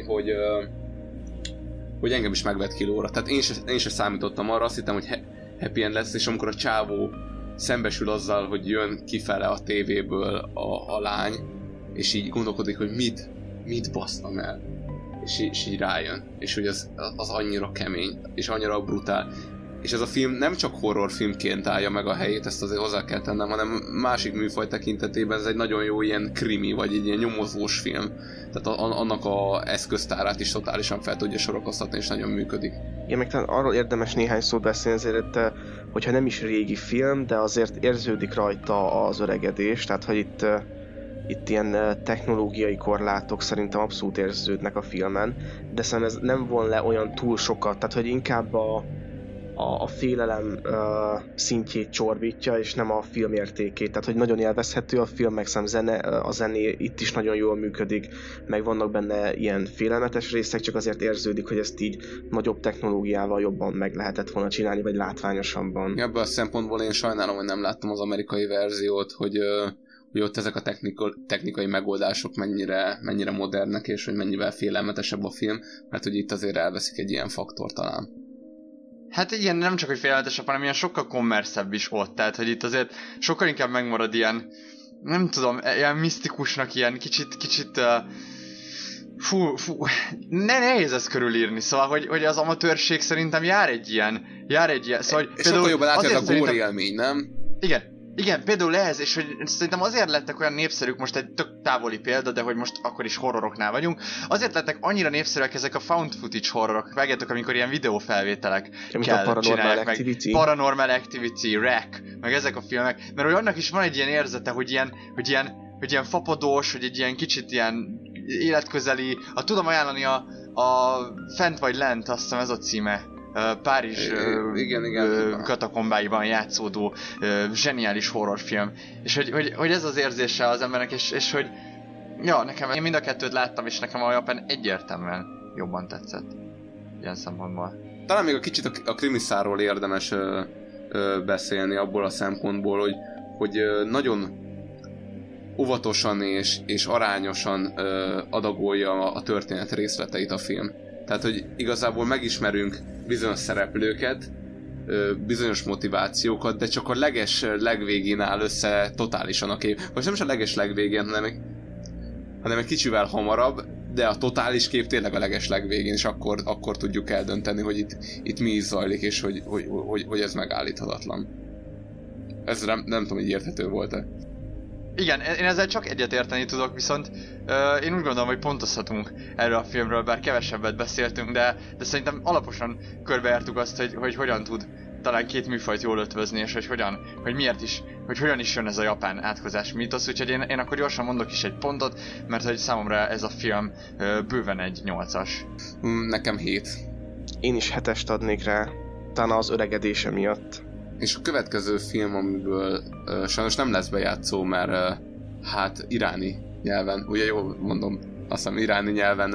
Speaker 5: hogy engem is megvett kilóra. Tehát én sem számítottam arra, azt hittem, hogy happy end lesz, és amikor a csávó szembesül azzal, hogy jön kifele a tévéből a lány, és így gondolkodik, hogy mit basztam el. És így rájön. És hogy az annyira kemény, és annyira brutál. És ez a film nem csak horrorfilmként állja meg a helyét, ezt azért hozzá kell tennem, hanem másik műfaj tekintetében ez egy nagyon jó ilyen krimi, vagy egy ilyen nyomozós film. Tehát annak a eszköztárát is totálisan fel tudja sorakoztatni, és nagyon működik.
Speaker 8: Igen, meg talán arról érdemes néhány szót beszélni, azért, hogyha nem is régi film, de azért érződik rajta az öregedés, tehát hogy itt ilyen technológiai korlátok szerintem abszolút érződnek a filmen, de szerintem ez nem von le olyan túl sokat, tehát hogy inkább a félelem szintjét csorbítja, és nem a film értékét. Tehát, hogy nagyon élvezhető a film, meg a zené itt is nagyon jól működik, meg vannak benne ilyen félelmetes részek, csak azért érződik, hogy ezt így nagyobb technológiával jobban meg lehetett volna csinálni, vagy látványosabban.
Speaker 5: Ebből a szempontból én sajnálom, hogy nem láttam az amerikai verziót, hogy ott ezek a technikai megoldások mennyire modernek, és hogy mennyivel félelmetesebb a film, mert hogy itt azért elveszik egy ilyen faktor talán.
Speaker 4: Hát ilyen nem csak, hogy félelmetesebb, hanem ilyen sokkal kommerszebb is ott, tehát hogy itt azért sokkal inkább megmarad ilyen, nem tudom, ilyen misztikusnak, ilyen kicsit nehéz ezt körülírni, szóval, hogy az amatőrség szerintem jár egy ilyen, szóval,
Speaker 5: sokkal jobban átjön a góri élmény, nem?
Speaker 4: Igen, például ez, és hogy szerintem azért lettek olyan népszerűk, most egy tök távoli példa, de hogy most akkor is horroroknál vagyunk, azért lettek annyira népszerűek ezek a found footage horrorok, vágjátok, amikor ilyen videófelvételek kell csinálják, meg Paranormal Activity, REC, meg ezek a filmek, mert hogy annak is van egy ilyen érzete, hogy ilyen fapadós, hogy egy ilyen kicsit ilyen életközeli, tudom ajánlani a Fent vagy Lent, azt hiszem ez a címe. Párizs
Speaker 5: igen.
Speaker 4: katakombáiban játszódó zseniális horrorfilm. És hogy ez az érzése az embernek, és hogy ja, én mind a kettőt láttam, és nekem a Japán egyértelműen jobban tetszett. Ilyen szempontból.
Speaker 5: Talán még a kicsit a krimiszáról érdemes beszélni abból a szempontból, hogy nagyon óvatosan és arányosan adagolja a történet részleteit a film. Tehát, hogy igazából megismerünk bizonyos szereplőket, bizonyos motivációkat, de csak a legvégén áll össze totálisan a kép. Vagy nem is a legvégén, hanem egy kicsivel hamarabb, de a totális kép tényleg a legvégén, és akkor tudjuk eldönteni, hogy itt mi is zajlik, és hogy ez megállíthatatlan. Ez nem tudom, hogy érthető volt-e.
Speaker 4: Igen, én ezzel csak egyet érteni tudok, viszont én úgy gondolom, hogy pontozhatunk erről a filmről, bár kevesebbet beszéltünk, de szerintem alaposan körbejártuk azt, hogy hogyan tud talán két műfajt jól ötvözni, és hogy miért is, hogy hogyan is jön ez a japán átkozás mítosz, úgyhogy én akkor gyorsan mondok is egy pontot, mert hogy számomra ez a film bőven egy 8-as.
Speaker 5: Nekem 7.
Speaker 8: Én is 7-est adnék rá, talán az öregedése miatt.
Speaker 5: És a következő film, amiből sajnos nem lesz bejátszó, mert hát iráni nyelven, ugye jól mondom, azt hiszem iráni nyelven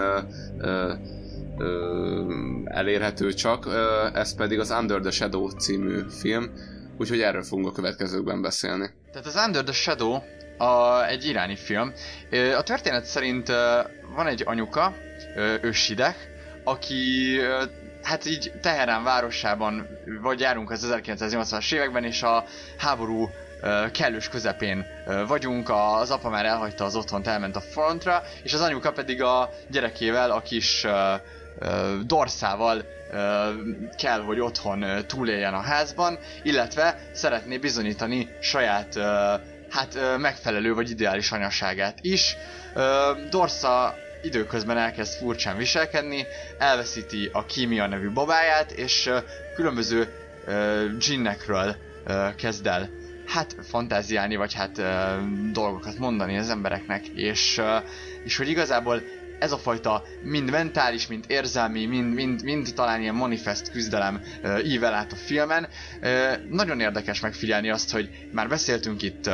Speaker 5: elérhető csak, ez pedig az Under the Shadow című film, úgyhogy erről fogunk a következőkben beszélni.
Speaker 4: Tehát az Under the Shadow egy iráni film. A történet szerint van egy anyuka, Öshideh, aki hát így Teherán városában vagy járunk az 1980-as években, és a háború kellős közepén vagyunk, az apa már elhagyta az otthont, elment a frontra, és az anyuka pedig a gyerekével, a kis Dorszával kell, hogy otthon túléljen a házban, illetve szeretné bizonyítani saját megfelelő vagy ideális anyaságát is. Dorsa időközben elkezd furcsán viselkedni, elveszíti a Kímia nevű babáját, és különböző dzsinnekről kezd el fantáziálni, vagy dolgokat mondani az embereknek, és hogy igazából ez a fajta mind mentális, mind érzelmi, mind talán ilyen manifest küzdelem ível át a filmen. Nagyon érdekes megfigyelni azt, hogy már beszéltünk itt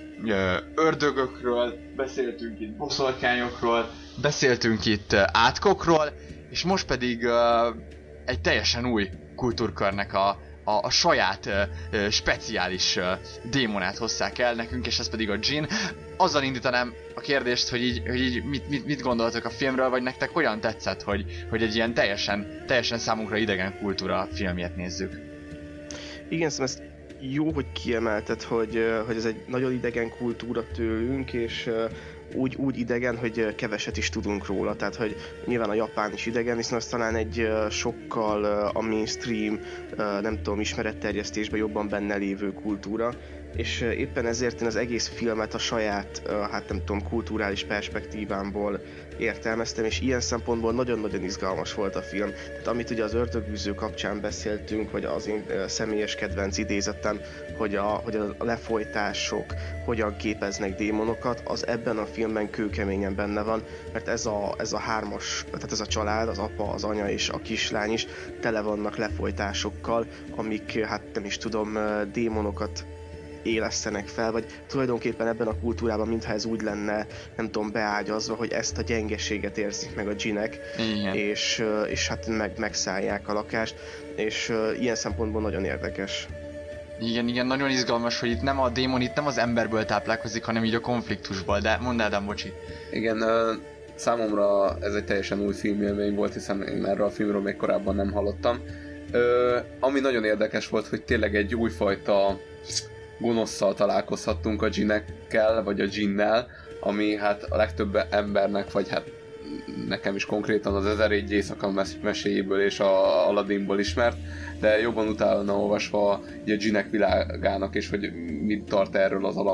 Speaker 4: ördögökről, beszéltünk itt boszorkányokról, beszéltünk itt átkokról, és most pedig egy teljesen új kultúrkörnek a saját speciális démonát hozzák el nekünk, és ez pedig a dzsin. Azzal indítanám a kérdést, hogy így mit gondoltok a filmről, vagy nektek hogyan tetszett, hogy egy ilyen teljesen számunkra idegen kultúra filmjét nézzük?
Speaker 8: Igen, szóval ezt jó, hogy kiemelted, hogy ez egy nagyon idegen kultúra tőlünk, és úgy idegen, hogy keveset is tudunk róla, tehát hogy nyilván a japán is idegen, hiszen az talán egy sokkal a mainstream, nem tudom, ismeretterjesztésben jobban benne lévő kultúra, és éppen ezért én az egész filmet a saját, nem tudom, kulturális perspektívámból értelmeztem, és ilyen szempontból nagyon-nagyon izgalmas volt a film. Tehát amit ugye az Ördögűző kapcsán beszéltünk, vagy az én személyes kedvenc idézetem, hogy a lefolytások hogyan képeznek démonokat, az ebben a filmben kőkeményen benne van, mert ez a hármas, tehát ez a család, az apa, az anya és a kislány is tele vannak lefolytásokkal, amik, nem is tudom, démonokat élesztenek fel, vagy tulajdonképpen ebben a kultúrában mintha ez úgy lenne, nem tudom, beágyazva, hogy ezt a gyengeséget érzik meg a dzsinek, és megszállják a lakást, és ilyen szempontból nagyon érdekes.
Speaker 4: Igen, nagyon izgalmas, hogy itt nem a démon, itt nem az emberből táplálkozik, hanem így a konfliktusból, de mondd Ádám, bocsi.
Speaker 5: Igen, számomra ez egy teljesen új filmélmény volt, hiszen én erről a filmről még korábban nem hallottam. Ami nagyon érdekes volt, hogy tényleg egy újfajta gonoszszal találkozhattunk a dzsinekkel, vagy a dzsinnel, ami a legtöbb embernek, vagy nekem is konkrétan az 1001 éjszaka meséjéből és a Aladdinból ismert, de jobban utána olvasva a dzsinek világának, és hogy mit tart erről az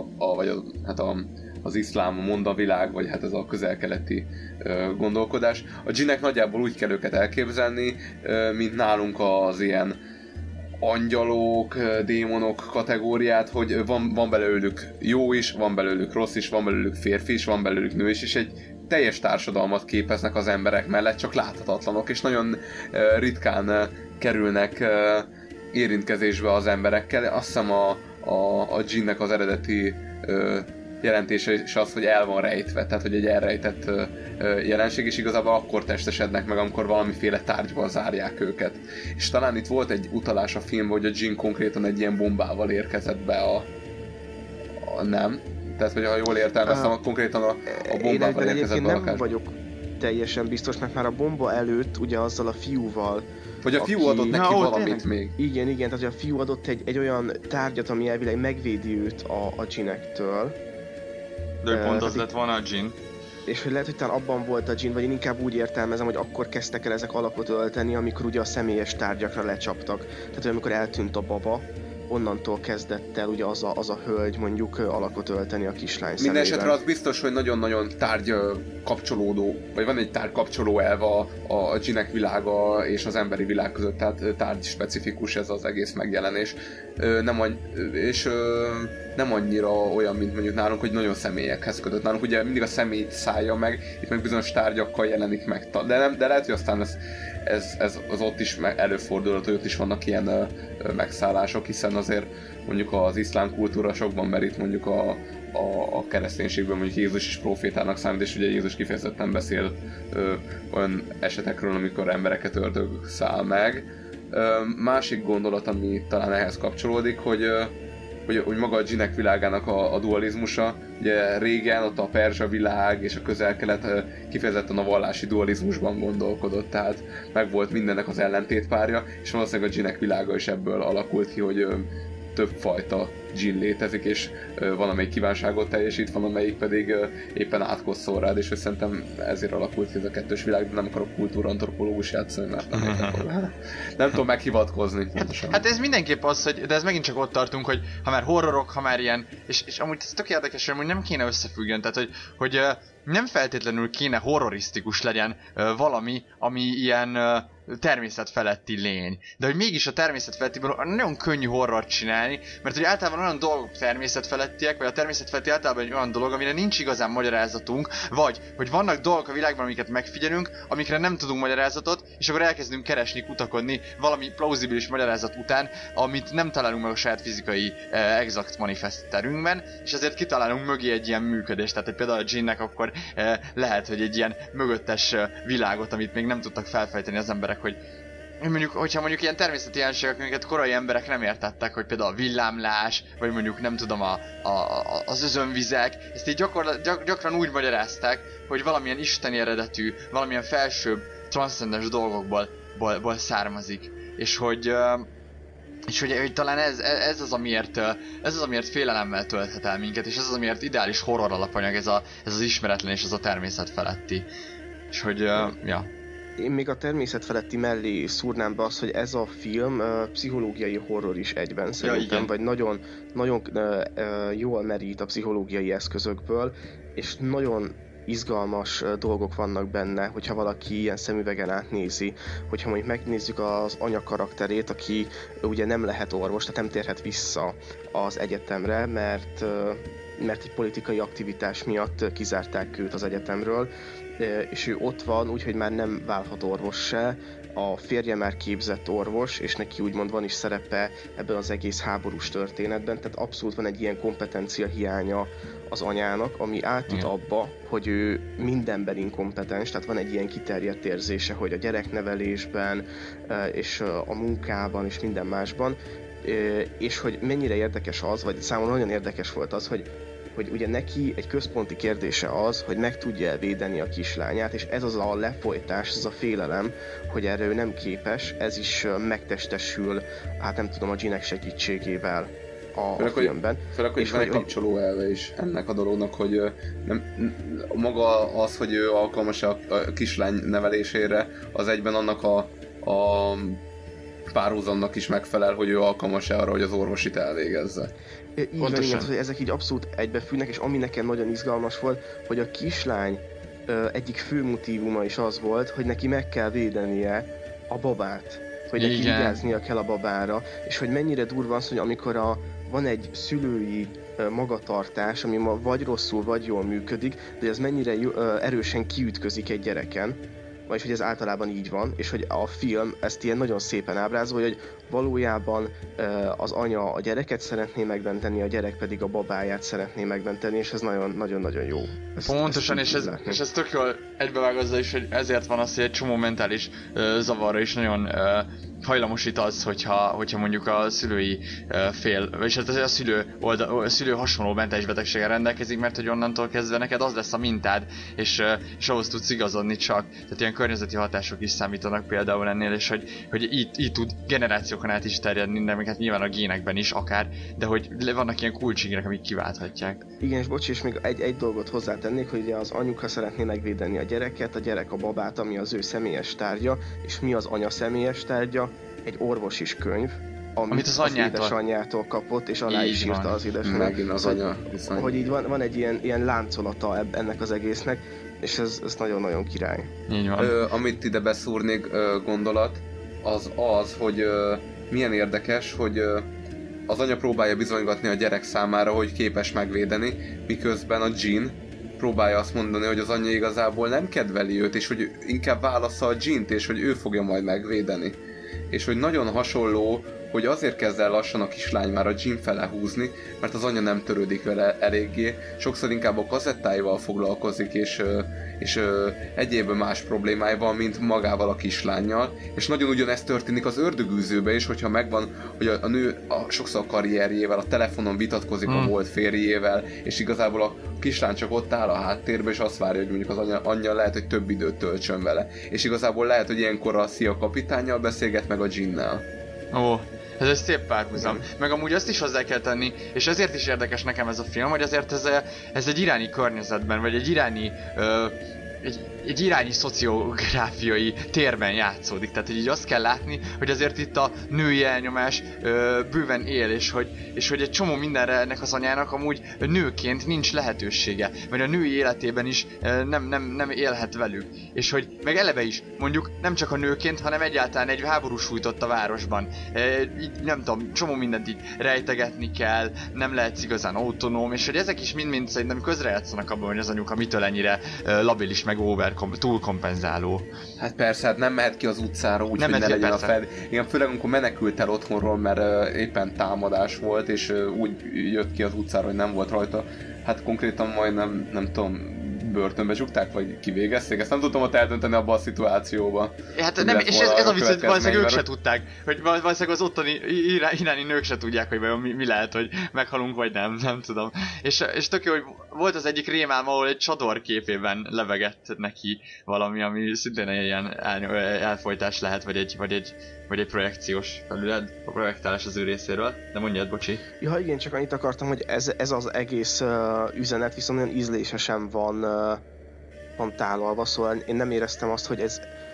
Speaker 5: az iszlám, a monda világ, vagy ez a közel-keleti gondolkodás. A dzsinek nagyjából úgy kell őket elképzelni, mint nálunk az ilyen angyalok, démonok kategóriát, hogy van belőlük jó is, van belőlük rossz is, van belőlük férfi is, van belőlük nő is, és egy teljes társadalmat képeznek az emberek mellett, csak láthatatlanok, és nagyon ritkán kerülnek érintkezésbe az emberekkel. Azt hiszem a dzsinnek az eredeti jelentése is az, hogy el van rejtve, tehát hogy egy elrejtett jelenség, és igazából akkor testesednek meg, amikor valamiféle tárgyban zárják őket. És talán itt volt egy utalás a filmben, hogy a dzsin konkrétan egy ilyen bombával érkezett be nem? Tehát, hogy ha jól értelmeztem, konkrétan a bombával érkezett be a lakásba.
Speaker 8: Nem vagyok teljesen biztos, mert már a bomba előtt ugye azzal a fiúval,
Speaker 5: vagy a fiú adott neki valamit még.
Speaker 8: Igen, tehát hogy a fiú adott egy olyan tárgyat, ami elvileg megvédi őt a dzsinektől.
Speaker 4: De pont az lett volna a dzsin.
Speaker 8: És hogy lehet, hogy talán abban volt a dzsin, vagy én inkább úgy értelmezem, hogy akkor kezdtek el ezek alakot ölteni, amikor ugye a személyes tárgyakra lecsaptak. Tehát, hogy amikor eltűnt a baba, onnantól kezdett el ugye az a hölgy mondjuk alakot ölteni a kislány szemében.
Speaker 5: Minden esetre az biztos, hogy nagyon-nagyon tárgy kapcsolódó, vagy van egy tárgy kapcsoló elve a dzsinek világa és az emberi világ között, tehát tárgy specifikus ez az egész megjelenés. Nem annyira olyan, mint mondjuk nálunk, hogy nagyon személyekhez kötött. Nálunk ugye mindig a személyt szállja meg, itt meg bizonyos tárgyakkal jelenik meg. De lehet, hogy aztán ez az ott is előfordulhat, hogy ott is vannak ilyen megszállások, hiszen azért mondjuk az iszlám kultúra sokban merít mondjuk a kereszténységben, mondjuk Jézus is profétának számít, és ugye Jézus kifejezetten beszél olyan esetekről, amikor embereket ördög száll meg. Másik gondolat, ami talán ehhez kapcsolódik, hogy maga a dzsinek világának a dualizmusa, ugye régen ott a perzsa világ és a közel-kelet kifejezetten a vallási dualizmusban gondolkodott, tehát megvolt mindennek az ellentétpárja, és valószínűleg a dzsinek világa is ebből alakult ki, hogy többfajta dzsin létezik, és van, amelyik kívánságot teljesít, van, amelyik pedig éppen átkosszol rád, és szerintem ezért alakult ki ez a kettős világ, de nem akarok kultúrantropológus játszani, mert nem tudom meghivatkozni.
Speaker 4: Hát ez mindenképp az, hogy, de ez megint csak ott tartunk, hogy ha már horrorok, ha már ilyen, és amúgy ez tök érdekes, hogy nem kéne összefüggeni, tehát hogy nem feltétlenül kéne horrorisztikus legyen valami, ami ilyen természetfeletti lény. De hogy mégis a természetfelettiből nagyon könnyű horrort csinálni, mert hogy általában olyan dolgok természetfelettiek, vagy a természetfeletti általában egy olyan dolog, amire nincs igazán magyarázatunk, vagy hogy vannak dolgok a világban, amiket megfigyelünk, amikre nem tudunk magyarázatot, és akkor elkezdünk keresni, kutakodni valami plauzibilis magyarázat után, amit nem találunk meg a saját fizikai exakt manifesterünkben, és ezért kitalálunk mögé egy ilyen működést. Tehát például a djinnek akkor lehet, hogy egy ilyen mögöttes világot, amit még nem tudtak felfejteni az emberek, hogy hogyha mondjuk ilyen természeti jelenségek, amiket korai emberek nem értettek, hogy például a villámlás, vagy mondjuk nem tudom az özönvizek, ezt így gyakran úgy magyarázták, hogy valamilyen isteni eredetű, valamilyen felsőbb, transzcendens dolgokból származik. És hogy talán ez az, amiért félelemmel tölthet el minket, és ez az, amiért ideális horror alapanyag ez az ismeretlen és ez a természet feletti. És hogy, ja.
Speaker 8: Én még a természet feletti mellé szúrnám be azt, hogy ez a film pszichológiai horror is egyben szerintem, vagy nagyon, nagyon jól merít a pszichológiai eszközökből, és nagyon izgalmas dolgok vannak benne, hogyha valaki ilyen szemüvegen átnézi, hogyha mondjuk megnézzük az anya karakterét, aki ugye nem lehet orvos, tehát nem térhet vissza az egyetemre, mert egy politikai aktivitás miatt kizárták őt az egyetemről, és ő ott van, úgyhogy már nem válhat orvos se, a férje már képzett orvos, és neki úgymond van is szerepe ebben az egész háborús történetben, tehát abszolút van egy ilyen kompetencia hiánya az anyának, ami átüt abba, hogy ő mindenben inkompetens, tehát van egy ilyen kiterjedt érzése, hogy a gyereknevelésben, és a munkában, és minden másban, és hogy mennyire érdekes az, vagy számomra nagyon érdekes volt az, hogy ugye neki egy központi kérdése az, hogy meg tudja védeni a kislányát, és ez az a lefolytás, ez a félelem, hogy erre ő nem képes, ez is megtestesül, hát nem tudom, a dzsinek segítségével a filmben.
Speaker 5: Főleg, hogy van egy kapcsoló elve is ennek a dolognak, hogy maga az, hogy ő alkalmas a kislány nevelésére, az egyben annak a párhuzamnak is megfelel, hogy ő alkalmas-e arra, hogy az orvosit elvégezze.
Speaker 8: Így van, hogy ezek így abszolút egybefüggnek, és ami nekem nagyon izgalmas volt, hogy a kislány egyik fő motívuma is az volt, hogy neki meg kell védenie a babát, hogy neki vigyáznia kell a babára, és hogy mennyire durva az, hogy amikor van egy szülői magatartás, ami ma vagy rosszul, vagy jól működik, de ez mennyire erősen kiütközik egy gyereken, vagyis hogy ez általában így van, és hogy a film ezt ilyen nagyon szépen ábrázolja, hogy valójában az anya a gyereket szeretné megmenteni, a gyerek pedig a babáját szeretné megmenteni, és ez nagyon-nagyon jó.
Speaker 4: Pontosan, és ez tök jól egybevág azzal is, hogy ezért van az, hogy egy csomó mentális zavarra is nagyon hajlamosít az, hogyha mondjuk a szülői fél, vagyis hát a szülő hasonló mentális betegséggel rendelkezik, mert hogy onnantól kezdve neked az lesz a mintád, és ahhoz tudsz igazodni csak. Tehát ilyen környezeti hatások is számítanak például ennél, és hogy így tud generációkon át is terjedni, de még hát nyilván a génekben is akár, de hogy vannak ilyen kulcsigének, amik kiválthatják.
Speaker 8: Igen, és bocs, és még egy dolgot hozzátennék, hogy ugye az anyuka szeretné megvédeni a gyereket, a gyerek a babát, ami az ő személyes tárgya, és mi az anya személyes tárgya? Egy orvosi könyv, amit az édesanyjától kapott, és alá is írta az édesanyja.
Speaker 5: Megint az anya viszony.
Speaker 8: Hogy így van egy ilyen láncolata ennek az egésznek, és ez nagyon-nagyon király.
Speaker 4: Így van.
Speaker 5: Amit ide beszúrnék gondolat, az, hogy milyen érdekes, hogy az anya próbálja bizonygatni a gyerek számára, hogy képes megvédeni, miközben a Jean próbálja azt mondani, hogy az anyja igazából nem kedveli őt, és hogy inkább válassza a Jeant, és hogy ő fogja majd megvédeni. És hogy nagyon hasonló hogy azért kezd el lassan a kislány már a Jean fele húzni, mert az anya nem törődik vele eléggé, sokszor inkább a kazettáival foglalkozik, és egyéb más problémáival, mint magával a kislánnyal, és nagyon ugyanezt történik az Ördögűzőben is, hogyha megvan, hogy a nő sokszor a karrierjével, a telefonon vitatkozik a volt férjével, és igazából a kislány csak ott áll a háttérben, és azt várja, hogy mondjuk az anyja lehet, hogy több időt töltsön vele. És igazából lehet, hogy ilyenkor a Szia kapitánnyal beszélget meg a Jeannel.
Speaker 4: Ó, ez egy szép párhuzam. Meg amúgy azt is hozzá kell tenni, és ezért is érdekes nekem ez a film, hogy azért ez egy iráni környezetben, vagy egy iráni egy irányi szociográfiai térben játszódik. Tehát így azt kell látni, hogy azért itt a női elnyomás bőven él, és hogy egy csomó mindenre ennek az anyának amúgy nőként nincs lehetősége, mert a női életében is nem élhet velük. És hogy meg eleve is, mondjuk nem csak a nőként, hanem egyáltalán egy háború sújtott a városban. Így nem tudom, csomó mindent így rejtegetni kell, nem lehetsz igazán autonóm, és hogy ezek is mind-mind szerintem közrejátszanak abban, hogy az anyuka mitől ennyire labilis meg túlkompenzáló.
Speaker 5: Hát persze, hát nem mehet ki az utcára úgy,
Speaker 4: nem
Speaker 5: hogy ne legyen
Speaker 4: persze.
Speaker 5: a fel. Igen, főleg amikor menekült el otthonról, mert éppen támadás volt, és úgy jött ki az utcára, hogy nem volt rajta. Hát konkrétan majdnem, nem tudom, börtönbe zsugták, vagy kivégezték. Ezt nem tudtam ott eldönteni abban a szituációban.
Speaker 4: Hát nem, és ez a vicc, hogy valószínűleg ők se tudták, hogy valószínűleg az ottani iráni nők se tudják, hogy mi lehet, hogy meghalunk, vagy nem tudom. És tök jó, hogy volt az egyik rémám, ahol egy csador képében levegett neki valami, ami szintén egy ilyen elfolytás lehet, vagy egy projekciós felület, a projektálás az ő részéről. De mondjad, bocsi.
Speaker 8: Ja, igen, csak annyit akartam, hogy ez az egész üzenet viszont olyan ízlésesen van tálalva, szóval én nem éreztem azt, hogy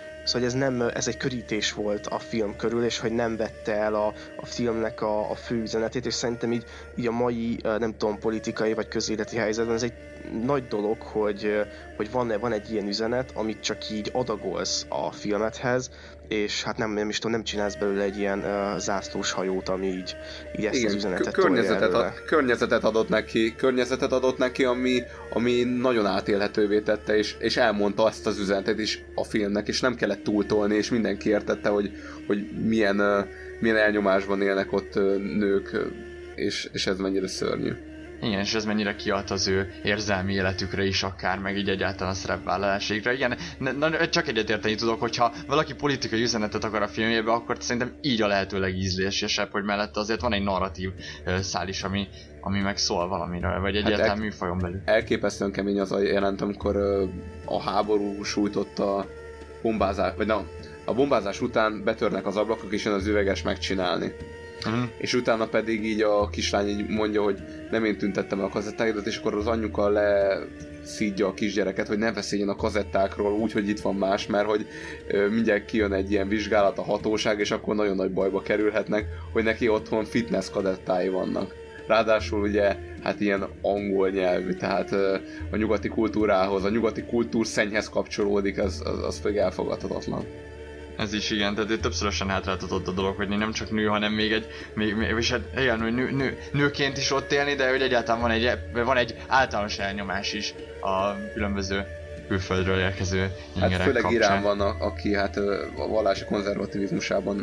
Speaker 8: ez egy körítés volt a film körül, és hogy nem vette el a filmnek a fő üzenetét, és szerintem így a mai, nem tudom, politikai vagy közéleti helyzetben ez egy nagy dolog, hogy van egy ilyen üzenet, amit csak így adagolsz a filmethez, és hát nem is tudom, nem csinálsz belőle egy ilyen zászlós hajót, ami így ezt igen, az üzenetet
Speaker 5: környezetet adott neki, ami nagyon átélhetővé tette, és elmondta ezt az üzenetet is a filmnek, és nem kellett túltolni, és mindenki értette, hogy milyen elnyomásban élnek ott nők, és ez mennyire szörnyű.
Speaker 4: Igen, és ez mennyire kiad az ő érzelmi életükre is akár, meg így egyáltalán a szerepvállalásaikra. Igen, csak egyetérteni tudok, hogyha valaki politikai üzenetet akar a filmjébe, akkor szerintem így a lehető legízlésesebb, hogy mellette azért van egy narratív szál is, ami meg szól valamiről, vagy egyáltalán műfajon belül.
Speaker 5: Elképesztően kemény az a jelent, amikor a háború sújtotta bombázás, vagy nem, a bombázás után betörnek az ablakok, és jön az üveges megcsinálni. És utána pedig így a kislány így mondja, hogy nem én tüntettem el a kazettáidat, és akkor az anyuka leszídja a kisgyereket, hogy ne beszéljen a kazettákról úgy, hogy itt van más, mert hogy mindjárt kijön egy ilyen vizsgálat a hatóság, és akkor nagyon nagy bajba kerülhetnek, hogy neki otthon fitness kazettái vannak. Ráadásul ugye, hát ilyen angol nyelvű, tehát a nyugati kultúrához, a nyugati kultúrszennyhez kapcsolódik, az pedig elfogadhatatlan.
Speaker 4: Ez is igen, tehát többszörösen hátráltatott a dolog, hogy nem csak nő, hanem még és hát igen, hogy nőként is ott élni, de hogy egyáltalán van egy általános elnyomás is a különböző külföldről érkező ingerek
Speaker 5: hát főleg
Speaker 4: kapcsán.
Speaker 5: Irán van, aki hát a vallási konzervativizmusában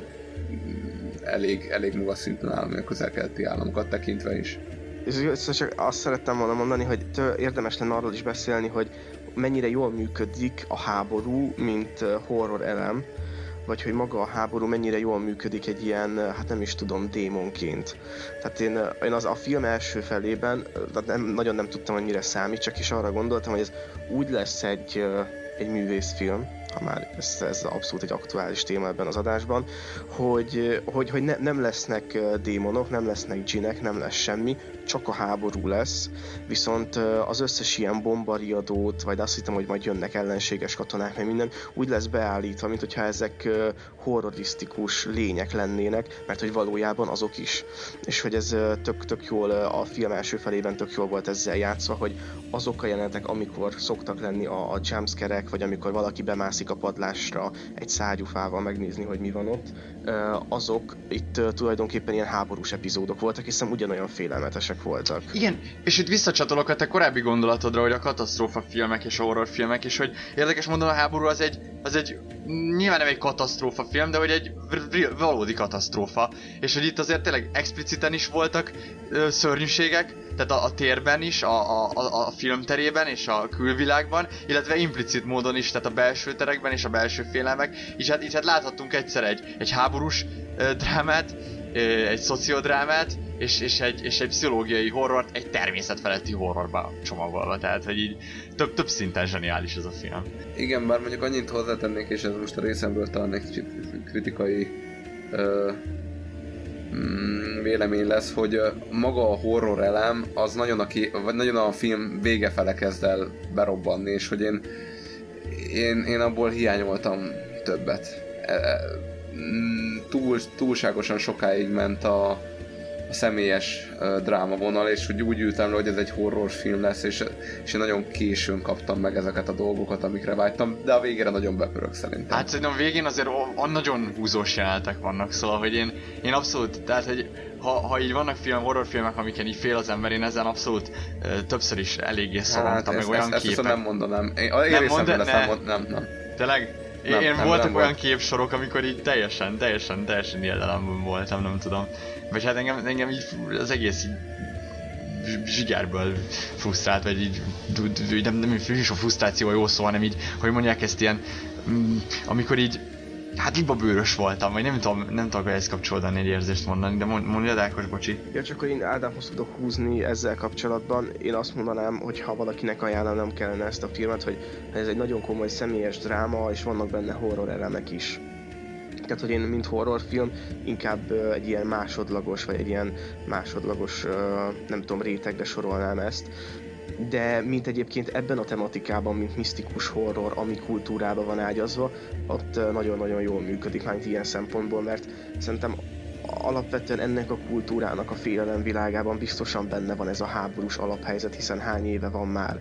Speaker 5: elég magas szinten áll, a közel-keleti államokat tekintve is.
Speaker 8: És csak azt szerettem volna mondani, hogy érdemes lenne arról is beszélni, hogy mennyire jól működik a háború, mint horror elem, vagy hogy maga a háború mennyire jól működik egy ilyen, hát nem is tudom, démonként. Tehát én a film első felében nagyon nem tudtam, hogy mire számít, csak is arra gondoltam, hogy ez úgy lesz egy művészfilm, ha már ez abszolút egy aktuális téma ebben az adásban, hogy nem lesznek démonok, nem lesznek dzsinek, nem lesz semmi, csak a háború lesz, viszont az összes ilyen bombariadót, vagy azt hittem, hogy majd jönnek ellenséges katonák, meg minden, úgy lesz beállítva, mint hogyha ezek horrorisztikus lények lennének, mert hogy valójában azok is. És hogy ez tök jól, a film első felében tök jól volt ezzel játszva, hogy azok a jelenetek, amikor szoktak lenni a jumpscare-ek, vagy amikor valaki bemászik a padlásra egy szárnyúfával megnézni, hogy mi van ott, azok itt tulajdonképpen ilyen háborús epizódok voltak, hiszen ugyanolyan félelmetesek érdekesek voltak.
Speaker 4: Igen, és itt visszacsatolok a te korábbi gondolatodra, hogy a katasztrófa filmek és a horrorfilmek, és hogy érdekes módon a háború az egy nyilván nem egy katasztrófa film, de hogy egy valódi katasztrófa, és hogy itt azért tényleg expliciten is voltak szörnyűségek, tehát a térben is, a filmterében és a külvilágban, illetve implicit módon is, tehát a belső terekben és a belső félelmek, így hát láthattunk egyszer egy háborús drámát, egy szociodrámát, és egy pszichológiai horrort egy természetfeletti horrorba csomagolva, tehát hogy így több szinten zseniális ez a film.
Speaker 5: Igen, bár mondjuk annyit hozzátennék, és ez most a részemből talán egy kicsit kritikai vélemény lesz, hogy maga a horror elem az nagyon a film vége fele kezd el berobbanni, és hogy én abból hiányoltam többet. Túlságosan sokáig ment a személyes drámavonal, és úgy ültem le, hogy ez egy horrorfilm lesz, és én nagyon későn kaptam meg ezeket a dolgokat, amikre vágytam, de a végére nagyon bepörök szerintem.
Speaker 4: Hát szerintem a végén azért nagyon húzós jelenetek vannak, szóval, hogy én abszolút, tehát, hogy ha így vannak horrorfilmek, amiken így fél az ember, én ezen abszolút többször is eléggé szorongtam, meg olyan képek.
Speaker 5: Ezt nem mondanám. Nem.
Speaker 4: Tényleg? Én voltak olyan képsorok, amikor így teljesen ijedelemben voltam, nem tudom. Vagy hát engem így az egész így zsigerből frusztrált, vagy így nem is a frusztráció a jó szó, hanem így, hogy mondják ezt ilyen, amikor így hát libabőrös voltam, vagy nem tudok ehhez kapcsolódni egy érzést mondani, de mondjad Ákos, bocsi.
Speaker 8: Ja, csak hogy én Ádámhoz tudok húzni ezzel kapcsolatban, én azt mondanám, hogy ha valakinek ajánlanom kellene ezt a filmet, hogy ez egy nagyon komoly személyes dráma, és vannak benne horror elemek is. Tehát, hogy én mint horrorfilm inkább egy ilyen másodlagos, vagy egy ilyen másodlagos, nem tudom, rétegbe sorolnám ezt. De mint egyébként ebben a tematikában, mint misztikus horror, ami kultúrába van ágyazva, ott nagyon-nagyon jól működik már ilyen szempontból, mert szerintem alapvetően ennek a kultúrának a félelem világában biztosan benne van ez a háborús alaphelyzet, hiszen hány éve van már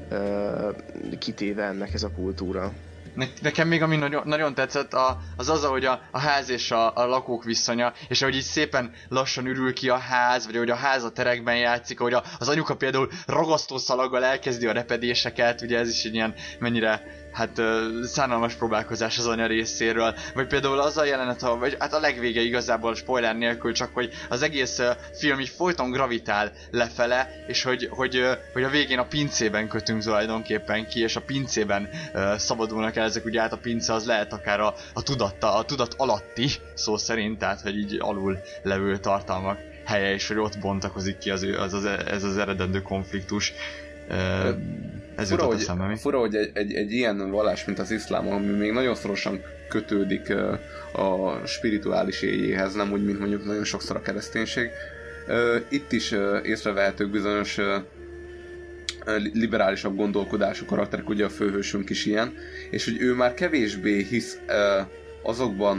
Speaker 8: kitéve ennek ez a kultúra.
Speaker 4: Nekem még ami nagyon tetszett, az, ahogy a ház és a lakók viszonya, és ahogy így szépen lassan ürül ki a ház, vagy ahogy a ház a terekben játszik, ahogy az anyuka például ragasztószalaggal elkezdi a repedéseket, ugye ez is egy ilyen mennyire szánalmas próbálkozás az anya részéről, vagy például az a jelenet, vagy hát a legvége igazából spoiler nélkül, csak hogy az egész film így folyton gravitál lefele, és hogy a végén a pincében kötünk tulajdonképpen ki, és a pincében szabadulnak el ezek, ugye hát a pince az lehet akár a tudat alatti szó szerint, tehát hogy így alul levő tartalmak helye, és hogy ott bontakozik ki ez az eredendő konfliktus.
Speaker 5: Fura, hogy egy ilyen vallás, mint az iszlám, ami még nagyon szorosan kötődik a spirituális éljéhez, nem úgy, mint mondjuk nagyon sokszor a kereszténység. Itt is észrevehetők bizonyos liberálisabb gondolkodású karakterek, ugye a főhősünk is ilyen, és hogy ő már kevésbé hisz azokban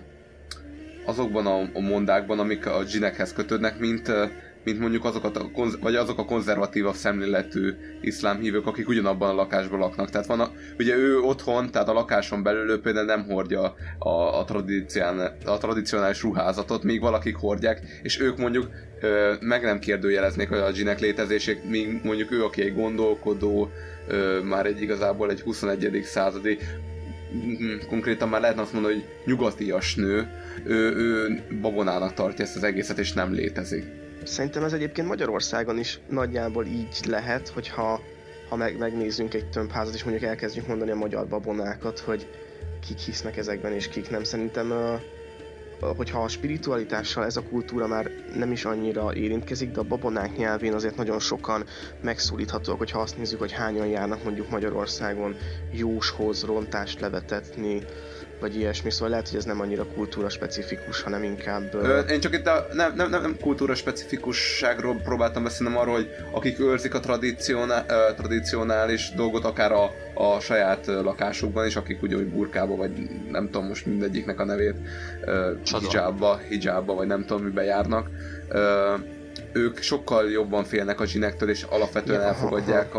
Speaker 5: a mondákban, amik a dzsinekhez kötődnek, mint mondjuk azok a konzervatívabb szemléletű iszlámhívők, akik ugyanabban a lakásban laknak. Tehát ugye ő otthon, tehát a lakáson belül ő például nem hordja a tradicionális ruházatot, míg valakik hordják, és ők mondjuk meg nem kérdőjeleznék a dzsinek létezését, míg mondjuk ő, aki egy gondolkodó, már igazából egy 21. századi, konkrétan már lehetne azt mondani, hogy nyugatias nő, ő babonának tartja ezt az egészet, és nem létezik.
Speaker 8: Szerintem ez egyébként Magyarországon is nagyjából így lehet, hogyha megnézzünk egy tömbházat, és mondjuk elkezdjük mondani a magyar babonákat, hogy kik hisznek ezekben, és kik nem. Szerintem, hogyha a spiritualitással ez a kultúra már nem is annyira érintkezik, de a babonák nyelvén azért nagyon sokan megszólíthatóak, hogyha azt nézzük, hogy hányan járnak mondjuk Magyarországon jóshoz rontást levetetni, vagy ilyesmi, szóval lehet, hogy ez nem annyira kultúra specifikus, hanem inkább...
Speaker 5: Én csak itt nem kultúra specifikusságról próbáltam beszélni, arról, hogy akik őrzik a tradicionális dolgot, akár a saját lakásukban is, akik ugye burkába, vagy nem tudom most mindegyiknek a nevét, hijabba, vagy nem tudom miben járnak. Ők sokkal jobban félnek a zsinektől, és alapvetően elfogadják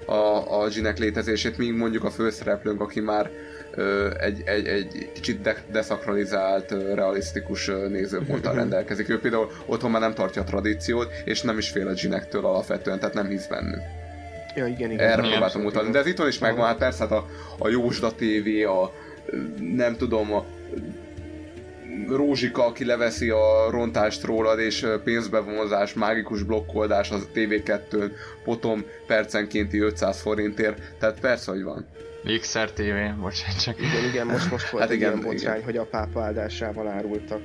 Speaker 5: a Ginnek létezését, míg mondjuk a főszereplőnk, aki már egy kicsit deszakralizált, realisztikus nézőponttal rendelkezik. Ő például otthon már nem tartja a tradíciót, és nem is fél a Ginnektől alapvetően, tehát nem hisz bennük.
Speaker 8: Ja, igen.
Speaker 5: Erre próbáltam mutatni, de ez itthon is megvan, hát persze hát a Józsda TV, a nem tudom, a Rózsika, aki leveszi a rontást rólad, és pénzbevonzás, mágikus blokkoldás az TV2-n, potom percenkénti 500 forintért, tehát persze, hogy van.
Speaker 4: XR TV, bocsánat csak.
Speaker 8: Igen, most volt
Speaker 5: hát
Speaker 8: egy
Speaker 5: igen,
Speaker 8: ilyen botrány, hogy a pápa áldásával árultak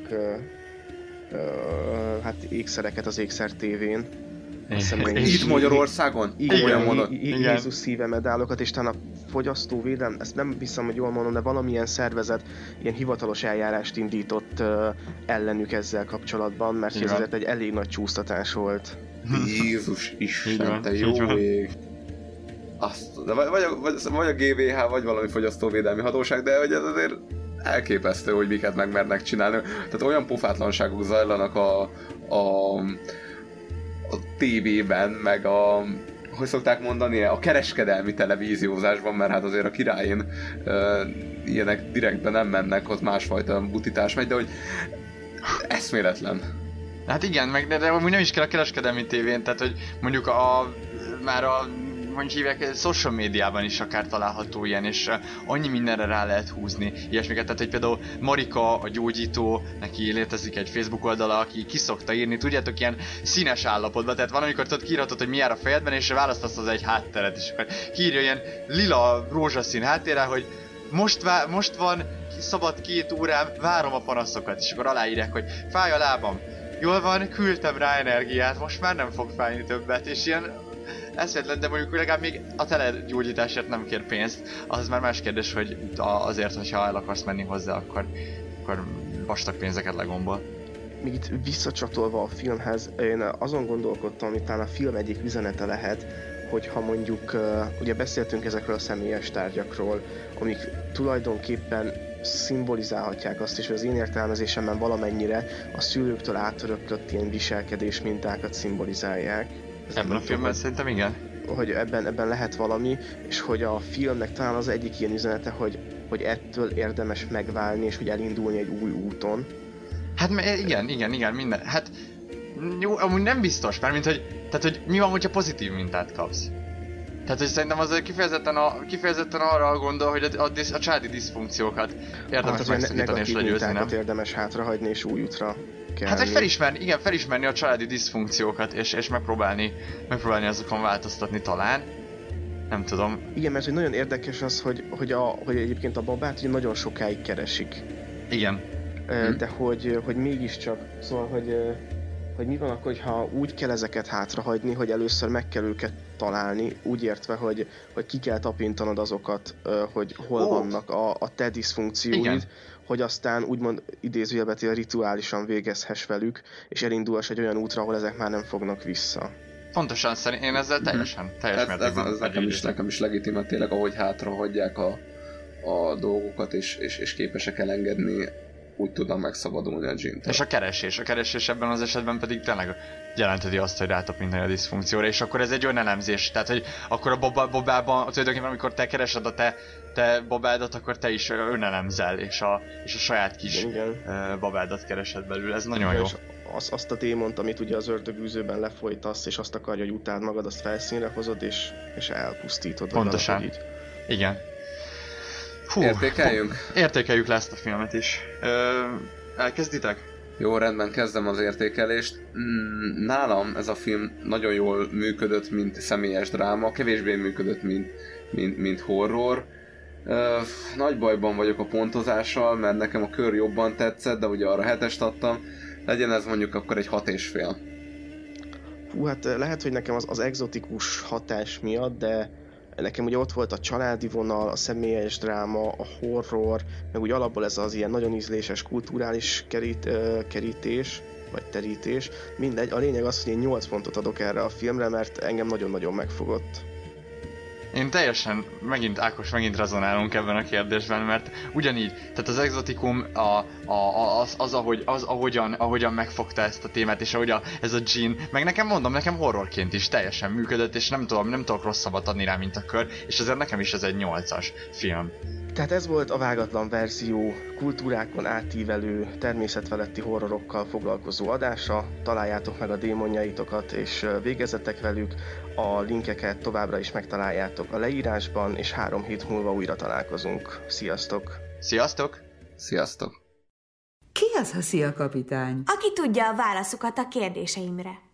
Speaker 8: ékszereket az XR TV-n.
Speaker 5: Itt Magyarországon?
Speaker 8: Igen, Jézus szíve medálokat, és talán a fogyasztóvédelem, ezt nem hiszem, hogy jól mondom, de valamilyen szervezet ilyen hivatalos eljárást indított ellenük ezzel kapcsolatban, mert ez azért egy elég nagy csúsztatás volt.
Speaker 5: Jézus Isten, te jó ég! Vagy a GVH, vagy valami fogyasztóvédelmi hatóság, de hogy ez azért elképesztő, hogy miket megmernek csinálni. Tehát olyan pofátlanságok zajlanak a tévében, meg hogy szokták mondani, a kereskedelmi televíziózásban, mert hát azért a Királyin ilyenek direktben nem mennek, ott másfajta butítás megy, de hogy eszméletlen.
Speaker 4: Hát igen, de amúgy nem is kell a kereskedelmi tévén, tehát hogy mondjuk már hogy hívják, social médiában is akár található ilyen, és annyi mindenre rá lehet húzni ilyesmiket, tehát hogy például Marika, a gyógyító, neki létezik egy Facebook oldala, aki kiszokta írni, tudjátok, ilyen színes állapotban, tehát van, amikor tudod, kiírhatod, hogy mi jár a fejedben, és választasz az egy hátteret, és akkor kiírja ilyen lila rózsaszín háttérre, hogy most van szabad 2 órám, várom a panaszokat, és akkor aláírják, hogy fáj a lábam. Jól van, küldtem rá energiát, most már nem fog fájni többet, és ilyen eszméletlen, de mondjuk legalább még a telegyógyításért nem kér pénzt, az már más kérdés, hogy azért, hogyha el akarsz menni hozzá, akkor vastag pénzeket legombol.
Speaker 8: Még itt visszacsatolva a filmhez, én azon gondolkodtam, hogy talán a film egyik üzenete lehet, hogyha mondjuk, ugye beszéltünk ezekről a személyes tárgyakról, amik tulajdonképpen szimbolizálhatják azt is, hogy az én értelmezésemben valamennyire a szülőktől átöröklött ilyen viselkedés mintákat szimbolizálják.
Speaker 4: Ebben a filmben szerintem igen.
Speaker 8: Hogy ebben lehet valami, és hogy a filmnek talán az egyik ilyen üzenete, hogy ettől érdemes megválni, és hogy elindulni egy új úton. Hát
Speaker 4: igen, minden. Hát jó, amúgy nem biztos, mert tehát hogy mi van, hogyha pozitív mintát kapsz. Tehát, hogy szerintem az kifejezetten arra gondol, hogy a családi diszfunkciókat érdemes megszakítani és legyőzni, nem?
Speaker 8: Érdemes hátrahagyni és új útra kelni.
Speaker 4: Hát, hogy felismerni a családi diszfunkciókat, és megpróbálni azokon változtatni talán. Nem tudom.
Speaker 8: Igen, mert hogy nagyon érdekes az, hogy egyébként a babát ugye nagyon sokáig keresik.
Speaker 4: Igen.
Speaker 8: De hogy mégiscsak, szóval, hogy mi van akkor, ha úgy kell ezeket hátrahagyni, hogy először meg kell őket találni, úgy értve, hogy ki kell tapintanod azokat, hogy hol vannak a te diszfunkcióid, hogy aztán úgymond idézőjelben rituálisan végezhess velük, és elindulhass egy olyan útra, ahol ezek már nem fognak vissza.
Speaker 4: Pontosan, én ezzel teljes mértékben.
Speaker 5: Ez nekem is legitim, tényleg, ahogy hátrahagyják a dolgokat, és képesek elengedni, úgy tudnak megszabadulni a Gintől.
Speaker 4: És a keresés ebben az esetben pedig tényleg jelenteti azt, hogy rátapintani a diszfunkcióra, és akkor ez egy olyan elemzés, tehát hogy akkor a babában, tulajdonképpen amikor te keresed a te babádat, akkor te is önelemzel, és a saját kis babádat keresed belül, ez nagyon jó.
Speaker 8: Azt a démont, amit ugye az ördögűzőben lefolytasz, és azt akarja, hogy utáld magad, azt felszínre hozod, és elpusztítod.
Speaker 4: Pontosan. Így. Igen. Értékeljük le ezt a filmet is. Elkezditek?
Speaker 5: Jó, rendben, kezdem az értékelést. Nálam ez a film nagyon jól működött, mint személyes dráma, kevésbé működött, mint horror. Nagy bajban vagyok a pontozással, mert nekem a kör jobban tetszett, de ugye arra 7-est adtam. Legyen ez mondjuk akkor egy 6,5.
Speaker 8: Hú, hát lehet, hogy nekem az egzotikus hatás miatt, de nekem ugye ott volt a családi vonal, a személyes dráma, a horror, meg úgy alapból ez az ilyen nagyon ízléses kulturális kerítés, vagy terítés. Mindegy, a lényeg az, hogy én 8 pontot adok erre a filmre, mert engem nagyon-nagyon megfogott.
Speaker 4: Én teljesen, megint rezonálunk ebben a kérdésben, mert ugyanígy, tehát az Exoticum ahogyan megfogta ezt a témát, és ahogy ez a Jean, meg nekem horrorként is teljesen működött, és nem tudok rosszabbat adni rá, mint a kör, és ezért nekem is ez egy 8-as film.
Speaker 8: Tehát ez volt a vágatlan verzió, kultúrákon átívelő, természetfeletti horrorokkal foglalkozó adása. Találjátok meg a démonjaitokat és végezzetek velük. A linkeket továbbra is megtaláljátok a leírásban, és 3 hét múlva újra találkozunk. Sziasztok!
Speaker 4: Sziasztok!
Speaker 5: Sziasztok!
Speaker 11: Ki az a Szia kapitány?
Speaker 7: Aki tudja a válaszokat a kérdéseimre.